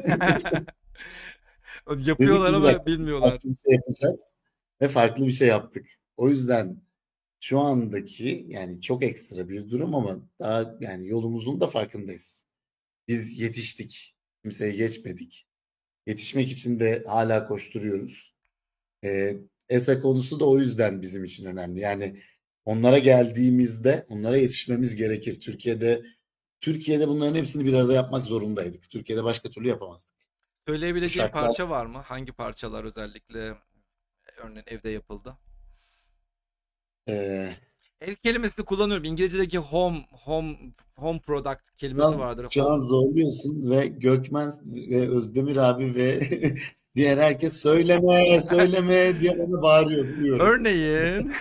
Dedik Yapıyorlar ki bir ama dakika bilmiyorlar. farklı bir şey yapacağız ve farklı bir şey yaptık. O yüzden şu andaki yani çok ekstra bir durum ama daha yani yolumuzun da farkındayız. Biz yetiştik. Kimseye geçmedik. Yetişmek için de hala koşturuyoruz. ESA konusu da o yüzden bizim için önemli. Yani onlara geldiğimizde onlara yetişmemiz gerekir. Türkiye'de bunların hepsini bir arada yapmak zorundaydık. Türkiye'de başka türlü yapamazdık. Bu Söyleyebileceğim şartlar parça var mı? Hangi parçalar özellikle örneğin evde yapıldı? e, Ev kelimesini kullanıyorum. İngilizce'deki home product şu kelimesi an, vardır. şu an zorluyorsun ve Gökmen ve Özdemir abi ve diğer herkes söyleme söyleme diye bana bağırıyor biliyorum. Örneğin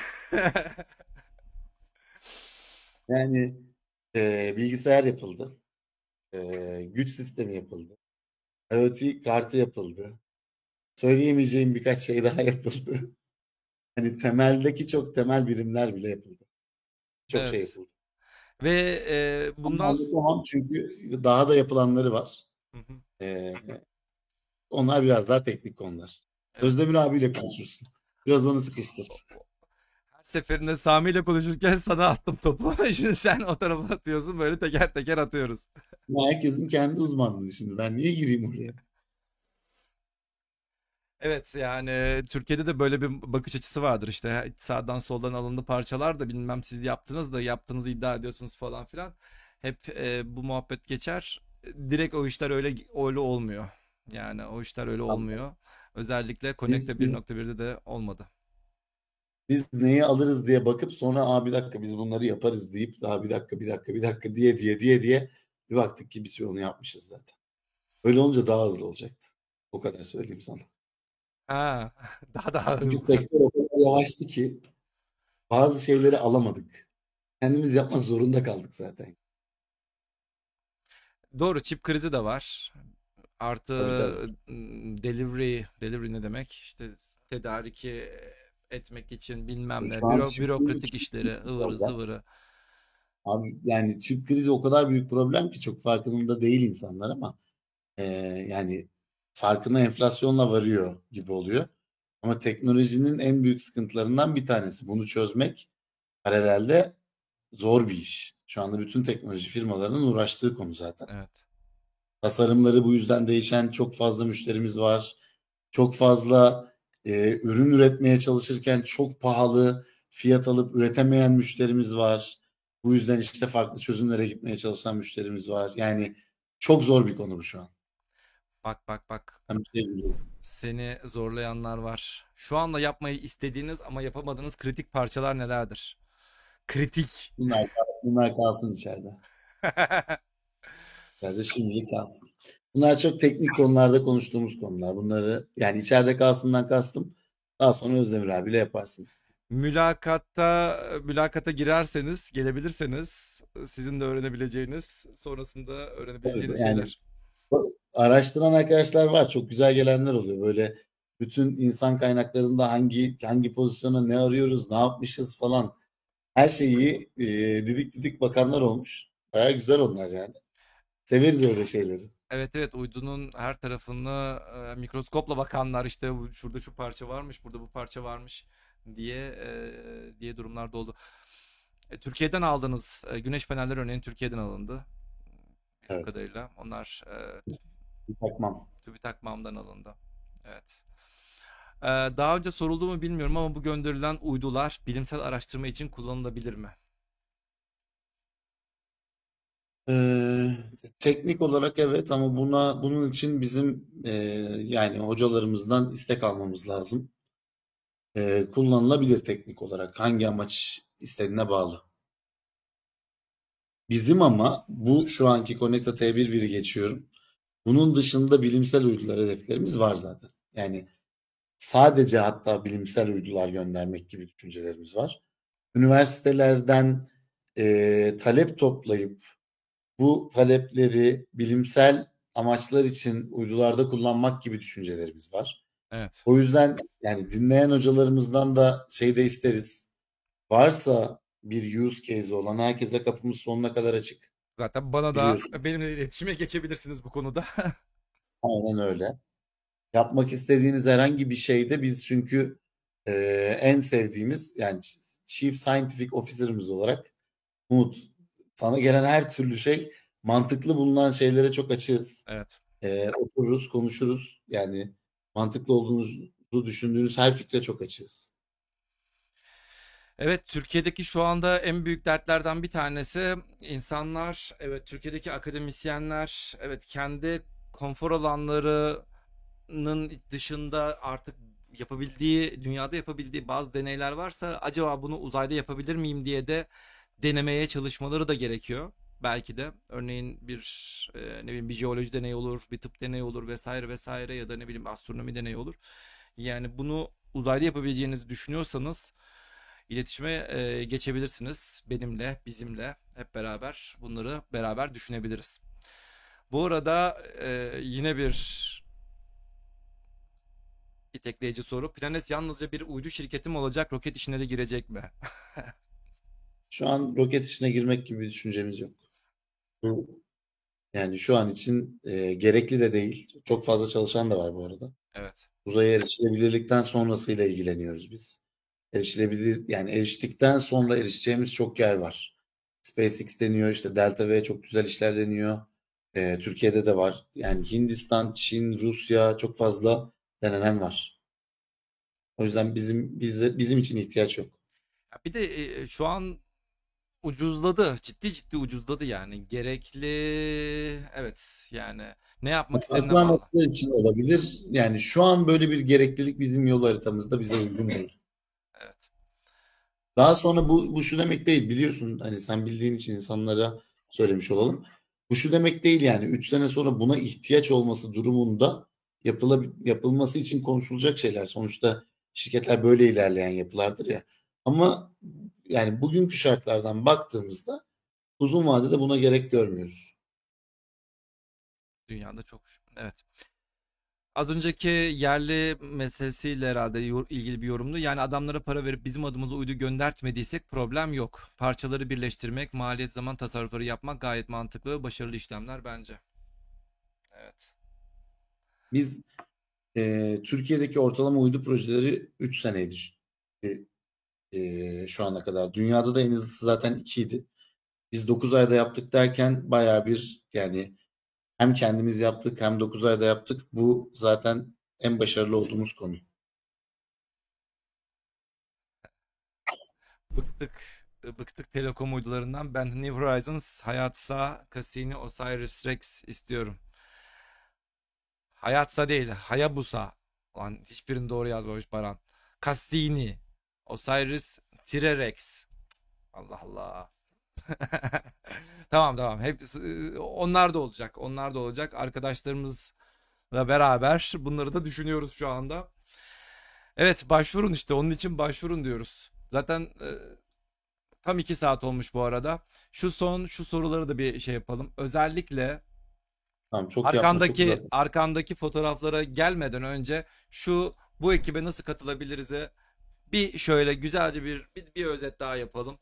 Yani bilgisayar yapıldı. Güç sistemi yapıldı. IoT kartı yapıldı. Söyleyemeyeceğim birkaç şey daha yapıldı. Hani temeldeki çok temel birimler bile yapıldı. Çok şey evet. yapıldı. Ve Ama bundan anlatamam çünkü daha da yapılanları var. Hı hı. Ee, Onlar biraz daha teknik konular. Evet. Özdemir abiyle konuşursun. Biraz onu sıkıştır. Her seferinde Sami ile konuşurken sana attım topu. Şimdi sen o tarafa atıyorsun, böyle teker teker atıyoruz. Ama herkesin kendi uzmanlığı şimdi. Ben niye gireyim oraya? Evet, yani Türkiye'de de böyle bir bakış açısı vardır, işte sağdan soldan alındı parçalar da bilmem siz yaptınız da yaptığınızı iddia ediyorsunuz falan filan. Hep bu muhabbet geçer. Direkt o işler öyle olmuyor. Yani o işler öyle olmuyor. Özellikle Biz, Connect'te biz, 1.1'de de olmadı. biz neyi alırız diye bakıp sonra bir dakika biz bunları yaparız deyip daha bir dakika bir dakika bir dakika diye bir baktık ki biz onu yapmışız zaten. Öyle olunca daha hızlı olacaktı. O kadar söyleyeyim sana. Ha, daha Çünkü hızlı. sektör o kadar yavaştı ki bazı şeyleri alamadık. Kendimiz yapmak zorunda kaldık zaten. Doğru, çip krizi de var. Artı Tabii tabii. delivery ne demek? İşte tedariki etmek için bilmem ne, Şu an çift krizi bürokratik çok işleri, büyük bir ıvırı problem. zıvırı. Abi yani çift krizi o kadar büyük problem ki çok farkında değil insanlar ama e, yani farkına enflasyonla varıyor gibi oluyor. Ama teknolojinin en büyük sıkıntılarından bir tanesi. Bunu çözmek paralelde zor bir iş. Şu anda bütün teknoloji firmalarının uğraştığı konu zaten. Evet. Tasarımları bu yüzden değişen çok fazla müşterimiz var. Çok fazla ürün üretmeye çalışırken çok pahalı fiyat alıp üretemeyen müşterimiz var. Bu yüzden işte farklı çözümlere gitmeye çalışan müşterimiz var. Yani çok zor bir konu bu şu an. Bak bak bak. Ben bir şey biliyorum. Seni zorlayanlar var. Şu anda yapmayı istediğiniz ama yapamadığınız kritik parçalar nelerdir? Kritik. Bunlar kalsın içeride. İçeride şimdilik kalsın. Bunlar çok teknik konularda konuştuğumuz konular. Bunları yani içeride kalsından kastım. Daha sonra Özdemir abiyle yaparsınız. Mülakata girerseniz, gelebilirseniz sizin de öğrenebileceğiniz, sonrasında Tabii, öğrenebileceğiniz yani şeyler. araştıran arkadaşlar var. Çok güzel gelenler oluyor. Böyle bütün insan kaynaklarında hangi pozisyona ne arıyoruz, ne yapmışız falan. Her şeyi didik didik bakanlar olmuş. Baya güzel onlar yani. Severiz öyle şeyleri. Evet, evet, uydunun her tarafını mikroskopla bakanlar, işte şurada şu parça varmış, burada bu parça varmış diye durumlar da oldu. Türkiye'den aldığınız güneş panelleri örneğin Türkiye'den alındı. Bildiğim Evet. kadarıyla. Onlar Bir bakmam. TÜBİTAK-MAM'dan alındı. Evet. Daha önce soruldu mu bilmiyorum ama bu gönderilen uydular bilimsel araştırma için kullanılabilir mi? Ee, Teknik olarak evet ama bunun için bizim yani hocalarımızdan istek almamız lazım. Kullanılabilir teknik olarak. Hangi amaç istediğine bağlı. Bizim ama bu şu anki Connecta T11'i geçiyorum. Bunun dışında bilimsel uydular hedeflerimiz var zaten. Yani sadece hatta bilimsel uydular göndermek gibi düşüncelerimiz var. Üniversitelerden talep toplayıp bu talepleri bilimsel amaçlar için uydularda kullanmak gibi düşüncelerimiz var. Evet. O yüzden yani dinleyen hocalarımızdan da şey de isteriz. Varsa bir use case olan herkese kapımız sonuna kadar açık. Zaten bana da Biliyorsun. benimle iletişime geçebilirsiniz bu konuda. Aynen öyle. Yapmak istediğiniz herhangi bir şeyde biz çünkü e, en sevdiğimiz yani Chief Scientific Officer'ımız olarak Umut sana gelen her türlü şey mantıklı bulunan şeylere çok açığız. Evet. Otururuz, konuşuruz. Yani mantıklı olduğunuzu düşündüğünüz her fikre çok açığız. Evet, Türkiye'deki şu anda en büyük dertlerden bir tanesi insanlar, evet, Türkiye'deki akademisyenler, evet, kendi konfor alanlarının dışında artık dünyada yapabildiği bazı deneyler varsa acaba bunu uzayda yapabilir miyim diye de denemeye çalışmaları da gerekiyor. Belki de örneğin ne bileyim bir jeoloji deneyi olur, bir tıp deneyi olur vesaire vesaire ya da ne bileyim astronomi deneyi olur. Yani bunu uzayda yapabileceğinizi düşünüyorsanız iletişime geçebilirsiniz benimle, bizimle hep beraber bunları beraber düşünebiliriz. Bu arada yine bir itekleyici soru. Planes yalnızca bir uydu şirketi mi olacak, roket işine de girecek mi? Şu an roket işine girmek gibi bir düşüncemiz yok. Bu yani şu an için gerekli de değil. Çok fazla çalışan da var bu arada. Evet. Uzaya erişilebilirlikten sonrasıyla ilgileniyoruz biz. Erişilebilir yani eriştikten sonra erişeceğimiz çok yer var. SpaceX deniyor, işte Delta V çok güzel işler deniyor. Türkiye'de de var. Yani Hindistan, Çin, Rusya çok fazla denenen var. O yüzden bizim için ihtiyaç yok. Ya bir de şu an ucuzladı. Ciddi ciddi ucuzladı yani. Gerekli, evet, yani ne yapmak istediğine bağlı. Aklanması için olabilir. Yani şu an böyle bir gereklilik bizim yol haritamızda bize uygun değil. Evet. Daha sonra bu şu demek değil, biliyorsun, hani sen bildiğin için insanlara söylemiş olalım. Bu şu demek değil, yani 3 sene sonra buna ihtiyaç olması durumunda yapılması için konuşulacak şeyler. Sonuçta şirketler böyle ilerleyen yapılardır ya. Ama yani bugünkü şartlardan baktığımızda uzun vadede buna gerek görmüyoruz. Dünyada çok. Evet. Az önceki yerli meselesiyle herhalde ilgili bir yorumdu. Yani adamlara para verip bizim adımıza uydu göndertmediysek problem yok. Parçaları birleştirmek, maliyet, zaman tasarrufları yapmak gayet mantıklı ve başarılı işlemler bence. Evet. Biz Türkiye'deki ortalama uydu projeleri 3 seneydi şu ana kadar. Dünyada da en hızlısı zaten 2 idi. Biz 9 ayda yaptık derken bayağı bir, yani hem kendimiz yaptık hem 9 ayda yaptık. Bu zaten en başarılı olduğumuz konu. Bıktık. Bıktık telekom uydularından. Ben New Horizons, Hayatsa, Cassini, Osiris Rex istiyorum. Hayatsa değil, Hayabusa. Ulan hiçbirini doğru yazmamış Baran. Cassini, Osiris, Rex. Allah Allah. Tamam tamam. Hepsi, onlar da olacak. Onlar da olacak. Arkadaşlarımızla beraber bunları da düşünüyoruz şu anda. Evet, başvurun işte. Onun için başvurun diyoruz. Zaten tam 2 saat olmuş bu arada. Şu soruları da bir şey yapalım. Özellikle Tamam, çok yapma, çok uzatma. arkandaki fotoğraflara gelmeden önce bu ekibe nasıl katılabiliriz'e bir şöyle güzelce bir özet daha yapalım.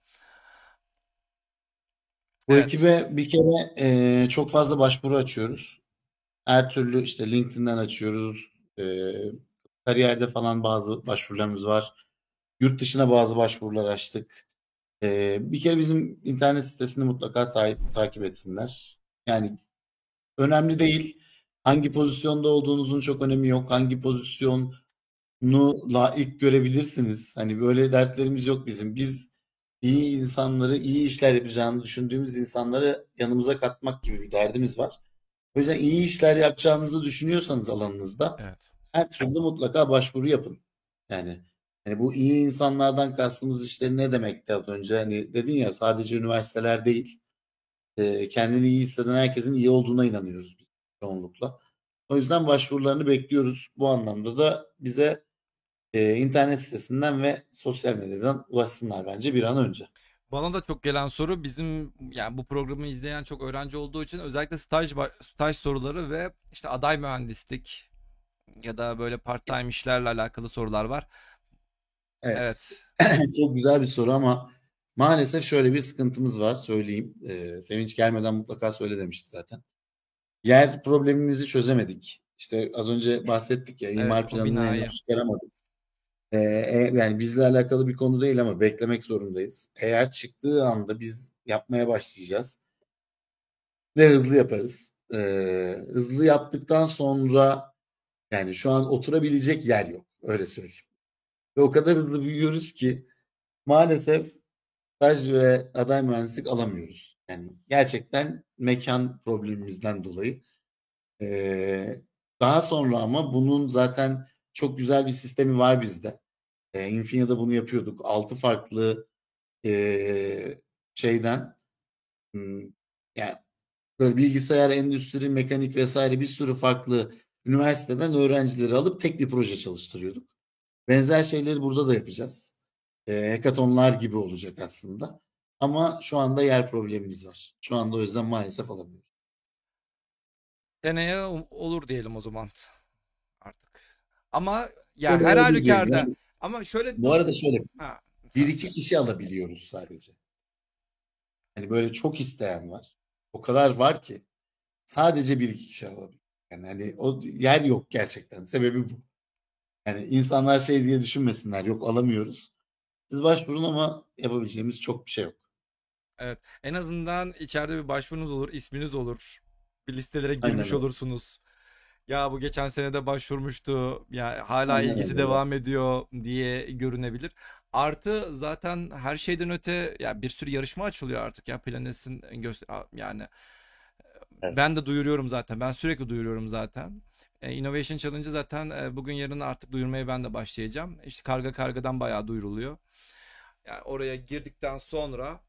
Bu Evet. ekibe bir kere çok fazla başvuru açıyoruz. Her türlü, işte LinkedIn'den açıyoruz. Kariyerde falan bazı başvurularımız var. Yurt dışına bazı başvurular açtık. Bir kere bizim internet sitesini mutlaka takip etsinler. Yani önemli değil. Hangi pozisyonda olduğunuzun çok önemi yok. Hangi pozisyonu layık görebilirsiniz. Hani böyle dertlerimiz yok bizim. Biz iyi insanları, iyi işler yapacağını düşündüğümüz insanları yanımıza katmak gibi bir derdimiz var. O yüzden iyi işler yapacağınızı düşünüyorsanız alanınızda Evet. her türlü mutlaka başvuru yapın. Yani hani bu iyi insanlardan kastımız işte ne demekti az önce? Hani dedin ya, sadece üniversiteler değil. Kendini iyi hisseden herkesin iyi olduğuna inanıyoruz biz çoğunlukla. O yüzden başvurularını bekliyoruz. Bu anlamda da bize internet sitesinden ve sosyal medyadan ulaşsınlar bence bir an önce. Bana da çok gelen soru, bizim yani bu programı izleyen çok öğrenci olduğu için özellikle staj soruları ve işte aday mühendislik ya da böyle part-time işlerle alakalı sorular var. Evet. Evet. Çok güzel bir soru ama maalesef şöyle bir sıkıntımız var, söyleyeyim. Sevinç gelmeden mutlaka söyle demişti zaten. Yer problemimizi çözemedik. İşte az önce bahsettik ya, Evet, imar o planını binayı. henüz çıkaramadık. Yani bizle alakalı bir konu değil ama beklemek zorundayız. Eğer çıktığı anda biz yapmaya başlayacağız ve hızlı yaparız. Hızlı yaptıktan sonra, yani şu an oturabilecek yer yok. Öyle söyleyeyim. Ve o kadar hızlı büyüyoruz ki maalesef staj ve aday mühendislik alamıyoruz. Yani gerçekten mekan problemimizden dolayı. Ee, Daha sonra ama bunun zaten çok güzel bir sistemi var bizde. Infinia'da bunu yapıyorduk. 6 farklı şeyden, hmm, yani böyle bilgisayar, endüstri, mekanik vesaire bir sürü farklı üniversiteden öğrencileri alıp tek bir proje çalıştırıyorduk. Benzer şeyleri burada da yapacağız. Hackathonlar gibi olacak aslında. Ama şu anda yer problemimiz var. Şu anda o yüzden maalesef alamıyoruz. Seneye olur diyelim o zaman artık. Ama ya Şöyle her olur diyelim. halükarda, Yani ama şöyle bu arada şöyle ha, bir sen iki söyle. kişi alabiliyoruz sadece. Hani böyle çok isteyen var. O kadar var ki sadece bir iki kişi alabilir. Yani hani o yer yok gerçekten. Sebebi bu. Yani insanlar şey diye düşünmesinler. Yok alamıyoruz. Siz başvurun ama yapabileceğimiz çok bir şey yok. Evet. En azından içeride bir başvurunuz olur, isminiz olur. Bir listelere Aynen girmiş öyle. olursunuz. Ya bu geçen sene de başvurmuştu. Ya hala Aynen ilgisi öyle. devam ediyor diye görünebilir. Artı zaten her şeyden öte ya bir sürü yarışma açılıyor artık ya Planes'in yani ben Evet. de duyuruyorum zaten. Ben sürekli duyuruyorum zaten. Innovation Challenge'ı zaten bugün yarın artık duyurmaya ben de başlayacağım. İşte karga kargadan bayağı duyuruluyor. Yani oraya girdikten sonra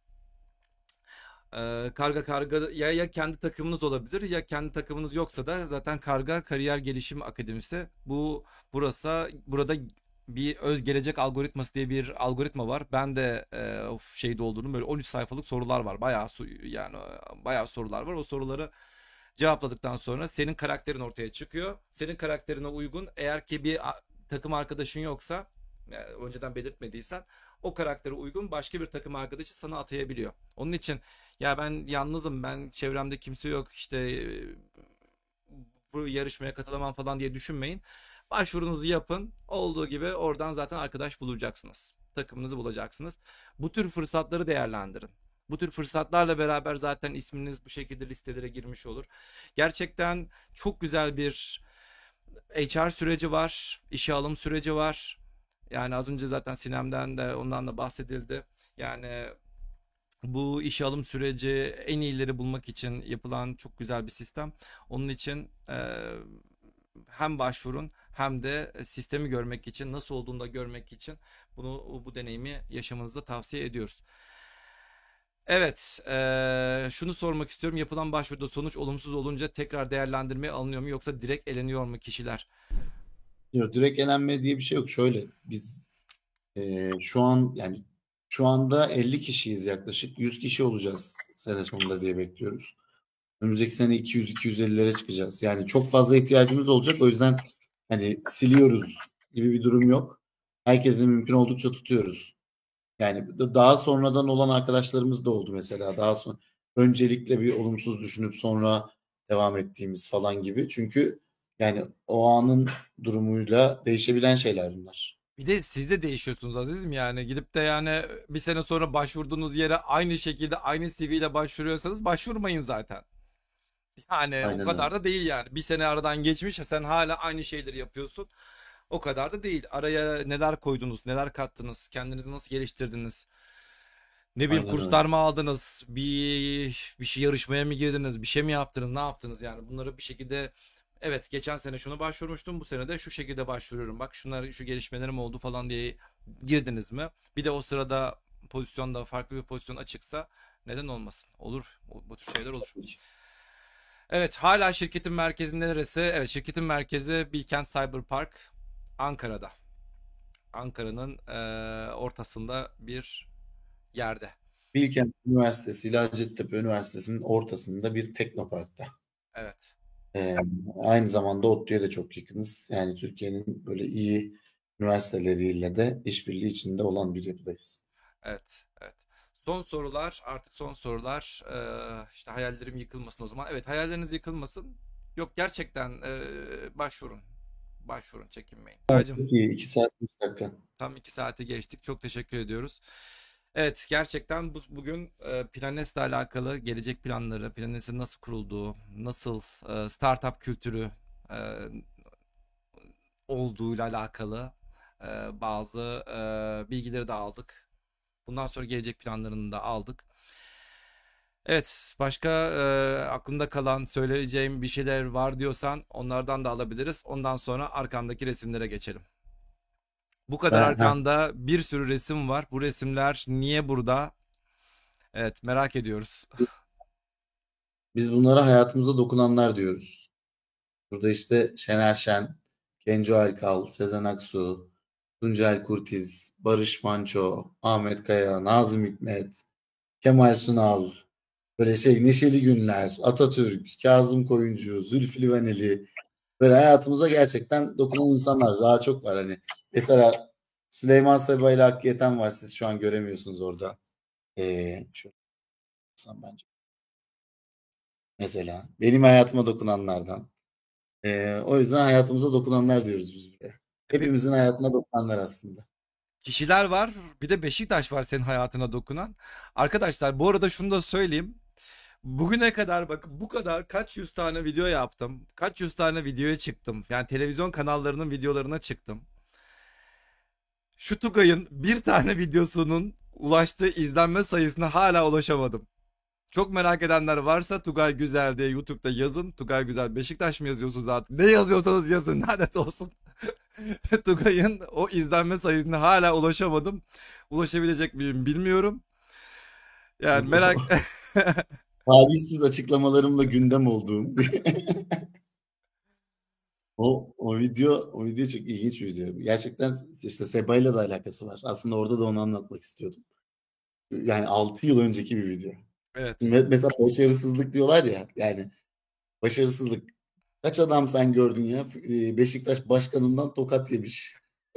karga karga ya kendi takımınız olabilir ya kendi takımınız yoksa da zaten Karga Kariyer Gelişim Akademisi. Burada bir öz gelecek algoritması diye bir algoritma var. Ben de şeyde olduğunu böyle 13 sayfalık sorular var. Yani bayağı sorular var. O soruları cevapladıktan sonra senin karakterin ortaya çıkıyor. Senin karakterine uygun eğer ki takım arkadaşın yoksa önceden belirtmediysen o karaktere uygun başka bir takım arkadaşı sana atayabiliyor. Onun için ya ben yalnızım, ben çevremde kimse yok, işte bu yarışmaya katılamam falan diye düşünmeyin. Başvurunuzu yapın. Olduğu gibi oradan zaten arkadaş bulacaksınız. Takımınızı bulacaksınız. Bu tür fırsatları değerlendirin. Bu tür fırsatlarla beraber zaten isminiz bu şekilde listelere girmiş olur. Gerçekten çok güzel bir HR süreci var, işe alım süreci var. Yani az önce zaten Sinem'den de ondan da bahsedildi. Yani bu işe alım süreci en iyileri bulmak için yapılan çok güzel bir sistem. Onun için hem başvurun hem de sistemi görmek için nasıl olduğunu da görmek için bu deneyimi yaşamanızı da tavsiye ediyoruz. Evet, şunu sormak istiyorum. Yapılan başvuruda sonuç olumsuz olunca tekrar değerlendirmeye alınıyor mu yoksa direkt eleniyor mu kişiler? Yok, direkt elenme diye bir şey yok. Şöyle biz şu an yani şu anda 50 kişiyiz yaklaşık. 100 kişi olacağız sene sonunda diye bekliyoruz. Önümüzdeki sene 200-250'lere çıkacağız. Yani çok fazla ihtiyacımız olacak. O yüzden hani siliyoruz gibi bir durum yok. Herkesi mümkün oldukça tutuyoruz. Yani daha sonradan olan arkadaşlarımız da oldu mesela. Öncelikle bir olumsuz düşünüp sonra devam ettiğimiz falan gibi. Çünkü yani o anın durumuyla değişebilen şeyler bunlar. Bir de siz de değişiyorsunuz azizim, yani gidip de yani bir sene sonra başvurduğunuz yere aynı şekilde aynı CV ile başvuruyorsanız başvurmayın zaten. Yani o Aynen öyle. kadar da değil yani. Bir sene aradan geçmiş sen hala aynı şeyleri yapıyorsun. O kadar da değil. Araya neler koydunuz, neler kattınız, kendinizi nasıl geliştirdiniz? Ne bileyim Aynen öyle. kurslar mı aldınız, bir şey yarışmaya mı girdiniz, bir şey mi yaptınız, ne yaptınız yani bunları bir şekilde evet geçen sene şunu başvurmuştum bu sene de şu şekilde başvuruyorum bak şunlar şu gelişmelerim oldu falan diye girdiniz mi? Bir de o sırada pozisyonda farklı bir pozisyon açıksa neden olmasın? Olur. Bu tür şeyler olur. Tabii ki. Evet, hala şirketin merkezi neresi? Evet, şirketin merkezi Bilkent Cyberpark, Ankara'da. Ankara'nın ortasında bir yerde. Bilkent Üniversitesi ile Hacettepe Üniversitesi'nin ortasında bir teknoparkta. Evet, Ee, Aynı zamanda ODTÜ'ye de çok yakınız. Yani Türkiye'nin böyle iyi üniversiteleriyle de işbirliği içinde olan bir yapıdayız. evet, evet. Son sorular, artık son sorular. İşte hayallerim yıkılmasın o zaman. Evet, hayalleriniz yıkılmasın. Yok, gerçekten başvurun. Başvurun, çekinmeyin. Gaycım, Çok iyi. 2 saat 5 dakika. tam 2 saati geçtik. Çok teşekkür ediyoruz. Evet, gerçekten bugün Planes'le alakalı gelecek planları, Planes'in nasıl kurulduğu, nasıl startup kültürü e, olduğuyla alakalı bazı bilgileri de aldık. Bundan sonra gelecek planlarını da aldık. Evet, başka aklında kalan söyleyeceğim bir şeyler var diyorsan onlardan da alabiliriz. Ondan sonra arkandaki resimlere geçelim. Bu kadar Ben, ha, arkanda bir sürü resim var. Bu resimler niye burada? Evet, merak ediyoruz. Biz bunlara hayatımıza dokunanlar diyoruz. Burada işte Şener Şen, Genco Erkal, Sezen Aksu, Tuncel Kurtiz, Barış Manço, Ahmet Kaya, Nazım Hikmet, Kemal Sunal, böyle şey Neşeli Günler, Atatürk, Kazım Koyuncu, Zülfü Livaneli. Böyle hayatımıza gerçekten dokunan insanlar daha çok var. Hani mesela Süleyman Seba ile Hakkı Yeten var. Siz şu an göremiyorsunuz orada. Şu bence. Mesela benim hayatıma dokunanlardan. O yüzden hayatımıza dokunanlar diyoruz biz buraya. Peki, Hepimizin hayatına dokunanlar aslında. kişiler var, bir de Beşiktaş var senin hayatına dokunan. Arkadaşlar bu arada şunu da söyleyeyim. Bugüne kadar bak bu kadar kaç yüz tane video yaptım. Kaç yüz tane videoya çıktım. Yani televizyon kanallarının videolarına çıktım. Şu Tugay'ın bir tane videosunun ulaştığı izlenme sayısına hala ulaşamadım. Çok merak edenler varsa Tugay Güzel diye YouTube'da yazın. Tugay Güzel Beşiktaş mı yazıyorsunuz artık? Ne yazıyorsanız yazın, lanet olsun. Tugay'ın o izlenme sayısına hala ulaşamadım. Ulaşabilecek miyim bilmiyorum. Yani merak... Talihsiz açıklamalarımla gündem olduğum. O video çok ilginç bir video. Gerçekten işte Seba'yla da alakası var. Aslında orada da onu anlatmak istiyordum. Yani 6 yıl önceki bir video. Evet. Mesela başarısızlık diyorlar ya. Yani başarısızlık. Kaç adam sen gördün ya? Beşiktaş başkanından tokat yemiş.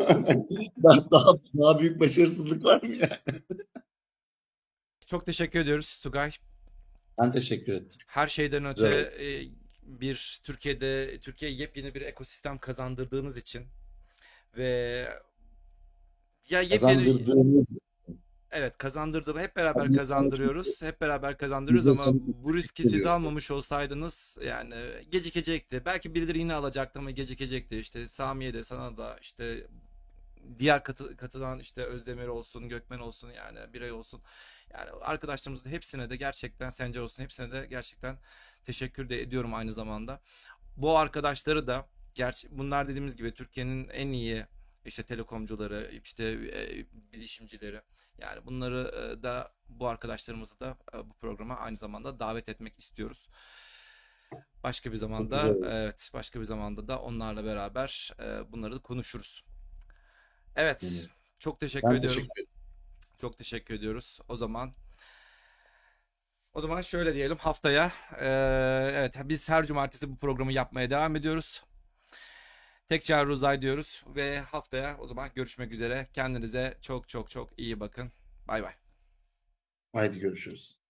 Daha büyük başarısızlık var mı ya? Çok teşekkür ediyoruz Tugay. Ben teşekkür ettim. Her şeyden öte Güzel oldu. bir Türkiye'ye yepyeni bir ekosistem kazandırdığınız için ve ya yepyeni, Kazandırdığımız evet, kazandırdım, hep beraber ben sana çünkü kazandırıyoruz. Hep beraber kazandırıyoruz biz de ama sana bu riski teşekkür siz ediyoruz. almamış olsaydınız yani gecikecekti. Belki birileri yine alacaktı ama gecikecekti. İşte Samiye de, sana da, işte diğer katılan işte Özdemir olsun, Gökmen olsun, yani Biray olsun. Yani arkadaşlarımızın hepsine de gerçekten, Sencer olsun, hepsine de gerçekten teşekkür de ediyorum aynı zamanda. Bu arkadaşları da, gerçi bunlar dediğimiz gibi Türkiye'nin en iyi işte telekomcuları, işte bilişimcileri. Yani bunları da, bu arkadaşlarımızı da bu programa aynı zamanda davet etmek istiyoruz. Başka bir Çok güzel zamanda, oldu. evet, başka bir zamanda da onlarla beraber bunları da konuşuruz. Evet, Yani çok teşekkür ben ediyorum. teşekkür ederim. Çok teşekkür ediyoruz. O zaman şöyle diyelim, haftaya evet, biz her cumartesi bu programı yapmaya devam ediyoruz. Tek çağrı uzay diyoruz ve haftaya o zaman görüşmek üzere. Kendinize çok çok çok iyi bakın. Bay bay. Haydi görüşürüz.